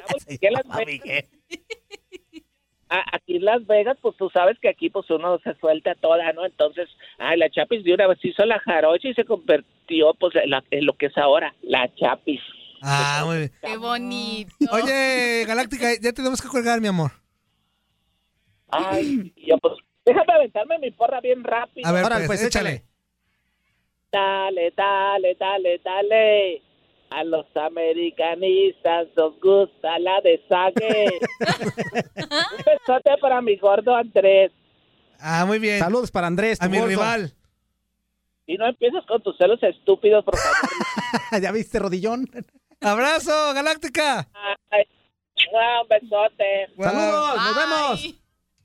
Aquí en Las Vegas, pues tú sabes que aquí pues uno se suelta toda, ¿no? Entonces, la Chapis de una vez hizo la jarocha y se convirtió pues en lo que es ahora, la Chapis. Muy bien. Qué bonito. Oye, Galáctica, ya tenemos que colgar, mi amor. Ay, yo pues, déjame aventarme mi porra bien rápido. A ver, pues échale. Dale. A los americanistas nos gusta la de Sague. Un besote para mi gordo Andrés. Muy bien. Saludos para Andrés, a mi gordo. rival. Y no empieces con tus celos estúpidos, por favor. ¿Ya viste, rodillón? ¡Abrazo, Galáctica! Un besote. ¡Saludos! ¡Nos vemos!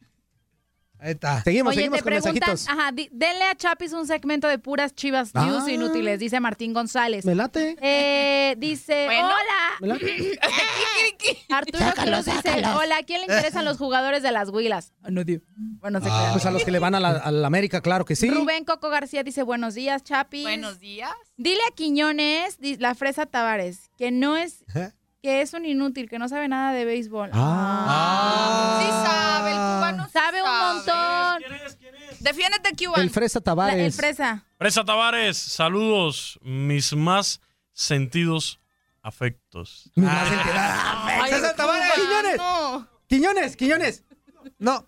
Ahí está. Seguimos Oye, te con preguntan, mensajitos. denle a Chapis un segmento de puras chivas news inútiles, dice Martín González. Me late. Dice, Bueno. hola. Me late. Arturo Cruz dice, hola, ¿a quién le interesan los jugadores de las Huilas? A nadie. Bueno, se crean. Pues a los que le van a la América, claro que sí. Rubén Coco García dice, buenos días, Chapis. Buenos días. Dile a Quiñones, la Fresa Tavares, que no es... que es un inútil, que no sabe nada de béisbol. Sí sabe, el cubano sabe un montón. ¿Quién es? Defiéndete, cubano. El Fresa Tavares. El Fresa. Fresa Tavares, saludos, mis más sentidos afectos. Mis más sentidos afectos. Fresa Tavares. Quiñones. No.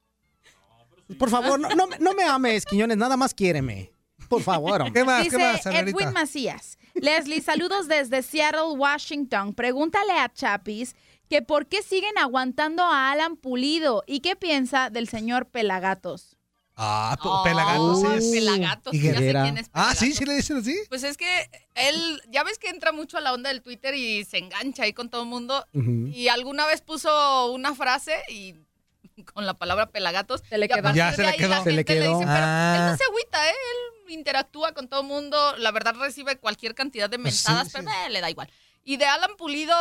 Por favor, no me ames, Quiñones, nada más quiéreme. Por favor, hombre. ¿Qué más? Dice Anelita? Edwin Macías. Leslie, saludos desde Seattle, Washington. Pregúntale a Chapis que por qué siguen aguantando a Alan Pulido y qué piensa del señor Pelagatos. Pelagatos es. Pelagatos, ya sé quién es Pelagatos. ¿Sí le dicen así? Pues es que él, ya ves que entra mucho a la onda del Twitter y se engancha ahí con todo el mundo. Y alguna vez puso una frase y con la palabra Pelagatos. Se le quedó. Ya se le quedó. Se le quedó. Le dice, pero él no se agüita, él interactúa con todo el mundo. La verdad recibe cualquier cantidad de mentadas, pero le da igual. Y de Alan Pulido,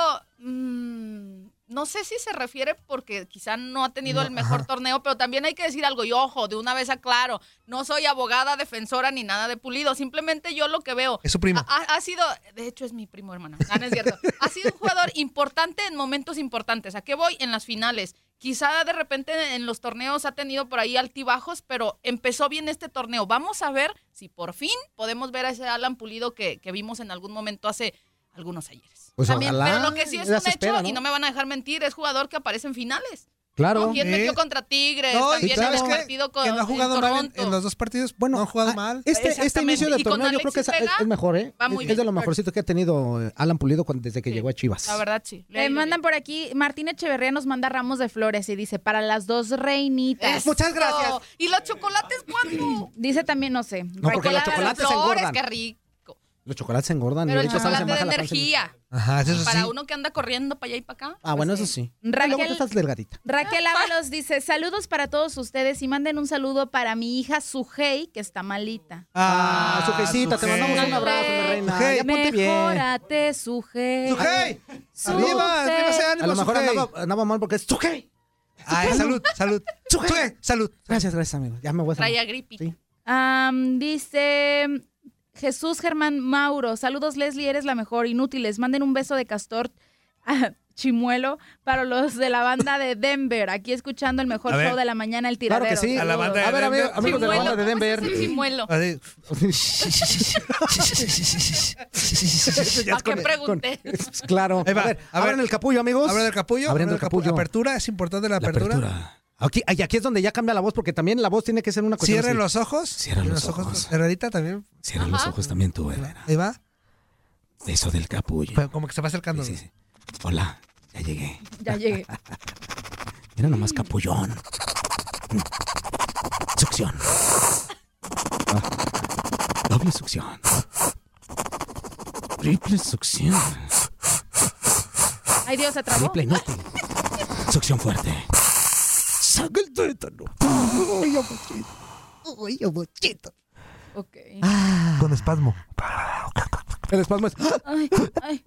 no sé si se refiere porque quizá no ha tenido el mejor torneo, pero también hay que decir algo. Y ojo, de una vez aclaro, no soy abogada, defensora ni nada de Pulido. Simplemente yo lo que veo. Es su primo. Ha sido, de hecho es mi primo hermano. No es cierto. Ha sido un jugador importante en momentos importantes. ¿A qué voy? En las finales. Quizá de repente en los torneos ha tenido por ahí altibajos, pero empezó bien este torneo. Vamos a ver si por fin podemos ver a ese Alan Pulido que vimos en algún momento hace algunos ayeres. Pues también, ojalá, pero lo que sí es un hecho, espera, ¿no? y no me van a dejar mentir, es jugador que aparece en finales. Claro. ¿No? ¿Quién metió contra Tigres? No, También ¿sabes en el qué? partido con Que no ha jugado mal Toronto. en los dos partidos. Bueno, no ha jugado mal. Este inicio de Y con torneo yo creo que Alexis Vega, es mejor, ¿eh? va muy Es de bien. lo mejorcito que ha tenido Alan Pulido desde que llegó a Chivas. La verdad, sí. Le mandan por aquí, Martín Echeverría nos manda ramos de flores y dice, para las dos reinitas. Muchas gracias. ¿Y los chocolates cuándo? Dice también, no sé. No, porque los chocolates Flores, engordan. qué rico. Los chocolates engordan. Pero y el ahorita estamos en chocolate de baja la panza. energía. Ajá, eso Para sí. uno que anda corriendo para allá y para acá. Bueno, eso sí. Raquel- Luego tú estás delgadita. Raquel Ábalos dice, saludos para todos ustedes y manden un saludo para mi hija Sujei, que está malita. Sujecita, te mandamos un abrazo, mi reina. Sujei. Ya ponte bien. Mejórate, Sujei. ¡Sujei! Sujei. ¡Arriba ese ánimo, A lo mejor Sujei! andaba mal porque es Sujei. Ay, salud. Sujei. Salud. Gracias, amigo. Ya me voy a Traía gripe. Sí. Dice Jesús Germán Mauro. Saludos, Leslie, eres la mejor. Inútiles. Manden un beso de Castor Chimuelo para los de la banda de Denver. Aquí escuchando el mejor show de la mañana, El Tiradero. Claro que sí. A la banda de a ver, Denver. amigos de la banda de Denver. Chimuelo. ¿A qué pregunté? Claro. Ahí va. A ver, abran el capullo, amigos. Abran el capullo. Abriendo el capullo. Apertura, es importante la apertura. Aquí es donde ya cambia la voz, porque también la voz tiene que ser una cuestión. Cierren así. los ojos. Cierren los ojos. Herrerita también. Cierren los ojos también tú, Herrera. Ahí va. Eso del capullo. Pero como que se va acercando. Sí. Hola, ya llegué. Ya llegué. Mira nomás, capullón. Succión. Doble succión. Triple succión. Ay, Dios, se trabó. Triple inútil. Succión fuerte. Saca el tuétano. Ay, bochito. Ok. Con espasmo. El espasmo es... Ay.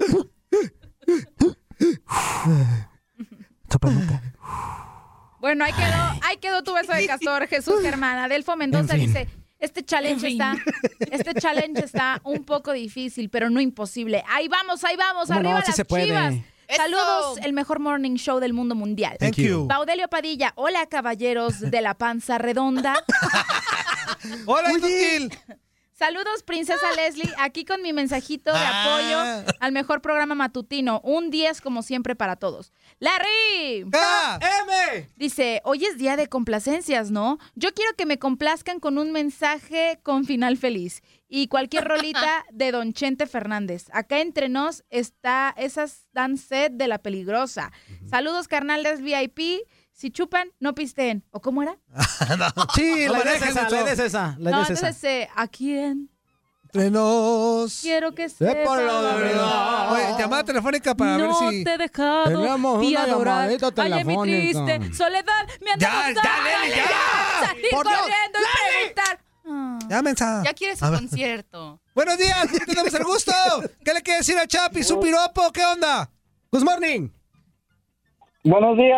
Bueno, ahí quedó tu beso de Castor, Jesús Germán. Adelfo Mendoza dice, este challenge está un poco difícil, pero no imposible. Ahí vamos, arriba sí las se puede. Chivas. Saludos, el mejor morning show del mundo mundial. Thank you. Baudelio Padilla, hola caballeros de la panza redonda. Hola, inútil. Saludos, princesa Leslie, aquí con mi mensajito de apoyo al mejor programa matutino. Un 10 como siempre para todos. ¡Larry! ¡M! Dice, hoy es día de complacencias, ¿no? Yo quiero que me complazcan con un mensaje con final feliz. Y cualquier rolita de Don Chente Fernández. Acá entre nos está esas Dan Set de La Peligrosa. Saludos, carnales VIP. Si chupan, no pisteen. ¿O cómo era? Sí, la idea es esa. Entonces, ¿a quién? Entre nos. Quiero que sepa por la la verdad. Oye, llamada telefónica para ver si... No te he dejado Teníamos y una adorar. llamadita Ay, mi telefónica. triste soledad me anda Ya, Leli, ya. Salir Por Dios, corriendo y preguntar. Ya, mensa. Ya quiere su concierto. Buenos días, tenemos el gusto. ¿Qué le quiere decir a Chapi? ¿Su piropo? ¿Qué onda? Good morning. Buenos días.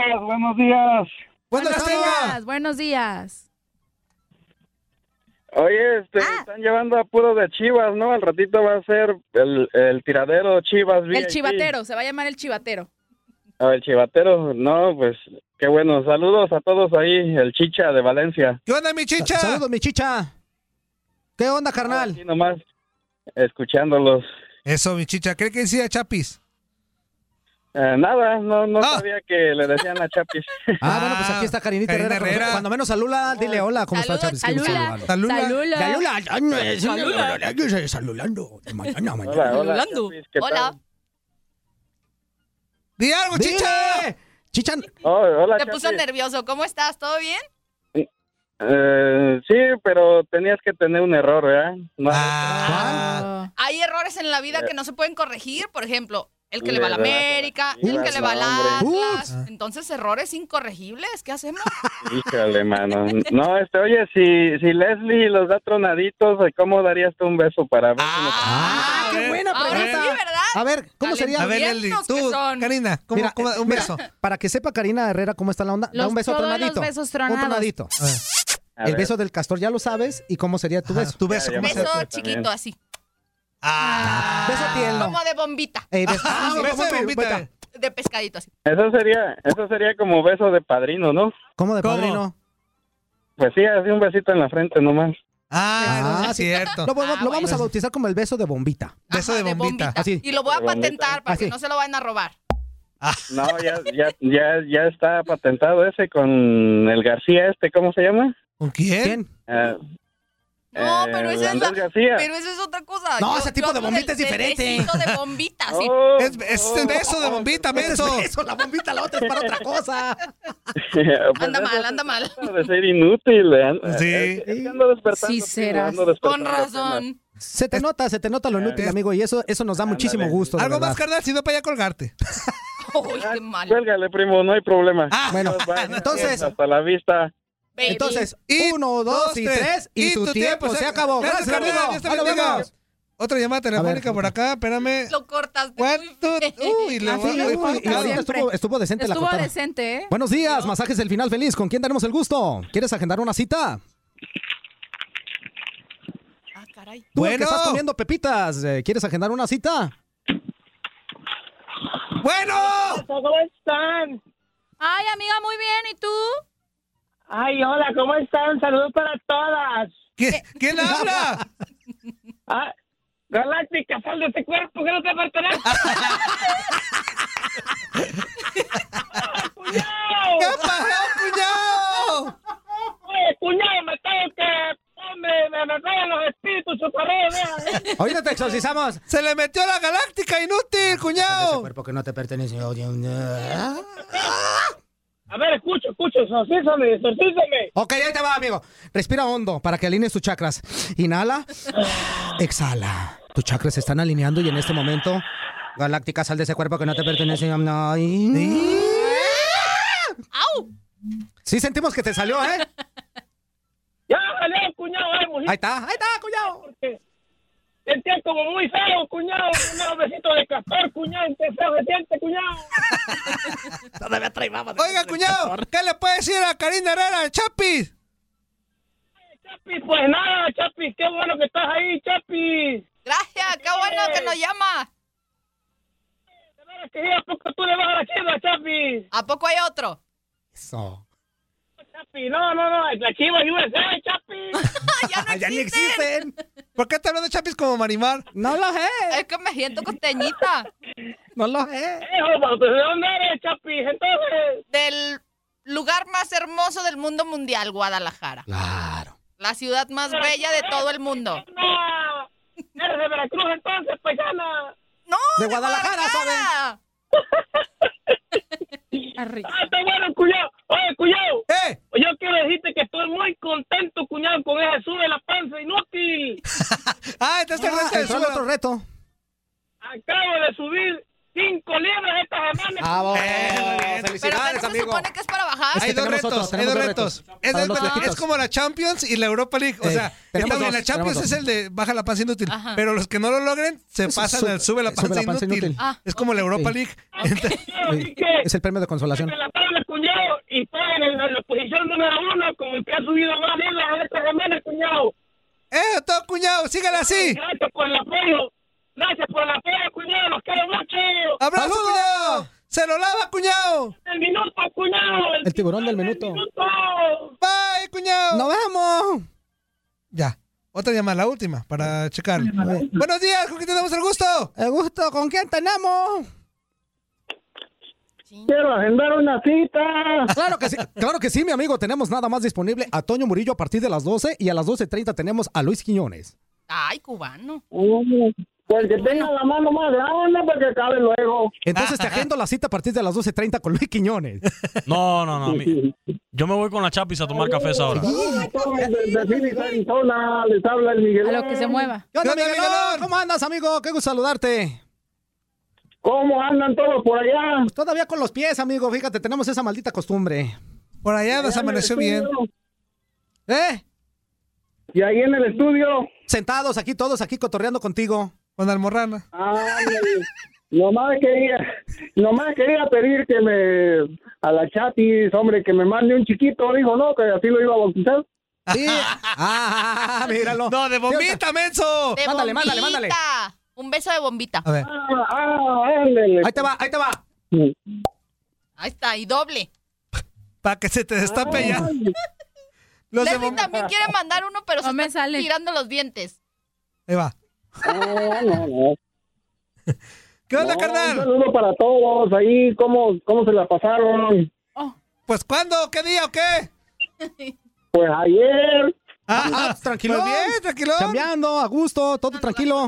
Buenos días. Oye, están llevando a puro de Chivas, ¿no? Al ratito va a ser el tiradero Chivas. El VIP. chivatero, se va a llamar el chivatero. El chivatero, no, pues qué bueno. Saludos a todos ahí, el Chicha de Valencia. ¿Qué onda, mi chicha? Saludos, mi chicha. ¿Qué onda, carnal? Aquí nomás, escuchándolos. Eso, mi chicha. ¿Qué decía Chapis? Nada, no sabía que le decían a Chapis. Bueno, pues aquí está Karinita Karina Herrera. Herrera. Cuando menos saluda, dile hola, ¿cómo está, Chapis? Salula. Saludando. Hola, Chapis, ¿qué Hola. tal? ¡Di algo, chicha! Chicha. Hola, Te Chapis. puso nervioso. ¿Cómo estás? ¿Todo bien? Sí, pero tenías que tener un error, ¿verdad? No, Hay errores en la vida que no se pueden corregir. Por ejemplo, el que le va a la ¿Verdad? América, el que le va al Hombre. Atlas. Entonces, errores incorregibles. ¿Qué hacemos? Híjole, mano. No, oye, si Leslie los da tronaditos, ¿cómo darías tú un beso para ver? ¡Qué buena Ahora pregunta! sí, ¿verdad? A ver, ¿cómo sería? A ver, Leslie, tú, Karina, ¿cómo un beso? Para que sepa Karina Herrera cómo está la onda, da un beso todos tronadito. los besos Un tronados. tronadito. A El ver. beso del castor ya lo sabes. ¿Y cómo sería tu beso? Tu beso, Ya, ¿cómo ya se Beso Está chiquito, bien. así. Beso tierno. Como de bombita. beso de bombita. De pescadito, así. Eso sería como beso de padrino, ¿no? ¿Cómo de ¿Cómo? padrino? Pues sí, así un besito en la frente nomás. No es cierto. Lo vamos a bautizar como el beso de bombita. Beso de bombita. Así. Y lo voy a De bombita. patentar para que Así. no se lo vayan a robar. No, ya está patentado ese con el García ¿cómo se llama? ¿Con quién? No, pero esa es Andrés García. pero eso es otra cosa. No, Yo- ese tipo yo de hablo bombita es del diferente. besito de bombita, sí. Oh, Es el beso de bombita, menso. Eso, la bombita, la otra es para otra cosa. pues Anda eso mal, anda mal. de ser inútil. Sí. Es que ando despertando. Sí, primo, serás. ando despertando Con razón. Se te nota lo inútil, amigo, y eso nos da muchísimo gusto. de Algo más, verdad. carnal, si no para allá colgarte. Uy, qué mal. Cuélgale, primo, no hay problema. Bueno, Bye. entonces, Hasta la vista. Baby. entonces, Y 1, 2 y 3, y tu tiempo se acabó. Gracias, amigo. Dios te Ahí nos bendiga. vemos. Otra llamada telefónica A ver. por acá, espérame. Lo cortaste. ¿Cuánto? Uy, le Ah, sí, voy a uy, y ahorita Siempre. estuvo decente la Estuvo cortada. decente, ¿eh? Buenos días, masajes del final feliz. ¿Con quién tenemos el gusto? ¿Quieres agendar una cita? Ah, caray. Tú que estás comiendo pepitas, ¿quieres agendar una cita? ¡Bueno! ¿Cómo están? Ay, amiga, muy bien. ¿Y tú? Ay, hola, ¿cómo están? Saludos para todas. ¿Quién habla? Galáctica, sal de ese cuerpo que no te pertenece. ¡Cuñado! ¿Qué pasó, cuñado? Oye, cuñado, me tengo que... Hombre, me traen los espíritus chocarreros. Ahorita te exorcizamos. Se le metió la galáctica, inútil, cuñado. Ese cuerpo que no te pertenece. A ver, escucho, exorcízame. Ok, ahí te va, amigo. Respira hondo para que alinees tus chakras. Inhala, exhala. Tus chakras se están alineando y en este momento, Galáctica, sal de ese cuerpo que no te pertenece. ¡Au! Sí sentimos que te salió, ¿eh? Ya, salió, cuñado, Ahí está, cuñado. Porque sentía como muy feo, cuñado. Un besito de castor, cuñado. Qué feo se siente, cuñado. Todavía traíamos. Oiga, cuñado, ¿qué le puede decir a Karina Herrera, Chapis? Chapis, pues nada, Chapis, qué bueno que estás ahí, Chapis. Gracias, qué bueno que nos llamas. De veras que ¿a poco tú le vas a la Chivas, Chapis? ¿A poco hay otro? Eso. Chapis, no, la Chivas USA, Chapis. Ya ni existen. ¿Por qué te hablas de Chapis como Marimar? No lo sé. Es que me siento costeñita. No lo sé. ¿De dónde eres, Chapis? Entonces... Del lugar más hermoso del mundo mundial, Guadalajara. Claro. La ciudad más bella de todo el mundo. No, eres de Veracruz entonces, paisana. No, de Guadalajara, ¿sabes? Está bueno, cuñado. Oye, cuñado. Yo quiero decirte que estoy muy contento, cuñado, con ese sube la panza inútil. Entonces entró el otro reto. Acabo de subir 5 libras esta semana. Bueno, felicidades, pero amigo. Se supone que es para bajar. Hay dos retos. Es como la Champions y la Europa League. O sea, en la Champions es el de baja la panza inútil. Ajá. Pero los que no lo logren se pasan al sube la panza inútil. Es como la Europa League. Es el premio de consolación. En la tabla, cuñado, y estoy en la posición número 1, como el que ha subido más libras esta semana, cuñado. Todo, cuñado, sígale así. Gracias por el apoyo. Gracias por el apoyo, cuñado. Los quiero mucho. ¡Abrazo, cuñado! ¡Se lo lava, cuñado! ¡El minuto, cuñado! El tiburón del minuto. ¡Bye, cuñado! ¡Nos vemos! Ya. Otra llamada, la última, para checar. Buenos días, ¿con quién tenemos el gusto? El gusto, ¿con quién tenemos? Quiero agendar una cita. Claro que sí, mi amigo. Tenemos nada más disponible a Toño Murillo a partir de las 12 y a las 12:30 tenemos a Luis Quiñones. Ay, cubano. Pues que tenga la mano más grande porque cabe luego. Entonces te agendo la cita a partir de las 12:30 con Luis Quiñones. No. Yo me voy con la Chapis a tomar café esa hora. De Phoenix, Arizona, les habla el Miguel. A lo que se mueva. ¿Qué onda, Miguelón? ¿Cómo andas, amigo? Qué gusto saludarte. ¿Cómo andan todos por allá? Pues todavía con los pies, amigo. Fíjate, tenemos esa maldita costumbre. Por allá nos amaneció bien. ¿Y ahí en el estudio? Sentados aquí, todos aquí cotorreando contigo. Con Almorrana. Nomás quería pedir que a la Chapis, hombre, que me mande un chiquito, dijo, ¿no? Que así lo iba a bautizar. Sí. Míralo. No, de bombita, menso. Mándale. Un beso de bombita. A ver. Ahí te va. Ahí está, y doble. Para que se te destape ya. Leslie también quiere mandar uno, pero se está tirando los dientes. Ahí va. No. ¿Qué onda, carnal? Un saludo para todos ahí. ¿Cómo se la pasaron? Pues, ¿cuándo? ¿Qué día o qué? Pues ayer. Tranquilo. Pues bien, tranquilo. Cambiando, a gusto, todo tranquilo.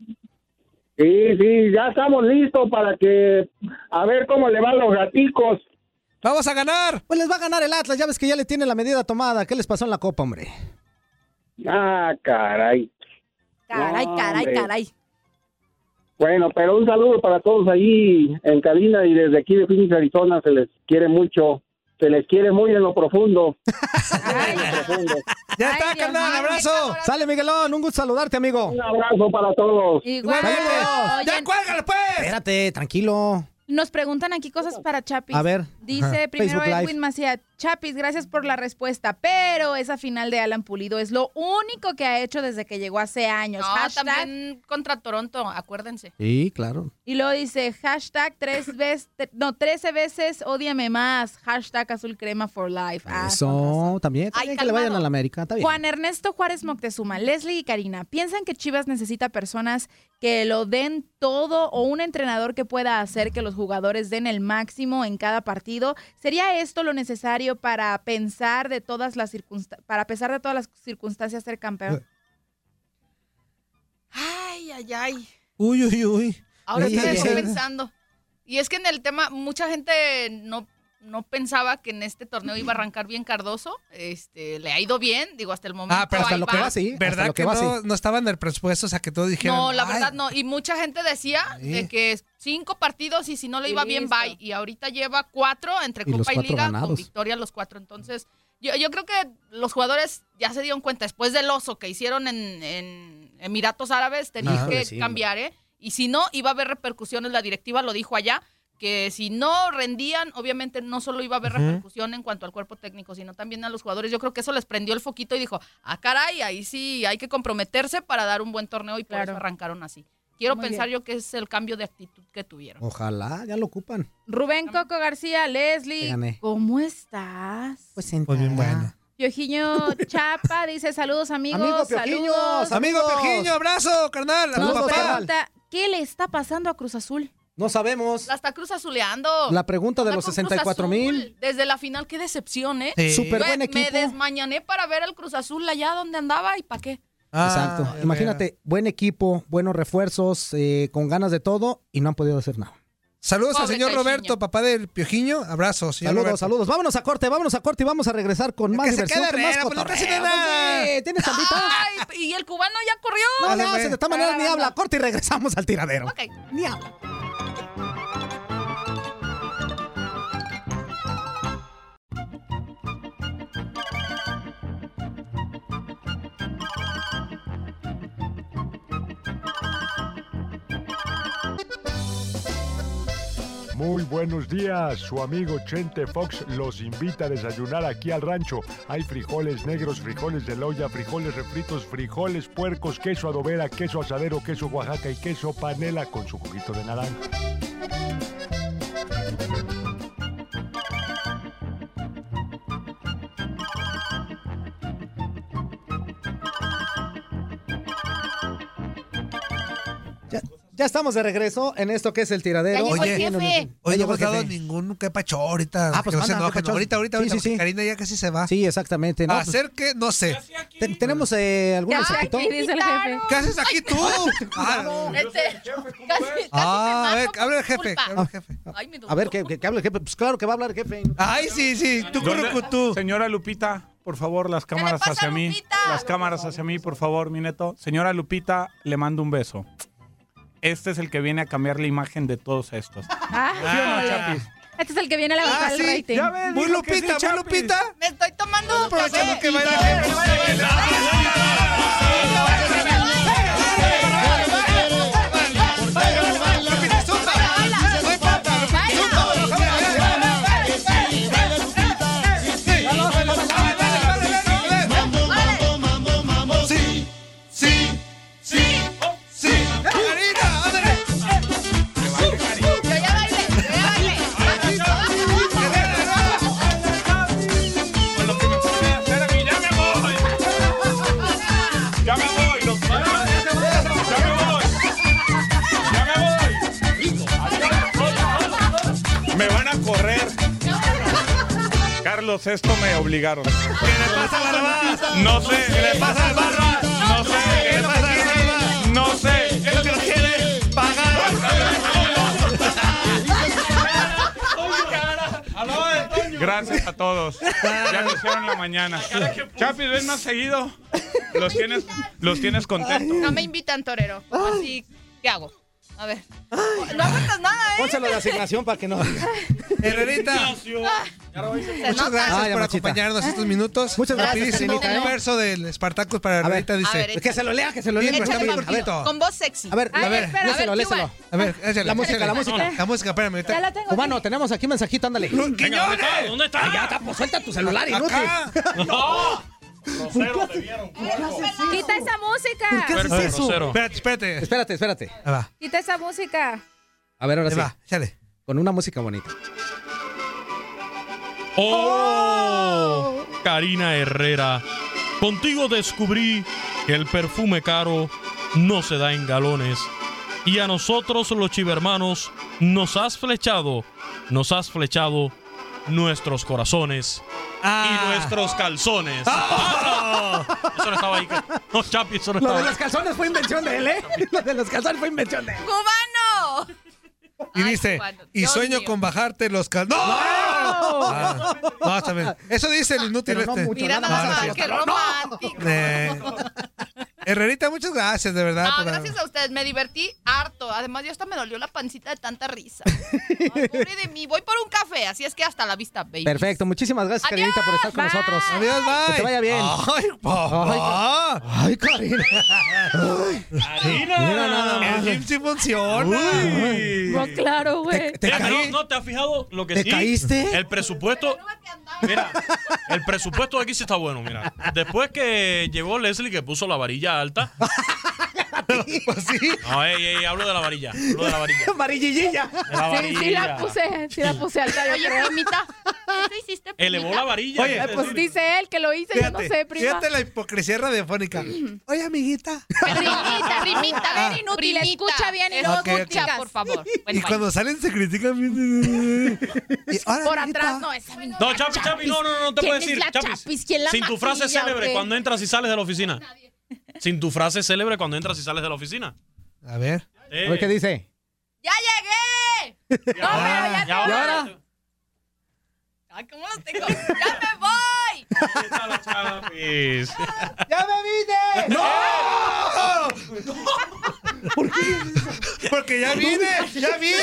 Sí, ya estamos listos para a ver cómo le van los gaticos. ¡Vamos a ganar! Pues les va a ganar el Atlas, ya ves que ya le tiene la medida tomada. ¿Qué les pasó en la Copa, hombre? Caray. Caray. Bueno, pero un saludo para todos ahí en cabina y desde aquí de Phoenix, Arizona, se les quiere mucho. Se les quiere muy en lo profundo. Ya está, carnal, abrazo. Sale, Miguelón, un gusto saludarte, amigo. Un abrazo para todos. ¡Ya cuélgale, pues! Espérate, tranquilo. Nos preguntan aquí cosas para Chapis. A ver. Dice primero Facebook Live. Edwin Macía, Chapis, gracias por la respuesta, pero esa final de Alan Pulido es lo único que ha hecho desde que llegó hace años. No, Hashtag, también contra Toronto, acuérdense. Sí, claro. y luego dice, hashtag 13 veces ódiame más, hashtag azul crema for life. Eso, también Ay, que le vayan calmado. a la América, está bien. Juan Ernesto Juárez Moctezuma, Leslie y Karina, ¿piensan que Chivas necesita personas que lo den todo o un entrenador que pueda hacer que los jugadores den el máximo en cada partido? ¿Sería esto lo necesario para pensar de todas las para a pesar de todas las circunstancias ser campeón? Ay. Uy. Ahora Ay, estoy ay, ay. pensando. Y es que en el tema, mucha gente no pensaba que en este torneo iba a arrancar bien Cardoso. Le ha ido bien, digo, hasta el momento. pero hasta lo que va, sí. ¿Verdad hasta lo que va, sí. no estaba en el presupuesto? O sea, que todos dijeron... No, la verdad "Ay". no. Y mucha gente decía de que 5 partidos y si no le Y iba bien, listo. bye. Y ahorita lleva 4 entre Y los Copa y 4 Liga con ganados. victoria los 4. Entonces, yo creo que los jugadores ya se dieron cuenta después del oso que hicieron en Emiratos Árabes, tenían Híjole, que sí, cambiar, ¿eh? Y si no, iba a haber repercusiones. La directiva lo dijo allá, que si no rendían, obviamente no solo iba a haber repercusión en cuanto al cuerpo técnico, sino también a los jugadores. Yo creo que eso les prendió el foquito y dijo, caray, ahí sí hay que comprometerse para dar un buen torneo y por Claro. eso arrancaron así. Quiero Muy pensar bien. yo que es el cambio de actitud que tuvieron. Ojalá, ya lo ocupan. Rubén Coco García, Leslie, Te gané. ¿cómo estás? Pues bien bueno. Piojiño Chapa dice, saludos amigos. Amigo Piojiño, saludos. Amigo Piojiño, abrazo, carnal. A tu Nos Saludos, papá. carnal. pregunta, ¿qué le está pasando a Cruz Azul? No sabemos. La está Cruz Azuleando. La pregunta de Anda los con Cruz 64,000. Azul. Desde la final, qué decepción, ¿eh? Sí. Súper buen Me equipo. desmañané para ver al Cruz Azul allá donde andaba y ¿para qué? Exacto. Ah, Imagínate, buen equipo, buenos refuerzos, con ganas de todo y no han podido hacer nada. Saludos al Pobre señor Caixinha. Roberto, papá del Piojiño. Abrazos, señor Saludos, Roberto. saludos. Vámonos a corte y vamos a regresar con más Que se diversión, quede con más Herrera, pues no está cotorreo. haciendo nada. Pues sí, ¿tienes chambita? Ay, y el cubano ya corrió. No, Dale, no, güey. de esta manera ni habla. Corte y regresamos al tiradero. Ok. Ni habla. Muy buenos días, su amigo Chente Fox los invita a desayunar aquí al rancho. Hay frijoles negros, frijoles de loya, frijoles refritos, frijoles puercos, queso adobera, queso asadero, queso Oaxaca y queso panela con su juguito de naranja. Ya estamos de regreso en esto que es el tiradero. Ya llegó el Oye, jefe. Hoy no llegó hemos el dado jefe. ningún que pacho ahorita. Ah, pues que no se manda, enojen. ¿qué pacho? Ahorita, Sí, sí, porque sí. Karina ya casi se va. Sí, exactamente. ¿no? Hacer que, no sé. ¿Tenemos algún mensajito? Aquí dice el jefe. ¿Qué haces aquí tú? Casi A ver, me mato hable el por jefe. culpa. Hable el jefe. Ay, me dolió. A ver, que hable el jefe. Pues claro que va a hablar el jefe. Ay, sí, sí. Tú, tú. Señora Lupita, por favor, las cámaras pasa, hacia mí. Lupita? Las cámaras hacia mí, por favor, mi neto. Señora Lupita, le mando un beso. Este es el que viene a cambiar la imagen de todos estos. Ah, ¿Sí o no, Chapis? este es el que viene a levantar el sí. rating. Ya ves, Muy dijo que sí, Lupita, muy Chapis. Lupita. Me estoy tomando un Aprovechando café. que baila el jefe. Lupita, zumba. No importa, Lupita, zumba. Sí, sí, sí, sí. Karina, ándale. Yo ya bailé, Con lo que me puede hacer a mí, ya me voy. Ya me voy. Ya me voy. Ya me voy. Me van a correr. Carlos, esto me obligaron. ¿Qué le pasa a Barrabás? No sé. ¿Qué le pasa al Barrabás? No sé. ¿Qué le pasa al Barrabás? No sé. ¿Qué es lo que nos quiere pagar? Gracias a todos. Ya lo hicieron en la mañana. Chapis, ven más seguido. Los tienes contentos. No me invitan, torero. Así, ¿qué hago? A ver. No aguantas nada, ¿eh? Pónselo de asignación para que no... Herrerita. Muchas gracias por acompañarnos estos minutos. Muchas gracias, Rapidísimo, un verso del Spartacus para Herrerita, dice. Que se lo lea, que se lo lea. Está muy cortito. Con voz sexy. A ver, léselo. A ver, échale. La música. La música, espérame. Ya la tengo. Cubano, tenemos aquí un mensajito, ándale. ¡Quiñones! ¿Dónde está? Ya está, pues suelta tu celular, inútil. ¡No! Rosero, te vieron. Quita esa música. ¿Qué haces eso? Espérate. Ahí va. Quita esa música. A ver, ahora Ahí sí. va, échale. Con una música bonita. ¡Oh! Karina Herrera, contigo descubrí que el perfume caro no se da en galones. Y a nosotros los chivermanos nos has flechado nuestros corazones y nuestros calzones. Eso no estaba ahí. No, Chapi, eso no Lo estaba de ahí. los calzones fue invención de él, ¿eh? Lo de los calzones fue invención de él. ¡Cubano! Y dice, y Dios sueño mío. con bajarte los calzones. ¡No! No, está bien. Eso dice el inútil Pero no este. mucho, Mira nada nada más. más, qué romántico. Herrerita, muchas gracias, de verdad. No, gracias a ustedes, me divertí harto. Además, yo hasta me dolió la pancita de tanta risa. Ay, pobre de mí, voy por un café, así es que hasta la vista, baby. Perfecto, muchísimas gracias, Karinita, por estar con nosotros. Adiós, bye. Que te vaya bien. Ay, papá. Ay, Karina. Mira nada El más. gym sí funciona. No, claro, güey. ¿Te caí? ¿No te has fijado lo que ¿Te sí? caíste? El presupuesto. Mira, el presupuesto de aquí sí está bueno, mira. Después que llegó Leslie, que puso la varilla alta. Pues sí. No, hablo de la varilla. Hablo de la varilla. Amarillillilla. De la varilla. Sí la puse alta. Yo Oye, creo. primita, ¿qué hiciste, primita? Elevó la varilla. Oye, es Pues decir, dice él que lo hice, yo no sé, prima. Fíjate la hipocresía radiofónica. Oye, amiguita. Primita, Ven, inútil, escucha bien y no escucha, digas. por favor. Y Bueno, cuando salen se critican bien. Y, "Hola, Por amiguita". atrás, no, esa No, Chapi, no te ¿Quién puedes es decir. la Chapis, Chapis? ¿Quién la sin tu frase maquilla, célebre o qué? cuando entras y sales de la oficina. Sin tu frase célebre cuando entras y sales de la oficina. A ver. A ver qué dice. ¡Ya llegué! No, pero ¿Y ahora? Ay, ¿cómo los tengo? ¡Ya me voy! Chapis. ¡Ya me vine! ¡No! ¿Por qué? Porque ya vine. Ya vine.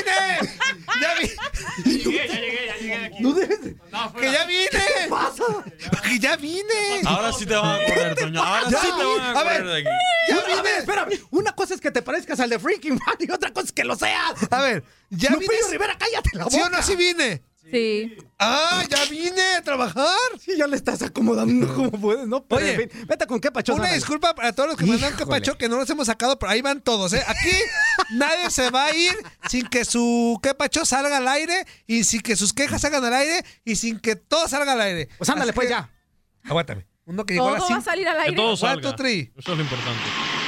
Ya llegué aquí. No debes de- Que ya vine. ¿Qué pasa? Que ya vine. Ahora sí te van a correr, Toño. Ahora Ya, sí te van a a correr ver. de aquí. A ver, espérame. Una cosa es que te parezcas al de Freaking Man y otra cosa es que lo seas. A ver, ya Lupillo vine. Rivera, cállate la boca. ¿Sí o no? Sí vine. Sí. Ah, ya vine a trabajar. Sí, ya le estás acomodando como puedes, ¿no? Pero, Oye, en fin, vete con qué pacho. Una disculpa para todos los que mandan Híjole. quepacho, que no los hemos sacado, pero ahí van todos, ¿eh? Aquí nadie se va a ir sin que su quepacho salga al aire y sin que sus quejas salgan al aire y sin que todo salga al aire. Pues ándale, Así pues que- ya. Aguántame. Uno que llegó a Todo las va a 5. salir al Que aire. todo One, salga. two, three. Eso es lo importante.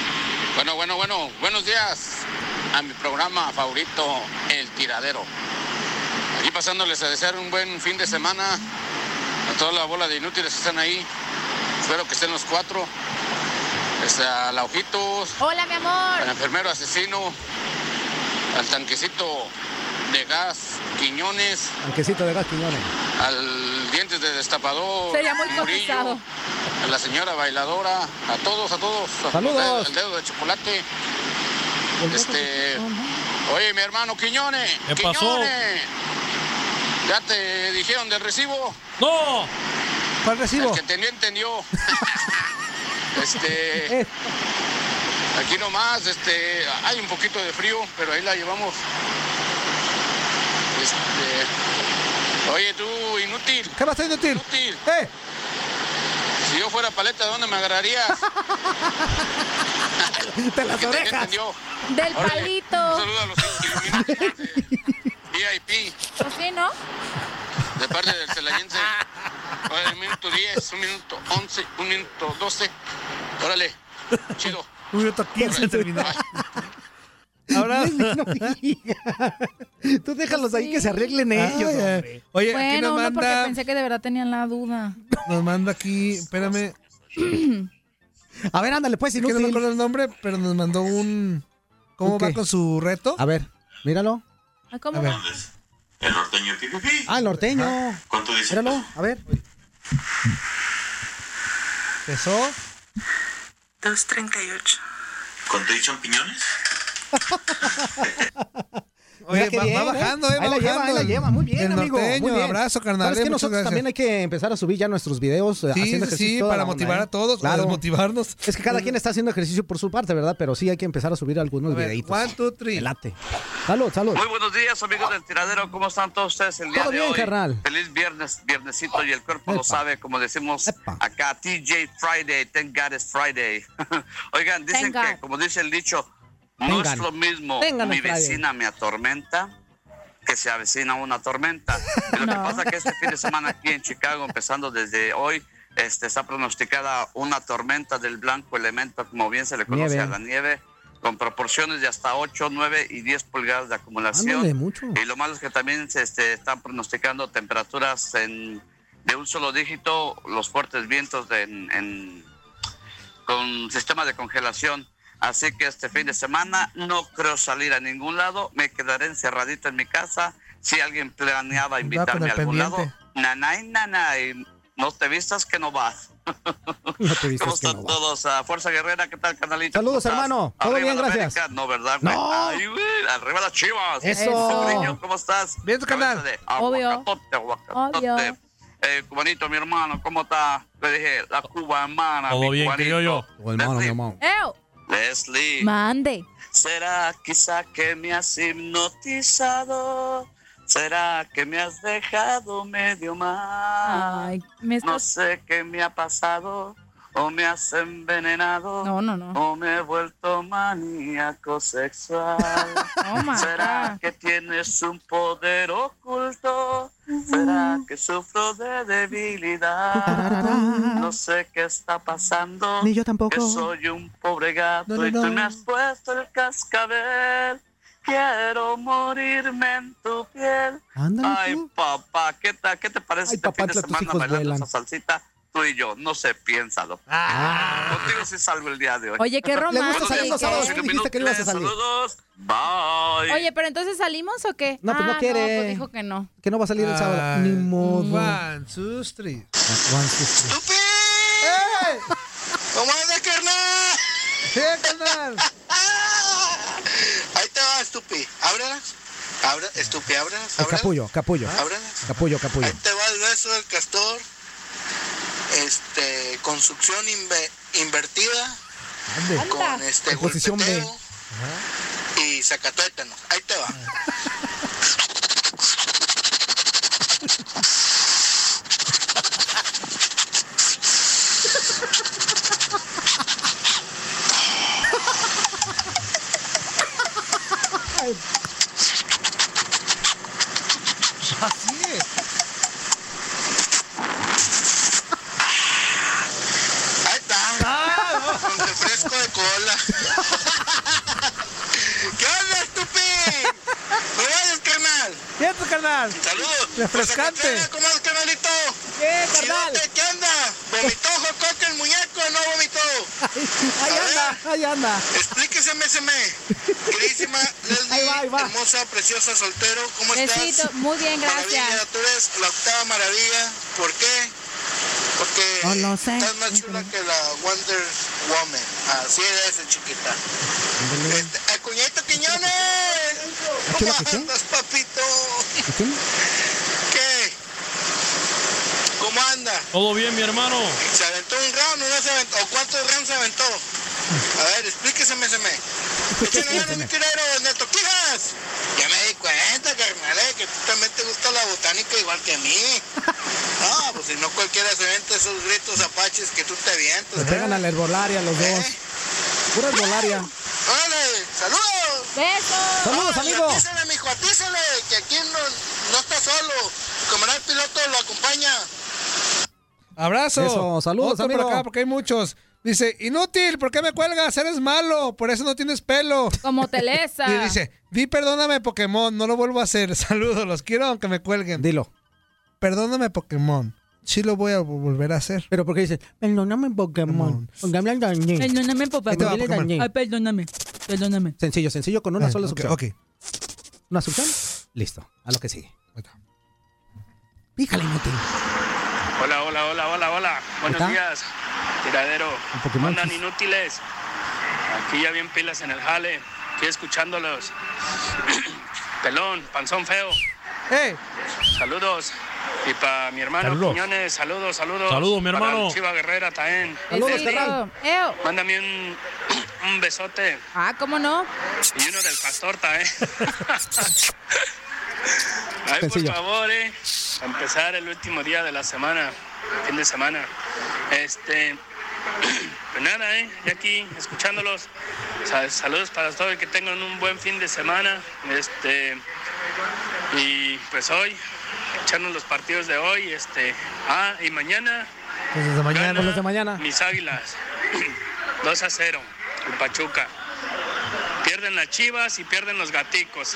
Bueno, buenos días a mi programa favorito, El Tiradero. Aquí pasándoles a desear un buen fin de semana a toda la bola de inútiles que están ahí. Espero que estén los 4. A la Ojitos, Hola, mi amor. al enfermero asesino, al tanquecito de gas Quiñones, Tanquecito de gas, Quiñones. al dientes de destapador Sería muy Murillo, cotizado. a la señora bailadora, a todos, Saludos. el dedo de chocolate. Oye, mi hermano Quiñones, ¿Qué pasó? Quiñones, ¿ya te dijeron del recibo? ¡No! ¿Cuál recibo? El que entendió. Aquí nomás, hay un poquito de frío, pero ahí la llevamos. Oye, tú, inútil. ¿Qué pasa, inútil? Inútil. Si yo fuera paleta, ¿de dónde me agarrarías? De las ¿Qué te orejas. entendió? Del Órale, palito. Un saludo a los Illuminati de VIP, Pues sí, ¿no? de parte del celayense. Órale, 1 minuto 10, 1 minuto 11, 1 minuto 12. Órale, chido. 1 minuto 15 terminó. Ahora. No digas. Tú déjalos ahí que se arreglen ellos, hombre. Oye, aquí Bueno, nos no, porque manda. pensé que de verdad tenían la duda. Nos manda aquí. Espérame. A ver, ándale, pues, Es que no me inútil. acuerdo el nombre, pero nos mandó un. ¿Cómo ¿Un qué? va con su reto? A ver, míralo. ¿Cómo? A ver. El norteño pipipi. Ah, el norteño. ¿Cuánto dice? Míralo, a ver. Pesó. 238. ¿Cuánto hay champiñones? Oye, Mira qué bien, va bajando, ahí la lleva, ahí la lleva. Muy bien, el amigo. norteño, Muy bien. abrazo, carnal. ¿Sabes que muchas nosotros gracias. también hay que empezar a subir ya nuestros videos haciendo ejercicio? Sí, toda para la onda, motivar ¿eh? a todos, para Claro. desmotivarnos. Es que cada quien está haciendo ejercicio por su parte, ¿verdad? Pero sí hay que empezar a subir algunos videitos. 1, 2, 3. Late. Salud, salud. Muy buenos días, amigos del Tiradero. ¿Cómo están todos ustedes el día Todo de bien, hoy? carnal. Feliz viernes, viernesito, y el cuerpo lo sabe, como decimos acá, TJ Friday, thank God it's Friday. Oigan, dicen Thank que, God. como dice el dicho, no es lo mismo Tengan mi el Friday. vecina me atormenta que se avecina una tormenta. Y lo que pasa que este fin de semana aquí en Chicago, empezando desde hoy, está pronosticada una tormenta del blanco elemento, como bien se le conoce Nieve. a la nieve, con proporciones de hasta 8, 9 y 10 pulgadas de acumulación. Ándale, mucho. Y lo malo es que también se están pronosticando temperaturas de un solo dígito, los fuertes vientos con sistemas de congelación. Así que este fin de semana no creo salir a ningún lado, me quedaré encerradito en mi casa. Si alguien planeaba invitarme a algún lado, nanay, no te vistas que no vas. No te vistas ¿Cómo que están no vas. todos? Fuerza Guerrera, ¿qué tal, canalito? Saludos, ¿Cómo estás? hermano. Todo Arriba bien, la gracias. América. No, ¿verdad, güey? No. Ay, güey, arriba las Chivas. Eso. Niño, ¿cómo estás? Bien, tu canal. Obvio. Aguacatote. Obvio. Cubanito, mi hermano, ¿cómo está? Le dije, la Cuba hermana. Todo mi bien, cubanito. criollo. Tu hermano, mi hermano. ¡Ew! Leslie. Mande. ¿Será quizá que me has hipnotizado? ¿Será que me has dejado medio mal? Ay, me No estás... sé qué me ha pasado, o me has envenenado, No. o me he vuelto maníaco sexual. Oh, my ¿Será God. que tienes un poder oculto? ¿Será que sufro de debilidad? No sé qué está pasando. Ni yo tampoco. Que soy un pobre gato No. y tú me has puesto el cascabel. Quiero morirme en tu piel. Ándale, Ay, tú. papá, ¿qué te parece Ay, este fin papá, de tus semana hijos bailando vuelan. esa salsita? Tú y yo, no sé, piénsalo. Contigo sí salgo el día de hoy. Oye, qué Le gusta romántico. salir los sábados. Tú dijiste que no ibas a salir. Saludos, bye. Oye, pero entonces ¿salimos o qué? No, pues no quiere. No, pues dijo que no. Que no va a salir el sábado. Ay, Ni modo. 1, 2, 3. ¿Cómo andas, carnal? ¡Eh, carnal! Ahí te va, Estupi. Ábrelas. Estupi, ábrelas. El capullo. Ábrelas. Capullo. Ahí te va el beso del castor. Construcción invertida. Ande. Con En posición B. golpeteo y sacatuétanos. Ahí te va. Así es. Ahí está. Con refresco de cola. ¿Qué onda, estúpido? ¿Cómo vayas, carnal? Bien, tu carnal. Saludos. Refrescante. ¿Cómo es, carnalito? ¿Qué, carnal? Chidote, ¿qué onda? ¿Vomitó Jocoque el muñeco o no vomitó? Ahí anda. Explíquese, queridísima Leslie, Ahí va. hermosa, preciosa, soltero, ¿cómo Besito. estás? Muy bien, Maravilla, gracias. tú eres la octava maravilla. ¿Por qué? Porque No lo sé. estás más chula que la Wonder Woman. Así es, chiquita. ¡El cuñito Quiñones! ¿Chula ¿Cómo que qué? andas, papito? ¿Qué? ¿Qué? ¿Cómo anda? Todo bien, mi hermano. ¿Se aventó un round o no se aventó? ¿O cuántos rounds se aventó? A ver, explíquese, Échale ganas, mi querido Neto Quijas. Ya me di cuenta, carnal, que tú también te gusta la botánica igual que a mí. No, pues si no cualquiera se venta esos gritos apaches que tú te vientas. Le pegan a la herbolaria los dos. Pura herbolaria. ¡Órale! ¡Saludos! ¡Besos! ¡Saludos, Ay, amigo! Atízale, mijo, atízale, que aquí no está solo. El camarada piloto lo acompaña. Abrazo. Eso, saludos, Otro amigo. por acá, porque hay muchos. Dice, inútil, ¿por qué me cuelgas? Eres malo, por eso no tienes pelo. Como Telesa. Y dice, di perdóname, Pokémon, no lo vuelvo a hacer. Saludos, los quiero aunque me cuelguen. Dilo. Perdóname, Pokémon. Sí lo voy a volver a hacer. Pero porque dice, perdóname, Pokémon. Porque hablan dañé. Perdóname, papá. Ahí te va, Porque le Pokémon. dañé. Ay, perdóname. Sencillo, con una sola succión. Ok. ¿Una succión? Listo. A lo que sigue. Pícale, inútil. Hola. Buenos ¿Está? días, tiradero. Un Pokémon. Andan inútiles. Aquí ya bien pilas en el jale. aquí escuchándolos. Pelón, panzón feo. Saludos. Y para mi hermano Quiñones, saludos. Saludos, mi hermano. Para Chiva Guerrera también. Saludos, carnal. Mándame un besote. ¿Cómo no? Y uno del pastor también. Ay, por Sencillo. favor, a empezar el último día de la semana, fin de semana. Pues nada, ya aquí escuchándolos. Saludos para todos, que tengan un buen fin de semana. Y pues hoy, echarnos los partidos de hoy. Y mañana. Pues desde mañana. gana Los de mañana. Mis Águilas. 2-0. El Pachuca. Pierden las Chivas y pierden los Gaticos.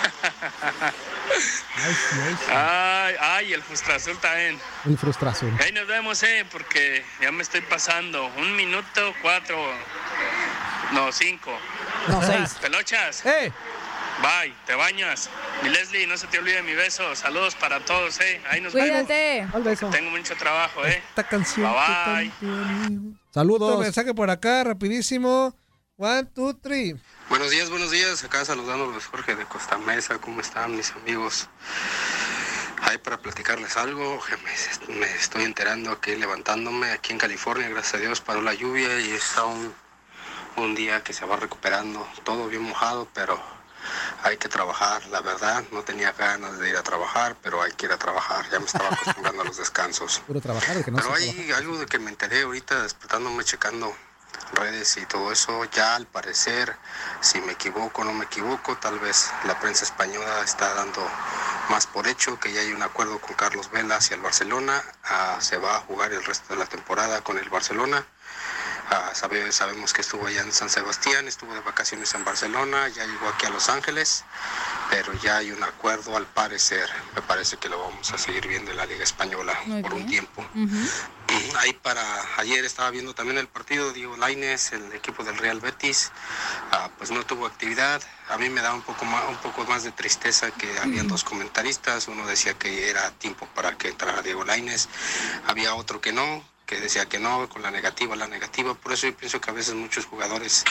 Ay, el Frustrazul también. El frustración. Ahí nos vemos, porque ya me estoy pasando. 1 minuto 4. No, 5. No, 6. Pelochas. Bye, te bañas. Mi Leslie, no se te olvide mi beso. Saludos para todos, Ahí nos vemos. Cuídate. Tengo mucho trabajo, Esta canción. Bye. Saludos. Otro mensaje por acá, rapidísimo. 1, 2, 3. Buenos días. Acá saludándolos, Jorge de Costa Mesa. ¿Cómo están mis amigos? Ahí para platicarles algo, me estoy enterando aquí levantándome aquí en California, gracias a Dios paró la lluvia y está un día que se va recuperando, todo bien mojado, pero hay que trabajar, la verdad, no tenía ganas de ir a trabajar, pero hay que ir a trabajar, ya me estaba acostumbrando a los descansos. Puro trabajar, de que no Pero se hay trabaja. algo de que me enteré ahorita despertándome, checando redes y todo eso, ya al parecer, si me equivoco o no me equivoco, tal vez la prensa española está dando más por hecho que ya hay un acuerdo con Carlos Vela hacia el Barcelona, se va a jugar el resto de la temporada con el Barcelona. Sabemos que estuvo allá en San Sebastián, estuvo de vacaciones en Barcelona, ya llegó aquí a Los Ángeles, pero ya hay un acuerdo al parecer. Me parece que lo vamos a seguir viendo en la Liga Española por un tiempo. Ahí ayer estaba viendo también el partido, Diego Lainez, el equipo del Real Betis, pues no tuvo actividad. A mí me da un poco más de tristeza que habían dos comentaristas, uno decía que era tiempo para que entrara Diego Lainez, había otro que no, que decía que no, con la negativa. Por eso yo pienso que a veces muchos jugadores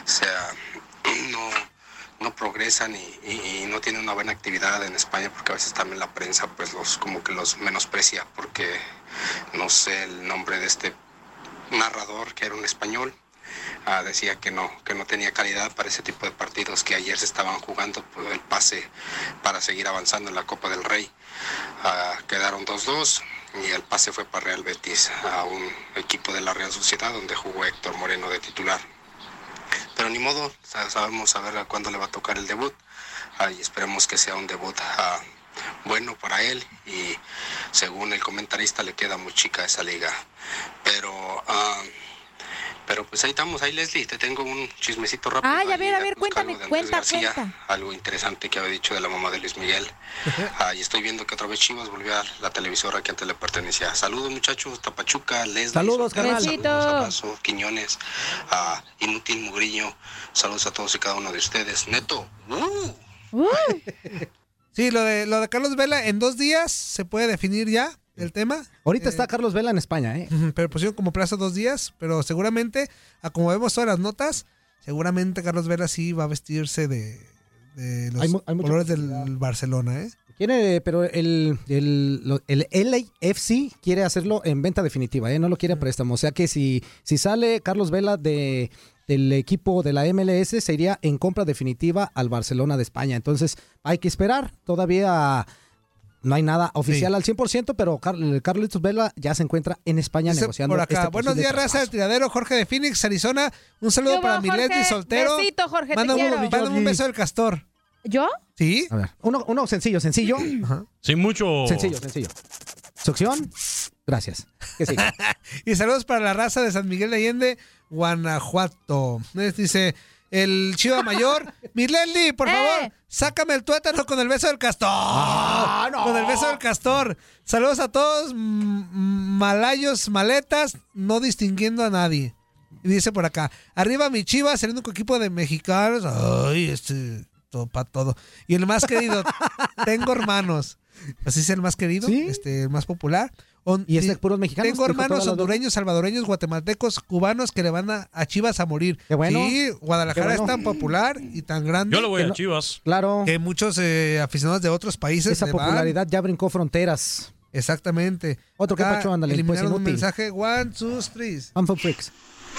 no progresan y no tienen una buena actividad en España, porque a veces también la prensa pues los menosprecia, porque no sé el nombre de este narrador, que era un español, decía que no tenía calidad para ese tipo de partidos que ayer se estaban jugando por el pase para seguir avanzando en la Copa del Rey. Quedaron 2-2 y el pase fue para Real Betis, a un equipo de la Real Sociedad donde jugó Héctor Moreno de titular. Pero ni modo, sabemos a ver cuándo le va a tocar el debut, y esperemos que sea un debut bueno para él, y según el comentarista le queda muy chica esa liga. Pero pues ahí estamos, ahí Leslie, te tengo un chismecito rápido. A ver, cuéntame, cuenta. Algo interesante que había dicho de la mamá de Luis Miguel. Y estoy viendo que otra vez Chivas volvió a la televisora que antes le pertenecía. Saludos muchachos, Tapachuca, Leslie. Saludos, carnal. Saludos, abrazo, Quiñones, Inútil Mugriño. Saludos a todos y cada uno de ustedes. Neto. Sí, lo de Carlos Vela, en 2 días se puede definir ya el tema. Ahorita está Carlos Vela en España, Pero pusieron como plazo 2 días, pero seguramente, como vemos todas las notas, seguramente Carlos Vela sí va a vestirse de los colores del Barcelona, Pero el LAFC quiere hacerlo en venta definitiva, no lo quiere a préstamo. O sea que si sale Carlos Vela del equipo de la MLS, se iría en compra definitiva al Barcelona de España. Entonces hay que esperar, todavía no hay nada oficial al 100%, pero Carlitos Vela ya se encuentra en España negociando. Por acá. Buenos días, raza del tiradero. Jorge de Phoenix, Arizona. Un saludo para mi Leslie soltero. Besito, Jorge, Mándame un beso del castor. ¿Yo? Sí. A ver, uno sencillo. Ajá. Sin mucho. Sencillo. Succión. Gracias. ¿Qué sigue? Y saludos para la raza de San Miguel de Allende, Guanajuato. Dice el Chiva Mayor. Mi Leslie, por favor, sácame el tuétano con el beso del castor. No. Con el beso del castor. Saludos a todos, malayos, maletas, no distinguiendo a nadie. Y dice por acá, arriba mi Chivas, el único equipo de mexicanos. Ay, todo para todo. Y el más querido, tengo hermanos. Así es el más querido, el más popular. Y es de puros mexicanos. Tengo hermanos hondureños, salvadoreños, guatemaltecos, cubanos que le van a Chivas a morir. Qué bueno. Sí, Guadalajara es tan popular y tan grande. Yo le voy a Chivas. Claro. Que muchos aficionados de otros países. Esa popularidad ya brincó fronteras. Exactamente. Otro que pacho, ándale. Eliminaron un mensaje. 1, 2, 3. I'm for freaks.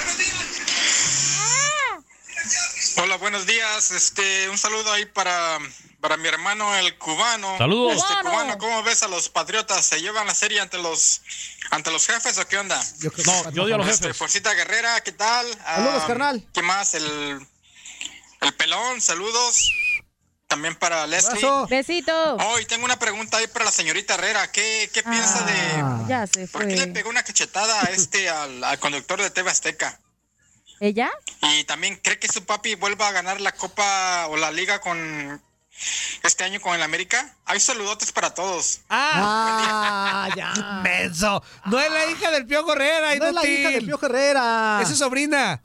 Hola, buenos días. Un saludo ahí para mi hermano el cubano. Saludos. Cubano, ¿cómo ves a los Patriotas? ¿Se llevan la serie ante los jefes o qué onda? Yo odio a los jefes. Fuercita Guerrera, ¿qué tal? Saludos, carnal. ¿Qué más? El pelón, saludos. También para Leslie. Besito. Y tengo una pregunta ahí para la señorita Herrera. ¿Qué piensa de... Ya se fue. ¿Por qué le pegó una cachetada al conductor de TV Azteca? ¿Ella? Y también, ¿cree que su papi vuelva a ganar la Copa o la Liga con este año con el América? Hay saludotes para todos. Ya. Menso. No es la hija del Piojo Herrera, No es la hija del Piojo Herrera. Es su sobrina.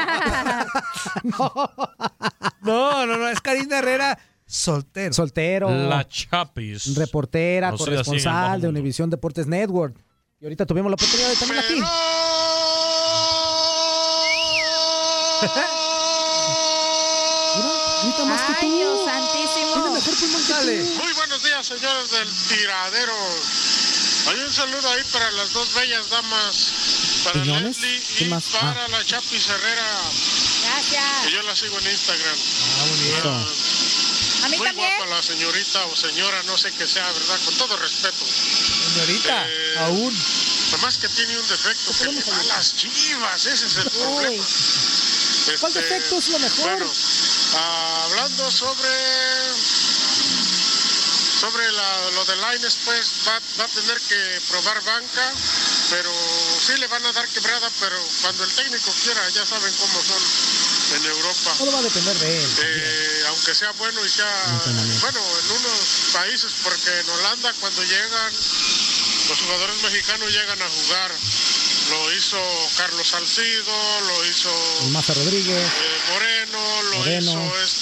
No, es Karina Herrera. Soltero. La Chapis. Reportera, No soy corresponsal así, de Univisión Deportes Network. Y ahorita tuvimos la oportunidad de también aquí. Grita más que tú. Ay, Dios santísimo. Muy buenos días, señores del tiradero. Hay un saludo ahí para las dos bellas damas, para ¿Piñones? Leslie ¿Qué y más? para la Chapis Herrera. Gracias. Que yo la sigo en Instagram. Bonito. A mí muy también. guapa la señorita o señora, no sé qué sea, ¿verdad? Con todo respeto. Señorita, aún. Nomás que tiene un defecto, que le va a las Chivas, ese es el problema. ¿Cuál defecto es lo mejor? Bueno, hablando sobre lo de Lainez, pues va a tener que probar banca, pero sí le van a dar quebrada, pero cuando el técnico quiera, ya saben cómo son en Europa. Todo va a depender de él. Aunque sea bueno y sea bueno en unos países, porque en Holanda cuando llegan los jugadores mexicanos llegan a jugar. Lo hizo Carlos Salcido, lo hizo Maza Rodríguez, Moreno, hizo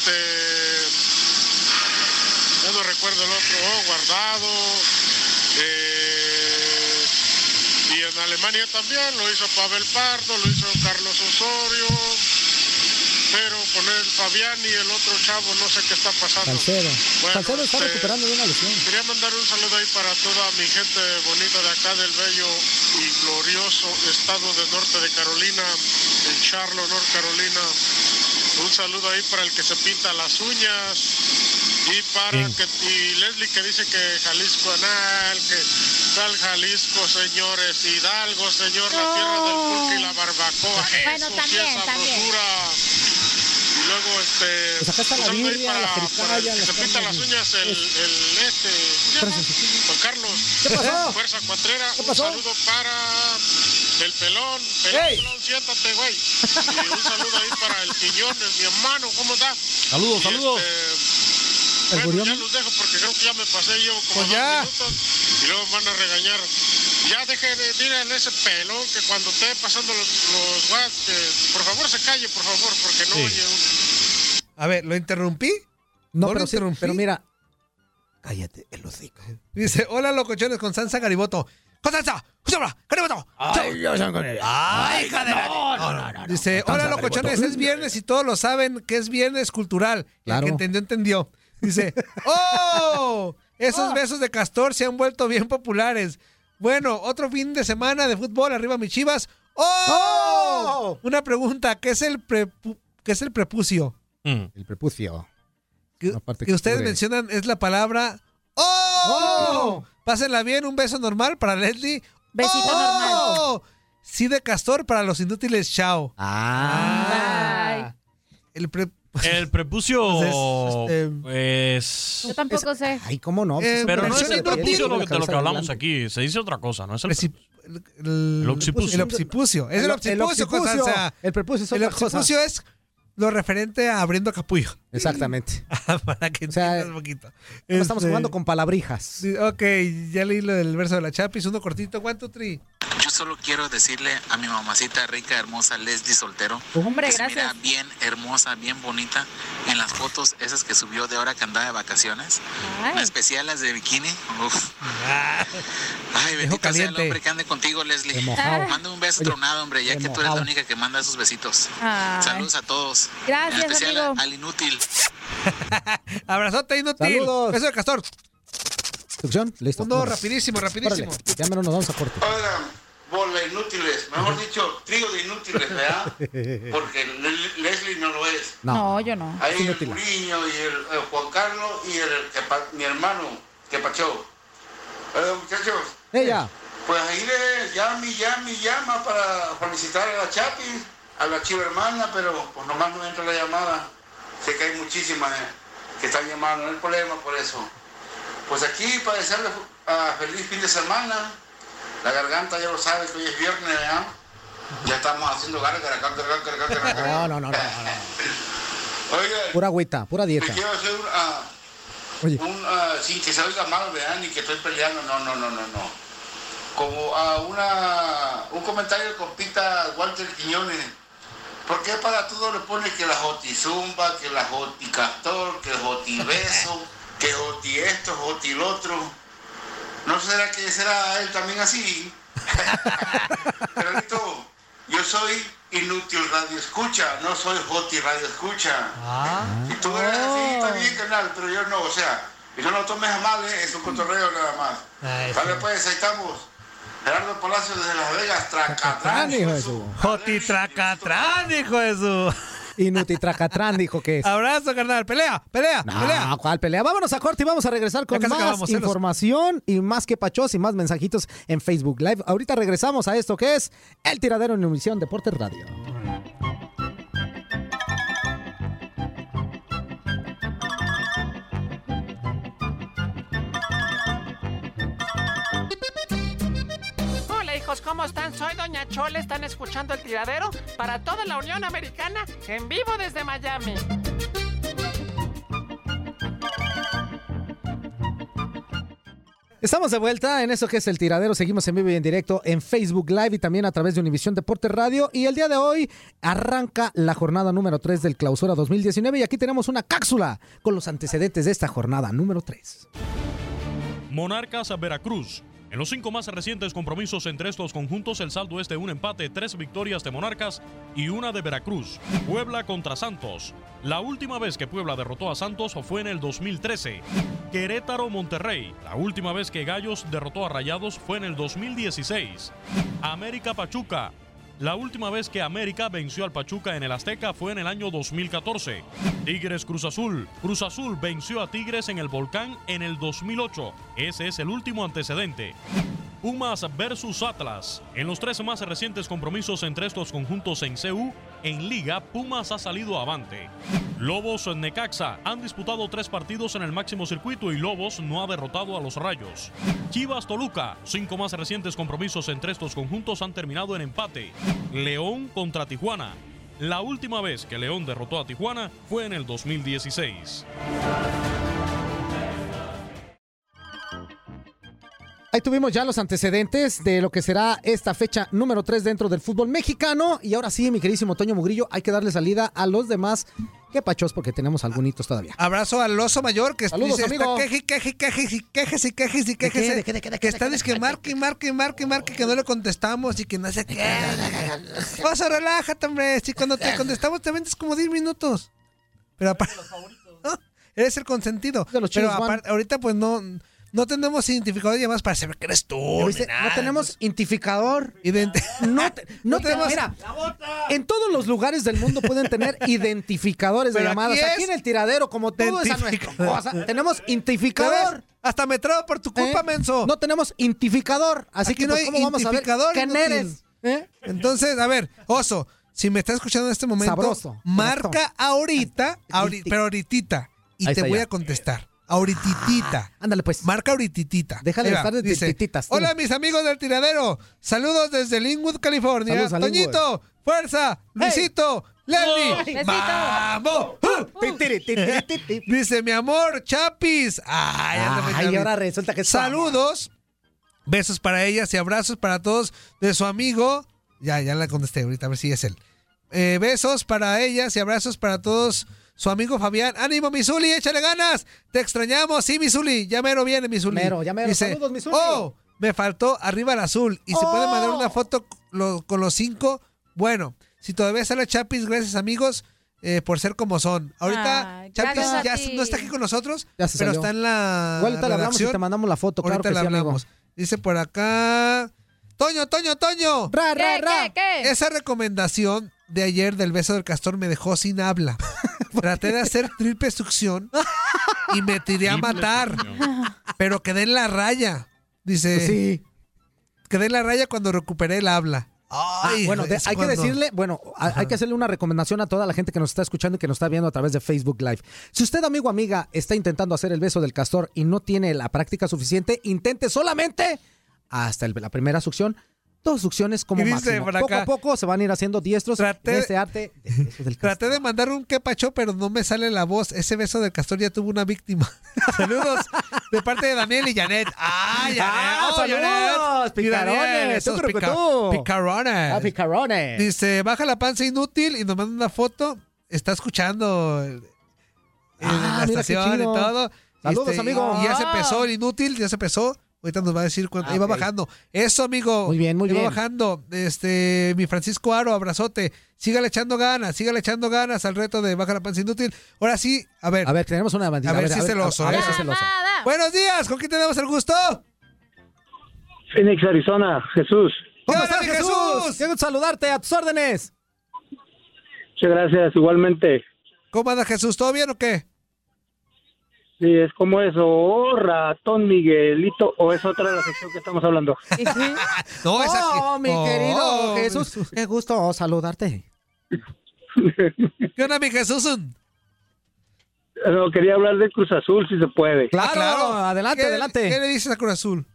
ya no recuerdo el otro, Guardado, y en Alemania también lo hizo Pavel Pardo, lo hizo Carlos Osorio, pero poner Fabián y el otro chavo no sé qué está pasando. Salcedo está recuperando de una lesión. Quería mandar un saludo ahí para toda mi gente bonita de acá del bello y glorioso estado de norte de Carolina, en Charlotte, North Carolina. Un saludo ahí para el que se pinta las uñas y para y Leslie que dice que Jalisco anal, que tal Jalisco, señores, Hidalgo, señor, la tierra del pulque y la barbacoa. Bueno, Eso también, sí es sabrosura. Y luego pues acá está la birria, la jericaya, el que se pinta las uñas, Juan Carlos. ¿Qué pasó? Fuerza Cuatrera. ¿Qué pasó? Un saludo para el pelón. ¡Ey! Pelón, siéntate, güey. Y un saludo ahí para el Quiñones, mi hermano. ¿Cómo está? Saludos. Bueno, ya los dejo porque creo que ya me pasé yo como 2 minutos y luego van a regañar. Ya miren ese pelón que cuando esté pasando los watts, que por favor se calle, por favor, porque no oye uno. A ver, ¿lo interrumpí? No, pero mira. Cállate, el hocico. Dice, hola locochones con Sansa Gariboto. ¡Con Sansa! ¡Gariboto! ¡Ay, yo soy con él! ¡Ay, hija de la... Dice, hola locochones, es viernes y todos lo saben que es viernes cultural. Claro. El que entendió. Dice, ¡oh! Esos besos de Castor se han vuelto bien populares. Bueno, otro fin de semana de fútbol, arriba mis Chivas. ¡Oh! Una pregunta, ¿qué es el prepucio? El prepucio. Que ustedes mencionan es la palabra ¡oh! Pásenla bien, un beso normal para Leslie. Besito normal. Sí de Castor para los inútiles, chao. Bye. El prepucio es... Yo tampoco sé. Ay, ¿cómo no? Pero no es el prepucio de lo que hablamos aquí. Se dice otra cosa, ¿no? Es el occipucio. El occipucio. Es el occipucio, Constanza. El prepucio es otra cosa. El occipucio es lo referente a abriendo capullo. Exactamente. Para que entiendas un poquito. Estamos jugando con palabrijas. Sí, ok, ya leí lo del verso de la Chapis. Uno cortito, 1, 2, 3. Yo solo quiero decirle a mi mamacita rica, hermosa Leslie Soltero, Hombre, que se gracias. mira bien hermosa, bien bonita, en las fotos esas que subió de ahora que andaba de vacaciones. En especial las de bikini. Uf. Ay, bendito sea el hombre que ande contigo, Leslie. Manda un beso tronado, hombre, ya que tú eres la única que manda esos besitos. Saludos a todos. Gracias, en especial amigo. al inútil. Abrazote, inútil. Saludos. Beso de castor. ¿Succión? Listo. No, rapidísimo. Órale, ya menos nos vamos a corte. Hola, bola inútiles. Mejor dicho, trío de inútiles, ¿verdad? Porque Leslie no lo es. No, yo no. Ahí el Muriño y el Juan Carlos y mi hermano, que pachó. Muchachos. Ella. Pues ahí le llama para felicitar a la Chapis, a la chiva hermana, pero pues nomás no entra la llamada. Sé que hay muchísimas que están llamando, no hay problema por eso. Pues aquí para desearle feliz fin de semana. La garganta ya lo sabe que hoy es viernes, ¿verdad? Ya estamos haciendo gargara. No. Oigan, Pura agüita, pura dieta. te quiero hacer sin que se oiga mal, ¿verdad? Ni que estoy peleando, no. Como un comentario del compita Walter Quiñones. ¿Por qué para todo le pone que la jotizumba, que la joticastor, que el jotibeso, que joti esto, joti el otro? ¿No será que será él también así? Carlito, yo soy inútil radio escucha, no soy joti radio escucha. Si tú eres así, está bien, canal, pero yo no, o sea, y no lo tomes a mal, es un cotorreo nada más. Vale, pues, ahí estamos. Gerardo Palacio desde Las Vegas, Tracatrán, hijo de su. Joti Tracatrán, hijo de su. Inútil Tracatrán dijo que es. Abrazo, carnal. Pelea. No, ¿cuál pelea? Vámonos a corte y vamos a regresar con más información y más que pachos y más mensajitos en Facebook Live. Ahorita regresamos a esto que es El Tiradero en Univisión Deportes Radio. ¿Cómo están? Soy Doña Chole, están escuchando El Tiradero para toda la Unión Americana en vivo desde Miami. Estamos de vuelta en eso que es El Tiradero. Seguimos en vivo y en directo en Facebook Live y también a través de Univisión Deportes Radio. Y el día de hoy arranca la jornada número 3 del Clausura 2019 y aquí tenemos una cápsula con los antecedentes de esta jornada número 3. Monarcas a Veracruz. En los 5 más recientes compromisos entre estos conjuntos, el saldo es de un empate, 3 victorias de Monarcas y 1 de Veracruz. Puebla contra Santos. La última vez que Puebla derrotó a Santos fue en el 2013. Querétaro-Monterrey. La última vez que Gallos derrotó a Rayados fue en el 2016. América-Pachuca. La última vez que América venció al Pachuca en el Azteca fue en el año 2014. Tigres-Cruz Azul. Cruz Azul venció a Tigres en el Volcán en el 2008. Ese es el último antecedente. Pumas versus Atlas. En los 3 más recientes compromisos entre estos conjuntos en CU, en Liga, Pumas ha salido avante. Lobos-Necaxa. Han disputado 3 partidos en el máximo circuito y Lobos no ha derrotado a los Rayos. Chivas-Toluca. 5 más recientes compromisos entre estos conjuntos han terminado en empate. León contra Tijuana. La última vez que León derrotó a Tijuana fue en el 2016. Ahí tuvimos ya los antecedentes de lo que será esta fecha número 3 dentro del fútbol mexicano. Y ahora sí, mi queridísimo Toño Mugrillo, hay que darle salida a los demás. Qué pachos, porque tenemos algunitos todavía. Abrazo al oso mayor que saludos, dice, amigo. Quejes. Que está que marque, que no le contestamos y que no sé qué. Oso, relájate, hombre. Si cuando te contestamos te vendes como 10 minutos. Pero aparte, ¿no? Eres el consentido. Pero aparte, ahorita pues no tenemos identificador de llamadas para saber que eres tú. No tenemos identificador. No tenemos. Mira, en todos los lugares del mundo pueden tener identificadores de llamadas. Aquí en El Tiradero, como todo es a nuestra cosa, tenemos identificador. Hasta me trabo por tu culpa, menso. No tenemos identificador. Así aquí que, pues, ¿cómo vamos a ver quién eres? Entonces, a ver, oso, si me estás escuchando en este momento, sabroso, marca ahorita, pero ahoritita, y te voy a contestar. Ahorititita. Ándale, pues. Marca ahorititita. Déjale de estar de tititas. Hola, mis amigos del Tiradero. Saludos desde Linwood, California. Saludos, Toñito, fuerza, Luisito, Leslie. ¡Vamos! Dice, mi amor, Chapis. Ay, ahora resulta que saludos, besos para ellas y abrazos para todos de su amigo. Ya la contesté ahorita, a ver si es él. Besos para ellas y abrazos para todos su amigo Fabián. ¡Ánimo, mi Zuli! ¡Échale ganas! ¡Te extrañamos! Sí, mi Zuli. Ya mero viene, mi Zuli. Ya mero. Dice, Saludos, mi Zuli. ¡Oh! Me faltó arriba el azul. Y se puede mandar una foto con los 5. Bueno, si todavía sale Chapis, gracias, amigos, por ser como son. Ahorita Chapis ya no está aquí con nosotros, pero está en la Ahorita le hablamos y te mandamos la foto, claro que sí, amigo. Dice por acá... ¡Toño! ¿Qué? Esa recomendación de ayer del beso del castor me dejó sin habla. Traté de hacer triple succión y me tiré a matar, pero quedé en la raya. Dice, sí. Quedé en la raya cuando recuperé el habla. Ay, bueno, hay que decirle, hay que hacerle una recomendación a toda la gente que nos está escuchando y que nos está viendo a través de Facebook Live. Si usted, amigo o amiga, está intentando hacer el beso del castor y no tiene la práctica suficiente, intente solamente hasta la primera succión. 2 succiones como máximo. Poco a poco se van a ir haciendo diestros en este arte del beso del castor. Traté de mandar un qué pacho, pero no me sale la voz. Ese beso del castor ya tuvo una víctima. Saludos de parte de Daniel y Janet. ¡Saludos! ¡Picarones! ¡Picarones! ¡Picarones! Dice, baja la panza inútil y nos manda una foto. Está escuchando la estación y todo. Saludos, amigo. Y ya se empezó el inútil, ya se empezó. Ahorita nos va a decir cuánto iba bajando. Eso, amigo. Muy bien. Iba bajando. Mi Francisco Aro, abrazote. Sígale echando ganas al reto de baja la panza inútil. Ahora sí, a ver. A ver, tenemos una bandita. A ver si es celoso. Buenos días, ¿con quién tenemos el gusto? Phoenix, Arizona, Jesús. ¿Cómo estás, Jesús? Quiero saludarte, a tus órdenes. Muchas gracias, igualmente. ¿Cómo anda, Jesús? ¿Todo bien o qué? Sí, es como eso, ratón Miguelito, o es otra de la sección que estamos hablando. No, es aquí. Mi querido Jesús, qué gusto saludarte. ¿Qué onda, mi Jesús? No, quería hablar de Cruz Azul, si se puede. Claro. Adelante. ¿Qué le dices a Cruz Azul?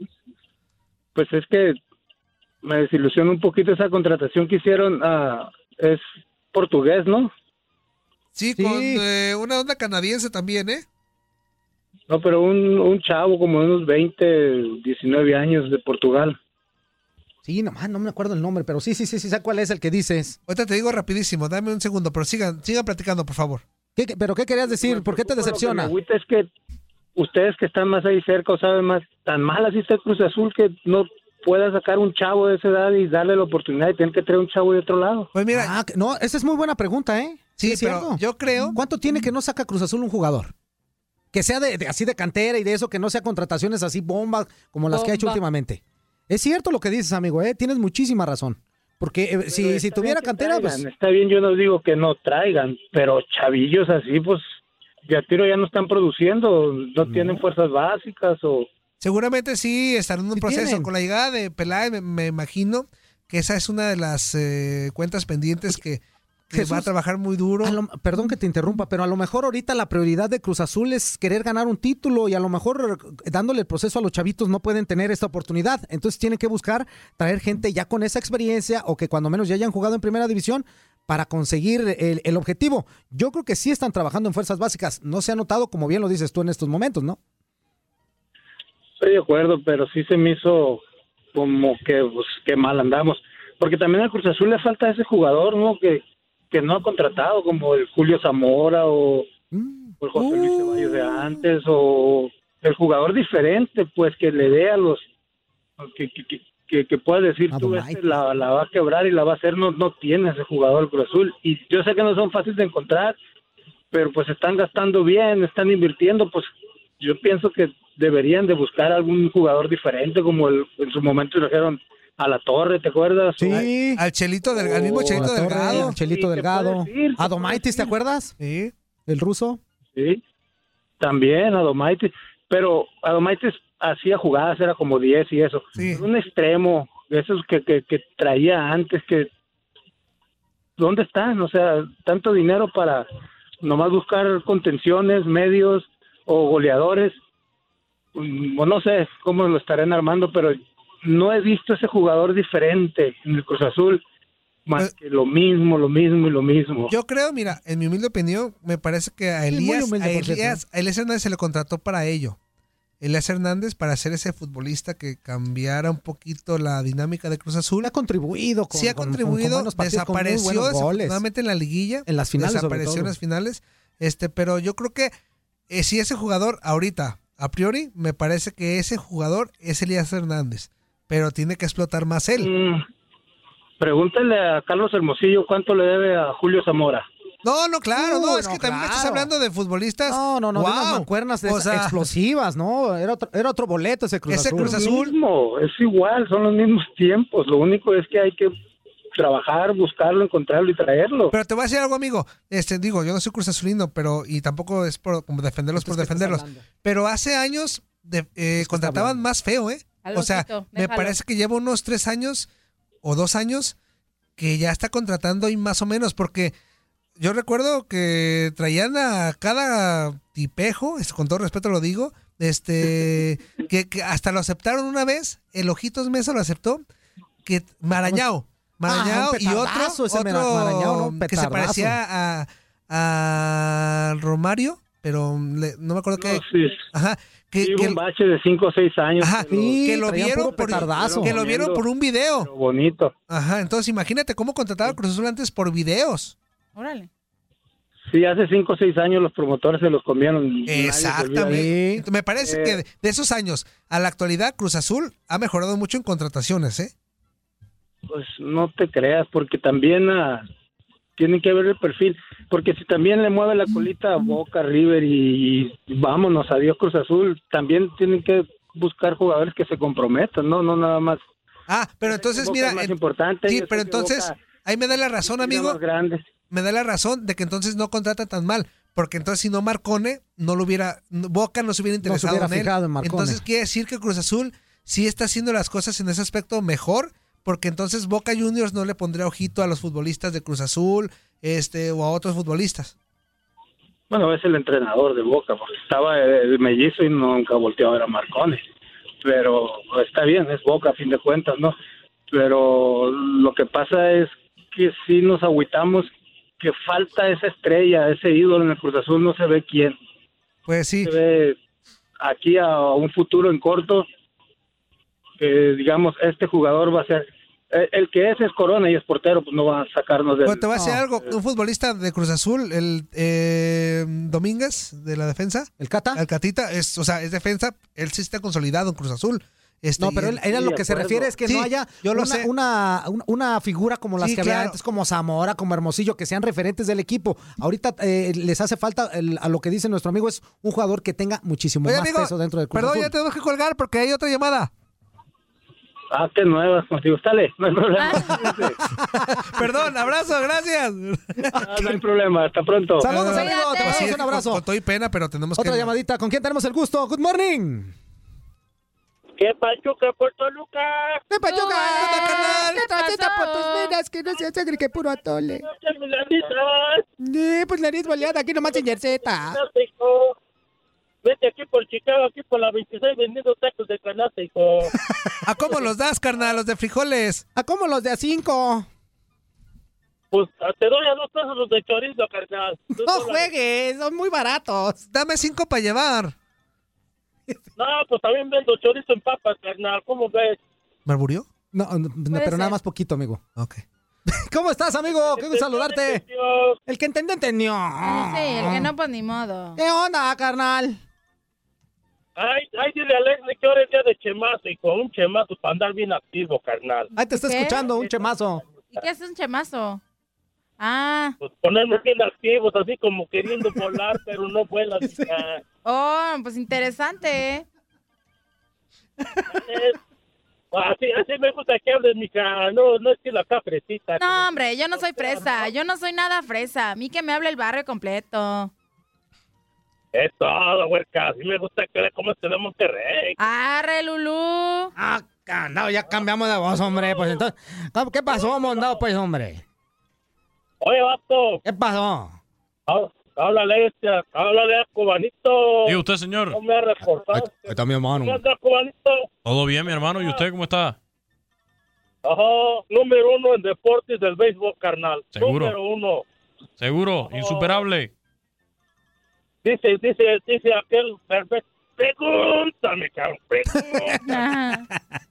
Pues es que me desilusionó un poquito esa contratación que hicieron. Es portugués, ¿no? Sí, con una onda canadiense también, ¿eh? No, pero un chavo como de unos 20, 19 años de Portugal. Sí, nomás no me acuerdo el nombre, pero sí, sé cuál es el que dices. Ahorita te digo rapidísimo, dame un segundo, pero sigan platicando, por favor. ¿Pero qué querías decir? ¿Por qué te decepciona? Lo que me agüita es que ustedes que están más ahí cerca o saben más, tan mal así está el Cruz Azul que no pueda sacar un chavo de esa edad y darle la oportunidad de tener que traer un chavo de otro lado. Pues mira, no, esa es muy buena pregunta, ¿eh? Sí, ¿es pero cierto? Yo creo... ¿Cuánto tiene que no saca Cruz Azul un jugador? Que sea así de cantera y de eso, que no sea contrataciones así bombas como las que ha hecho últimamente. Es cierto lo que dices, amigo, tienes muchísima razón. Porque si tuviera cantera, traigan, pues... Está bien, yo no digo que no traigan, pero chavillos así, pues, ya tiro ya no están produciendo, no tienen fuerzas básicas o... Seguramente sí, están en un proceso. Tienen. Con la llegada de Peláez, me imagino que esa es una de las cuentas pendientes que Jesús, va a trabajar muy duro. Perdón que te interrumpa, pero a lo mejor ahorita la prioridad de Cruz Azul es querer ganar un título y a lo mejor dándole el proceso a los chavitos no pueden tener esta oportunidad. Entonces tienen que buscar traer gente ya con esa experiencia o que cuando menos ya hayan jugado en primera división para conseguir el objetivo. Yo creo que sí están trabajando en fuerzas básicas. No se ha notado, como bien lo dices tú en estos momentos, ¿no? Estoy de acuerdo, pero sí se me hizo como que, pues, qué mal andamos. Porque también al Cruz Azul le falta ese jugador, ¿no? Que no ha contratado, como el Julio Zamora o el José Luis Ceballos de antes, o el jugador diferente, pues, que le dé a los... Que pueda decir tú, la va a quebrar y la va a hacer, no tiene ese jugador el Cruz Azul. Y yo sé que no son fáciles de encontrar, pero pues están gastando bien, están invirtiendo, pues yo pienso que deberían de buscar algún jugador diferente, como en su momento trajeron a La Torre, ¿te acuerdas? Sí. Al Chelito Delgado, al mismo Chelito Delgado. Chelito Delgado. A Domaitis, ¿te acuerdas? Sí. ¿El ruso? Sí. También a Domaitis. Pero a Domaitis hacía jugadas, era como 10 y eso. Sí. Un extremo, esos que traía antes, que... ¿Dónde están? O sea, tanto dinero para nomás buscar contenciones, medios o goleadores. O no sé cómo lo estarán armando, pero no he visto ese jugador diferente en el Cruz Azul, más que lo mismo. Yo creo, mira, en mi humilde opinión, me parece que a Elías Hernández se le contrató para ello. Elías Hernández para ser ese futbolista que cambiara un poquito la dinámica de Cruz Azul. Ha contribuido. Sí, ha contribuido. Desapareció desafortunadamente en la liguilla. En las finales, desapareció en las finales. Pero yo creo que si ese jugador ahorita, a priori, me parece que ese jugador es Elías Hernández. Pero tiene que explotar más él. Pregúntale a Carlos Hermosillo cuánto le debe a Julio Zamora. No, claro, es que también estás hablando de futbolistas. No, de unas mancuernas explosivas, ¿no? Era otro boleto ese Cruz Azul. Ese Cruz Azul. Es igual, son los mismos tiempos. Lo único es que hay que trabajar, buscarlo, encontrarlo y traerlo. Pero te voy a decir algo, amigo. Yo no soy Cruz Azulino, y tampoco es por como defenderlos por defenderlos. Pero hace años contrataban más feo, ¿eh? O sea, me parece que lleva unos 3 años o 2 años que ya está contratando y más o menos, porque yo recuerdo que traían a cada tipejo, con todo respeto lo digo, que hasta lo aceptaron una vez, el Ojitos Mesa lo aceptó, que Marañao y otro que se parecía a Romario, pero no me acuerdo qué. Sí. Ajá. Que un bache de 5 o 6 años. Ajá, que lo vieron por un video. Pero bonito. Ajá, entonces imagínate cómo contrataba a Cruz Azul antes por videos. Órale. Sí, hace 5 o 6 años los promotores se los comieron. Exactamente. Me parece que de esos años a la actualidad Cruz Azul ha mejorado mucho en contrataciones, ¿eh? Pues no te creas, porque también tienen que ver el perfil, porque si también le mueve la colita a Boca, River y vámonos, adiós Cruz Azul, también tienen que buscar jugadores que se comprometan, no nada más. Pero entonces Boca mira, es más importante, sí, pero entonces ahí me da la razón, amigo. Me da la razón de que entonces no contrata tan mal, porque entonces si no Marcone Boca no se hubiera interesado en él. Entonces quiere decir que Cruz Azul sí está haciendo las cosas en ese aspecto mejor, porque entonces Boca Juniors no le pondría ojito a los futbolistas de Cruz Azul, o a otros futbolistas. Bueno, es el entrenador de Boca, porque estaba el mellizo y nunca volteó a ver a Marcone. Pero está bien, es Boca a fin de cuentas, ¿no? Pero lo que pasa es que sí nos agüitamos, que falta esa estrella, ese ídolo en el Cruz Azul, no se ve quién. Pues sí. Se ve aquí a un futuro en corto, que digamos, este jugador va a ser, el que es Corona y es portero, pues no va a sacarnos de... Pero te voy a decir algo, un futbolista de Cruz Azul, el Domínguez, de la defensa. ¿El Cata? El Catita, es defensa, él sí está consolidado en Cruz Azul. No, pero él a lo que se refiere es que no haya una figura como las que había antes, como Zamora, como Hermosillo, que sean referentes del equipo. Ahorita les hace falta, a lo que dice nuestro amigo, es un jugador que tenga muchísimo más peso dentro del Cruz Azul. Perdón, ya tenemos que colgar porque hay otra llamada. Qué nuevas contigo. Dale, no hay problema. Perdón, abrazo, gracias. No hay problema, hasta pronto. Saludos, amigo. Te pasamos un abrazo. Con todo y pena, pero tenemos otra llamadita. ¿Con quién tenemos el gusto? Good morning. ¿Qué pachuca, Puerto Lucas? ¿Qué pachuca, carnal? ¿Qué pasita por tus venas? Que no se hace que puro atole. Pues nariz boleada, aquí nomás en Yerseta. Vete aquí por Chicago, aquí por la 26, vendiendo tacos de canasta, hijo. ¿A cómo los das, carnal, los de frijoles? ¿A cómo los de a 5? Pues te doy a 2 pesos los de chorizo, carnal. No juegues, son muy baratos. Dame 5 para llevar. No, pues también vendo chorizo en papas, carnal, ¿cómo ves? ¿Me murió? No, pero nada más poquito, amigo. Ok. ¿Cómo estás, amigo? Qué gusto saludarte. El que entendió. Sí, el que no, pues ni modo. ¿Qué onda, carnal? Ay, dile a Leslie que ahora es día de chemazo, hijo. Un chemazo para andar bien activo, carnal. Ay, te está escuchando, un chemazo. ¿Y qué es un chemazo? Pues ponernos bien activos, así como queriendo volar, pero no vuelas. Pues interesante, Así me gusta que hables, mija. No es que la acá fresita. No, hombre, yo no soy fresa. Yo no soy nada fresa. A mí que me hable el barrio completo. Es todo, huerca. Así me gusta que como este de Monterrey. ¡Arre, Lulú! No, ya cambiamos de voz, hombre. Pues entonces, ¿qué pasó, mondado, pues, hombre? Oye, vato. ¿Qué pasó? Háblale a Cubanito. ¿Y usted, señor? No me ha reportado. Ahí está mi hermano. ¿Cómo anda, Cubanito? Todo bien, mi hermano. ¿Y usted cómo está? Número 1 en deportes del béisbol, carnal. ¿Seguro? Número 1. ¿Seguro? ¿Insuperable? Dice aquel Pregúntame, cabrón, pregúntame.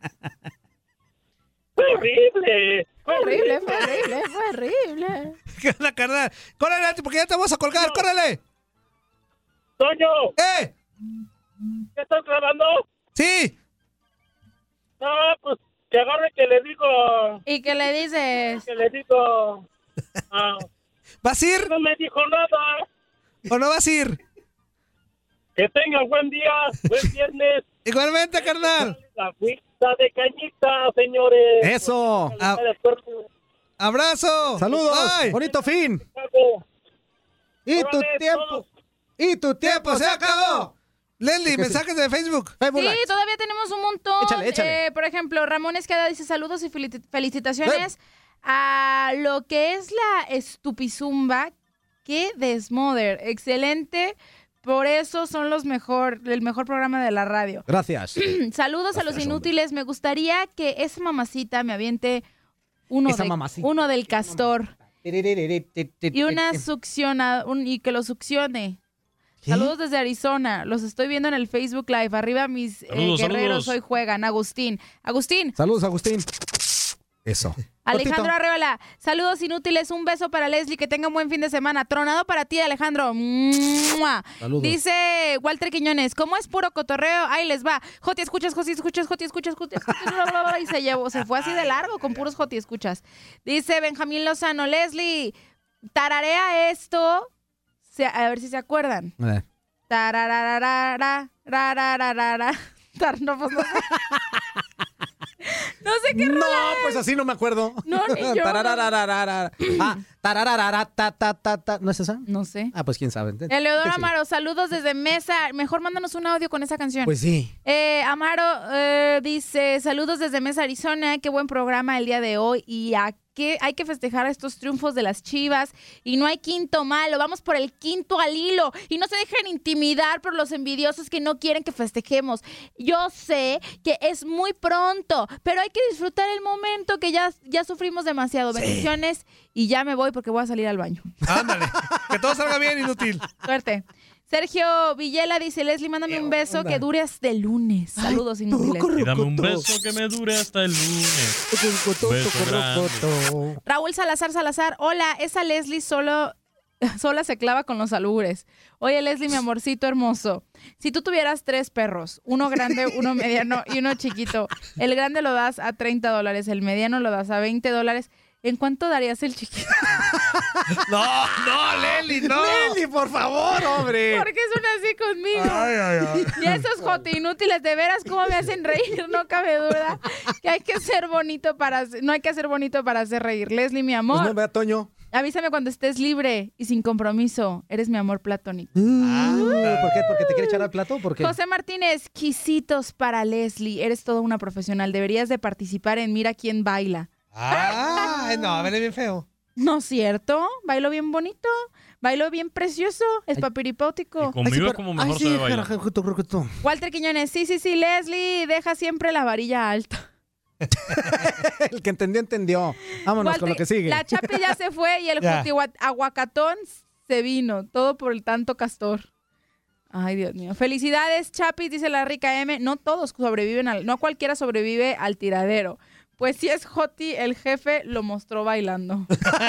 Fue horrible. Fue horrible. ¿Qué onda, carnal? ¡Córrele, porque ya te vamos a colgar! No. ¡Córrele! ¡Toño! ¿Qué estás grabando? ¡Sí! No, pues que agarre que le digo. ¿Y qué le dices? Que le digo. ¿Vas a ir? No me dijo nada. ¿O no vas a ir? Que tenga buen día, buen viernes. Igualmente, carnal. La pista de cañita, señores. Eso. Abrazo. Saludos. Bye. Bonito fin. Y tu tiempo. Todos. Y tu tiempo se acabó. Leslie, mensajes de Facebook. Sí, todavía tenemos un montón. Échale. Por ejemplo, Ramón Esqueda dice saludos y felicitaciones a lo que es la Estupizumba. ¡Qué desmoder! Excelente. Por eso son el mejor programa de la radio. Gracias. Saludos a los inútiles. Me gustaría que esa mamacita me aviente uno del castor. Y una succiona, y que lo succione. ¿Qué? Saludos desde Arizona. Los estoy viendo en el Facebook Live. Arriba mis guerreros hoy juegan. Agustín. Saludos, Agustín. Eso. Alejandro Arreola, saludos inútiles, un beso para Leslie, que tenga un buen fin de semana. Tronado para ti, Alejandro. ¡Mua! Saludos. Dice Walter Quiñones, como es puro cotorreo, ahí les va. Joti escuchas. Y se fue así de largo con puros Joti escuchas. Dice Benjamín Lozano, Leslie, tararea esto, a ver si se acuerdan. Tarararara, rarararara. No, pues no sé. No sé qué rola No, pues así no me acuerdo. No, ni yo. Tararararara. Tarararara, ta. ¿No es esa? No sé. Pues quién sabe. Eleodoro Amaro, saludos desde Mesa. Mejor mándanos un audio con esa canción. Pues sí. Amaro dice, saludos desde Mesa, Arizona. Qué buen programa el día de hoy. Y que hay que festejar estos triunfos de las Chivas y no hay quinto malo, vamos por el quinto al hilo y no se dejen intimidar por los envidiosos que no quieren que festejemos. Yo sé que es muy pronto, pero hay que disfrutar el momento, que ya sufrimos demasiado. Sí. Bendiciones y ya me voy porque voy a salir al baño. Ándale, que todo salga bien, inútil. Suerte. Sergio Villela dice, Leslie, mándame un beso que dure hasta el lunes. Saludos, inútiles. Y dame un beso que me dure hasta el lunes. Raúl Salazar, hola, esa Leslie sola se clava con los albures. Oye, Leslie, mi amorcito hermoso, si tú tuvieras 3 perros, uno grande, uno mediano y uno chiquito, el grande lo das a $30, el mediano lo das a $20, ¿en cuánto darías el chiquito? No, Leslie, no. Leslie, por favor, hombre. ¿Por qué son así conmigo? Ay. Y esos Joti inútiles, de veras, cómo me hacen reír, no cabe duda. Que hay que ser bonito no hay que ser bonito para hacer reír. Leslie, mi amor. Pues no, vea, Toño. Avísame cuando estés libre y sin compromiso. Eres mi amor platónico. ¿Por qué? ¿Porque te quiere echar al plato? ¿Por qué? José Martínez, quisitos para Leslie. Eres toda una profesional. Deberías de participar en Mira quién baila. No, a ver, es bien feo. ¿No es cierto? Bailo bien bonito, bailo bien precioso, es papiripótico. Conmigo es como mejor se ve bailar. Walter Quiñones, sí, Leslie, deja siempre la varilla alta. El que entendió. Vámonos Walter, con lo que sigue. La Chapi ya se fue y el aguacatón se vino, todo por el tanto castor. Ay, Dios mío. Felicidades, Chapi, dice la rica M. No todos sobreviven, no cualquiera sobrevive al tiradero. Pues si es Joti, el jefe lo mostró bailando.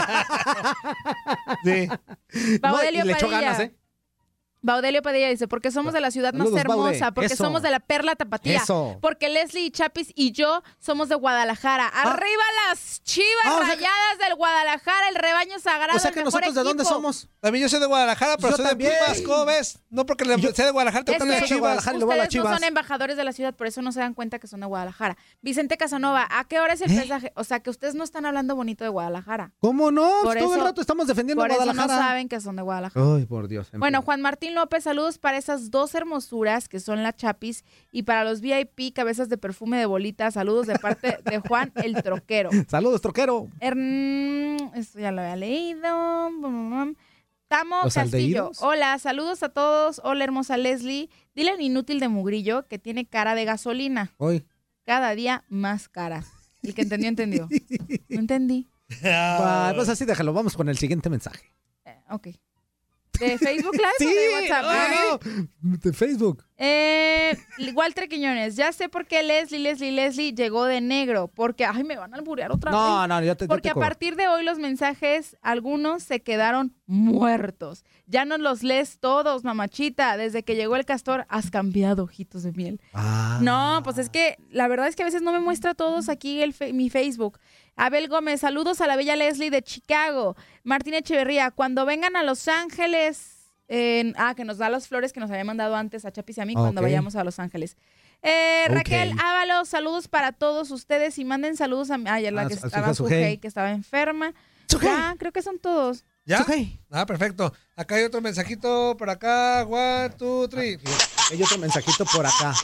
Sí. Baudelio le echó ganas, ¿eh? Baudelio Padilla dice, porque somos de la ciudad más hermosa, porque somos de la Perla Tapatía, porque Leslie, Chapis y yo somos de Guadalajara. ¡Arriba las Chivas Rayadas del Guadalajara, el rebaño sagrado! O sea que nosotros, ¿de dónde somos? También yo soy de Guadalajara, pero soy de Pumas, ¿cómo ves? No porque sea de Guadalajara, te gustan las Chivas. Ustedes no son embajadores de la ciudad, por eso no se dan cuenta que son de Guadalajara. Vicente Casanova, ¿a qué hora es el mensaje? O sea, que ustedes no están hablando bonito de Guadalajara. ¿Cómo no? Todo el rato estamos defendiendo a Guadalajara. Por eso no saben que son de Guadalajara. Ay, por Dios. Bueno, Juan Martín López, saludos para esas 2 hermosuras que son la Chapis y para los VIP, cabezas de perfume de bolita. Saludos de parte de Juan el Troquero. Saludos, Troquero. Esto ya lo había leído. Tamo ¿Los Castillo. aldehídos? Hola, saludos a todos. Hola, hermosa Leslie. Dile al inútil de Mugrillo que tiene cara de gasolina. Hoy. Cada día más cara. El que entendió. No entendí. Pues así déjalo. Vamos con el siguiente mensaje. Ok. ¿De Facebook Live Sí, o de WhatsApp? no, de Facebook. Walter Quiñones, ya sé por qué Leslie llegó de negro. Porque, ay, me van a alburear otra vez. No, ya te Porque a partir de hoy los mensajes, algunos se quedaron muertos. Ya no los lees todos, mamachita. Desde que llegó el castor, has cambiado, ojitos de miel. No, pues es que la verdad es que a veces no me muestra todos aquí mi Facebook. Abel Gómez, saludos a la bella Leslie de Chicago. Martín Echeverría, cuando vengan a Los Ángeles, que nos da las flores que nos había mandado antes a Chapis y a mí cuando vayamos a Los Ángeles. Raquel Ábalos, saludos para todos ustedes y manden saludos a la que estaba Sujei, que estaba enferma. Ya, creo que son todos. ¿Ya? Perfecto. Acá hay otro mensajito por acá. 1, 2, 3. Hay otro mensajito por acá.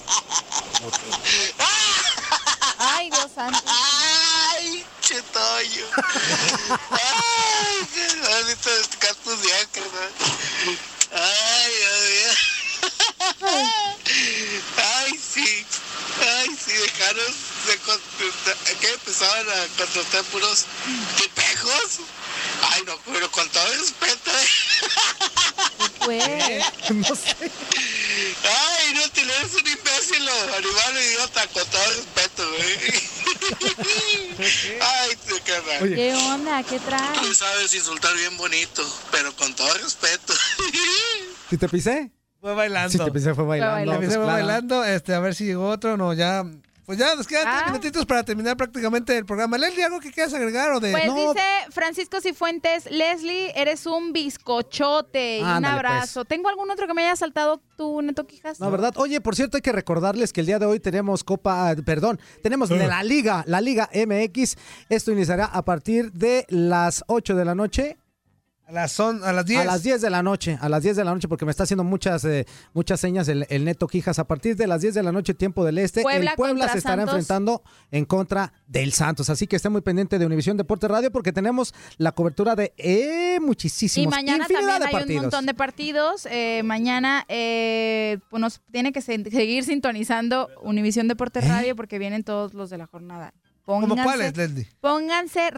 Ay, Dios santo. Ay, chetoyo. Ay, ahorita cactus de acá, ¿no? Ay, Dios mío. Ay, sí, dejaron que empezaban a contratar puros tipejos. Ay, no, pero con todo respeto, No sé. Ay, no, te eres un imbécil, animal idiota, con todo respeto, Ay, carnal. ¿Qué onda? ¿Qué traes? Tú sabes insultar bien bonito, pero con todo respeto. ¿Sí te pisé? Fue bailando. Sí, te pisé, fue bailando. Fue bailando. A ver si llegó otro. No, ya. Pues ya nos quedan 3 minutitos para terminar prácticamente el programa. Leslie, ¿algo que quieras agregar o de...? Pues dice Francisco Cifuentes, Leslie, eres un bizcochote. Y un abrazo. Pues. ¿Tengo algún otro que me haya saltado tú, Neto Quijas? No, ¿verdad? Oye, por cierto, hay que recordarles que el día de hoy tenemos tenemos la Liga MX. Esto iniciará a partir de las 8 de la noche. A las 10. A las 10 de la noche, porque me está haciendo muchas señas el Neto Quijas. A partir de las 10 de la noche, tiempo del este, el Puebla se estará enfrentando en contra del Santos. Así que esté muy pendiente de Univisión Deporte Radio porque tenemos la cobertura de muchísimos, y mañana también hay partidos. un montón de partidos. Mañana pues nos tiene que seguir sintonizando Univisión Deporte Radio porque vienen todos los de la jornada. ¿Cómo cuáles, Leslie? Pónganse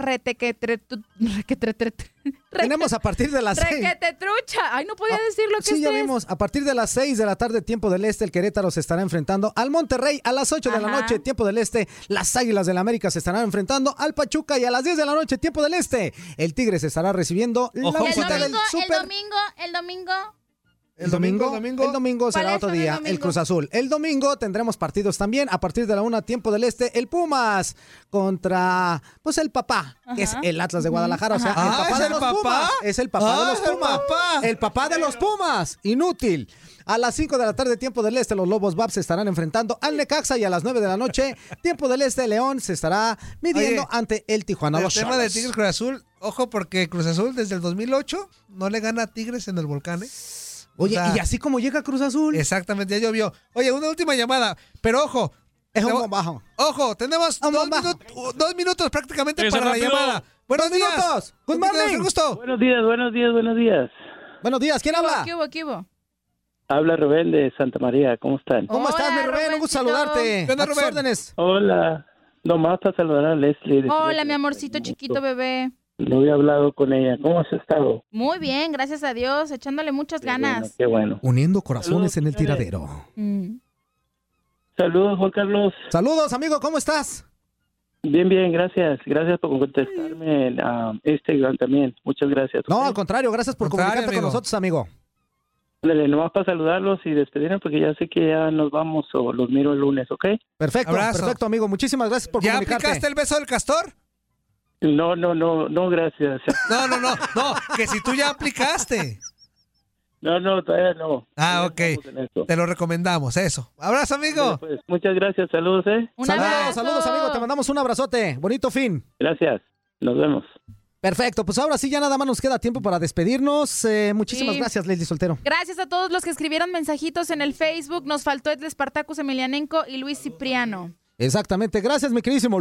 Tenemos a partir de las 6. Requetetrucha. Ay, no podía decir lo que sí, ya vimos. A partir de las 6 de la tarde, tiempo del este, el Querétaro se estará enfrentando al Monterrey. A las 8 de la noche, tiempo del este, las Águilas del América se estarán enfrentando al Pachuca. Y a las 10 de la noche, tiempo del este, el Tigre se estará recibiendo la visita del Super. El domingo será otro día, el Cruz Azul. El domingo tendremos partidos también. A partir de la 1, tiempo del este, el Pumas contra, pues, el papá, que es el Atlas de Guadalajara. O sea, el papá de los Pumas. Es el papá de los Pumas. El papá de los Pumas. Inútil. A las 5 de la tarde, tiempo del este, los Lobos BAP se estarán enfrentando al Necaxa. Y a las 9 de la noche, tiempo del este, León se estará midiendo ante el Tijuana. El tema de Tigres Cruz Azul, ojo, porque Cruz Azul desde el 2008 no le gana a Tigres en el Volcán, Oye, y así como llega Cruz Azul. Exactamente, ya llovió. Oye, una última llamada, pero ojo. Es un bombajo. Ojo, tenemos 2 minutos prácticamente para la llamada. Buenos días. Good morning. Gusto. Buenos días. Buenos días, ¿quién habla? ¿Qué hubo? Habla Rubén de Santa María, ¿cómo están? ¿Cómo estás, mi Rubén? Un gusto saludarte. ¿Qué onda, Rubén? Órdenes. Hola, nomás para saludar a Leslie. Hola, mi amorcito chiquito bebé. No había hablado con ella. ¿Cómo has estado? Muy bien, gracias a Dios, echándole muchas ganas. Qué bueno. Uniendo corazones en el tiradero. Saludos, Juan Carlos. Saludos, amigo, ¿cómo estás? Bien, gracias. Gracias por contestarme a Instagram también. Muchas gracias. No, al contrario, gracias por comunicarte con nosotros, amigo. Dale, nomás para saludarlos y despedirme porque ya sé que ya nos vamos o los miro el lunes, ¿ok? Perfecto, perfecto, amigo. Muchísimas gracias por comunicarte. ¿Ya aplicaste el beso del castor? No, gracias. No, que si tú ya aplicaste. No, todavía no. Ah, ok. Te lo recomendamos, eso. Abrazo, amigo. Pues, muchas gracias, saludos, Saludos, amigo. Te mandamos un abrazote. Bonito fin. Gracias, nos vemos. Perfecto, pues ahora sí ya nada más nos queda tiempo para despedirnos. Muchísimas gracias, Leslie Soltero. Gracias a todos los que escribieron mensajitos en el Facebook. Nos faltó el de Spartacus Emelianenko y Luis Cipriano. Exactamente, gracias mi queridísimo.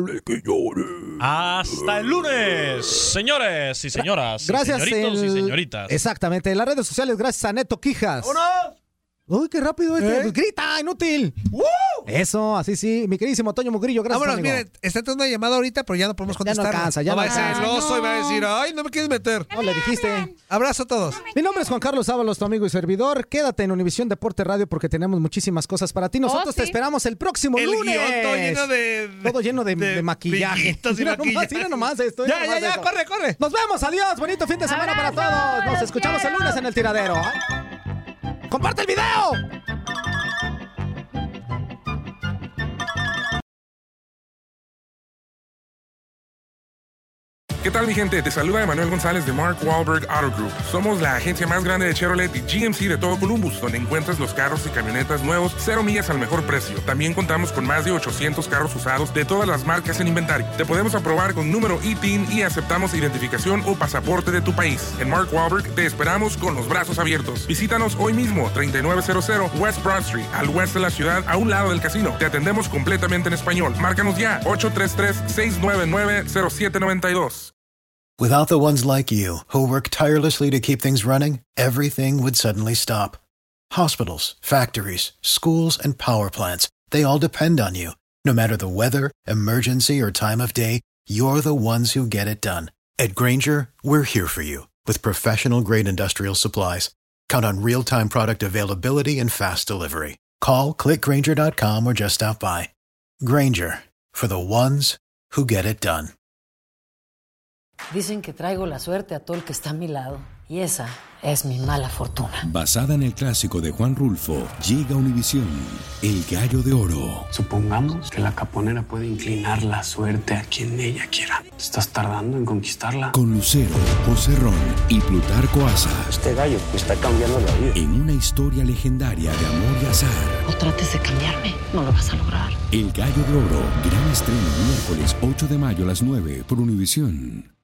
Hasta el lunes, señores y señoras, gracias, señoritos y señoritas. Exactamente, en las redes sociales, gracias a Neto Quijas. ¡Vámonos! ¡Uy, qué rápido este! Pues grita, inútil. Eso, así sí. Mi queridísimo Toño Mugrillo, gracias, amigo. Miren, está entrando una llamada ahorita, pero ya no podemos contestar. Ya no alcanza, ya no alcanza. Va a ser celoso y va a decir, ay, no me quieres meter. No, le dijiste. Abrazo a todos. Mi nombre es Juan Carlos Ábalos, tu amigo y servidor. Quédate en Univisión Deporte Radio porque tenemos muchísimas cosas para ti. Nosotros te esperamos el próximo lunes. Todo lleno de maquillaje. Mira nomás esto. Ya, corre. Nos vemos, adiós. Bonito fin de semana para todos. Nos escuchamos el lunes en El Tiradero. ¡Comparte el video! ¿Qué tal, mi gente? Te saluda Emanuel González de Mark Wahlberg Auto Group. Somos la agencia más grande de Chevrolet y GMC de todo Columbus, donde encuentras los carros y camionetas nuevos, 0 millas al mejor precio. También contamos con más de 800 carros usados de todas las marcas en inventario. Te podemos aprobar con número ITIN y aceptamos identificación o pasaporte de tu país. En Mark Wahlberg te esperamos con los brazos abiertos. Visítanos hoy mismo, 3900 West Broad Street, al oeste de la ciudad, a un lado del casino. Te atendemos completamente en español. Márcanos ya, 833-699-0792. Without the ones like you, who work tirelessly to keep things running, everything would suddenly stop. Hospitals, factories, schools, and power plants, they all depend on you. No matter the weather, emergency, or time of day, you're the ones who get it done. At Grainger, we're here for you with professional-grade industrial supplies. Count on real-time product availability and fast delivery. Call, click Grainger.com, or just stop by. Grainger, for the ones who get it done. Dicen que traigo la suerte a todo el que está a mi lado. Y esa es mi mala fortuna. Basada en el clásico de Juan Rulfo, llega Univisión, El Gallo de Oro. Supongamos que la caponera puede inclinar la suerte a quien ella quiera. ¿Estás tardando en conquistarla? Con Lucero, José Ron y Plutarco Asa. Este gallo me está cambiando la vida. En una historia legendaria de amor y azar. No trates de cambiarme, no lo vas a lograr. El Gallo de Oro, gran estreno miércoles 8 de mayo a las 9 por Univisión.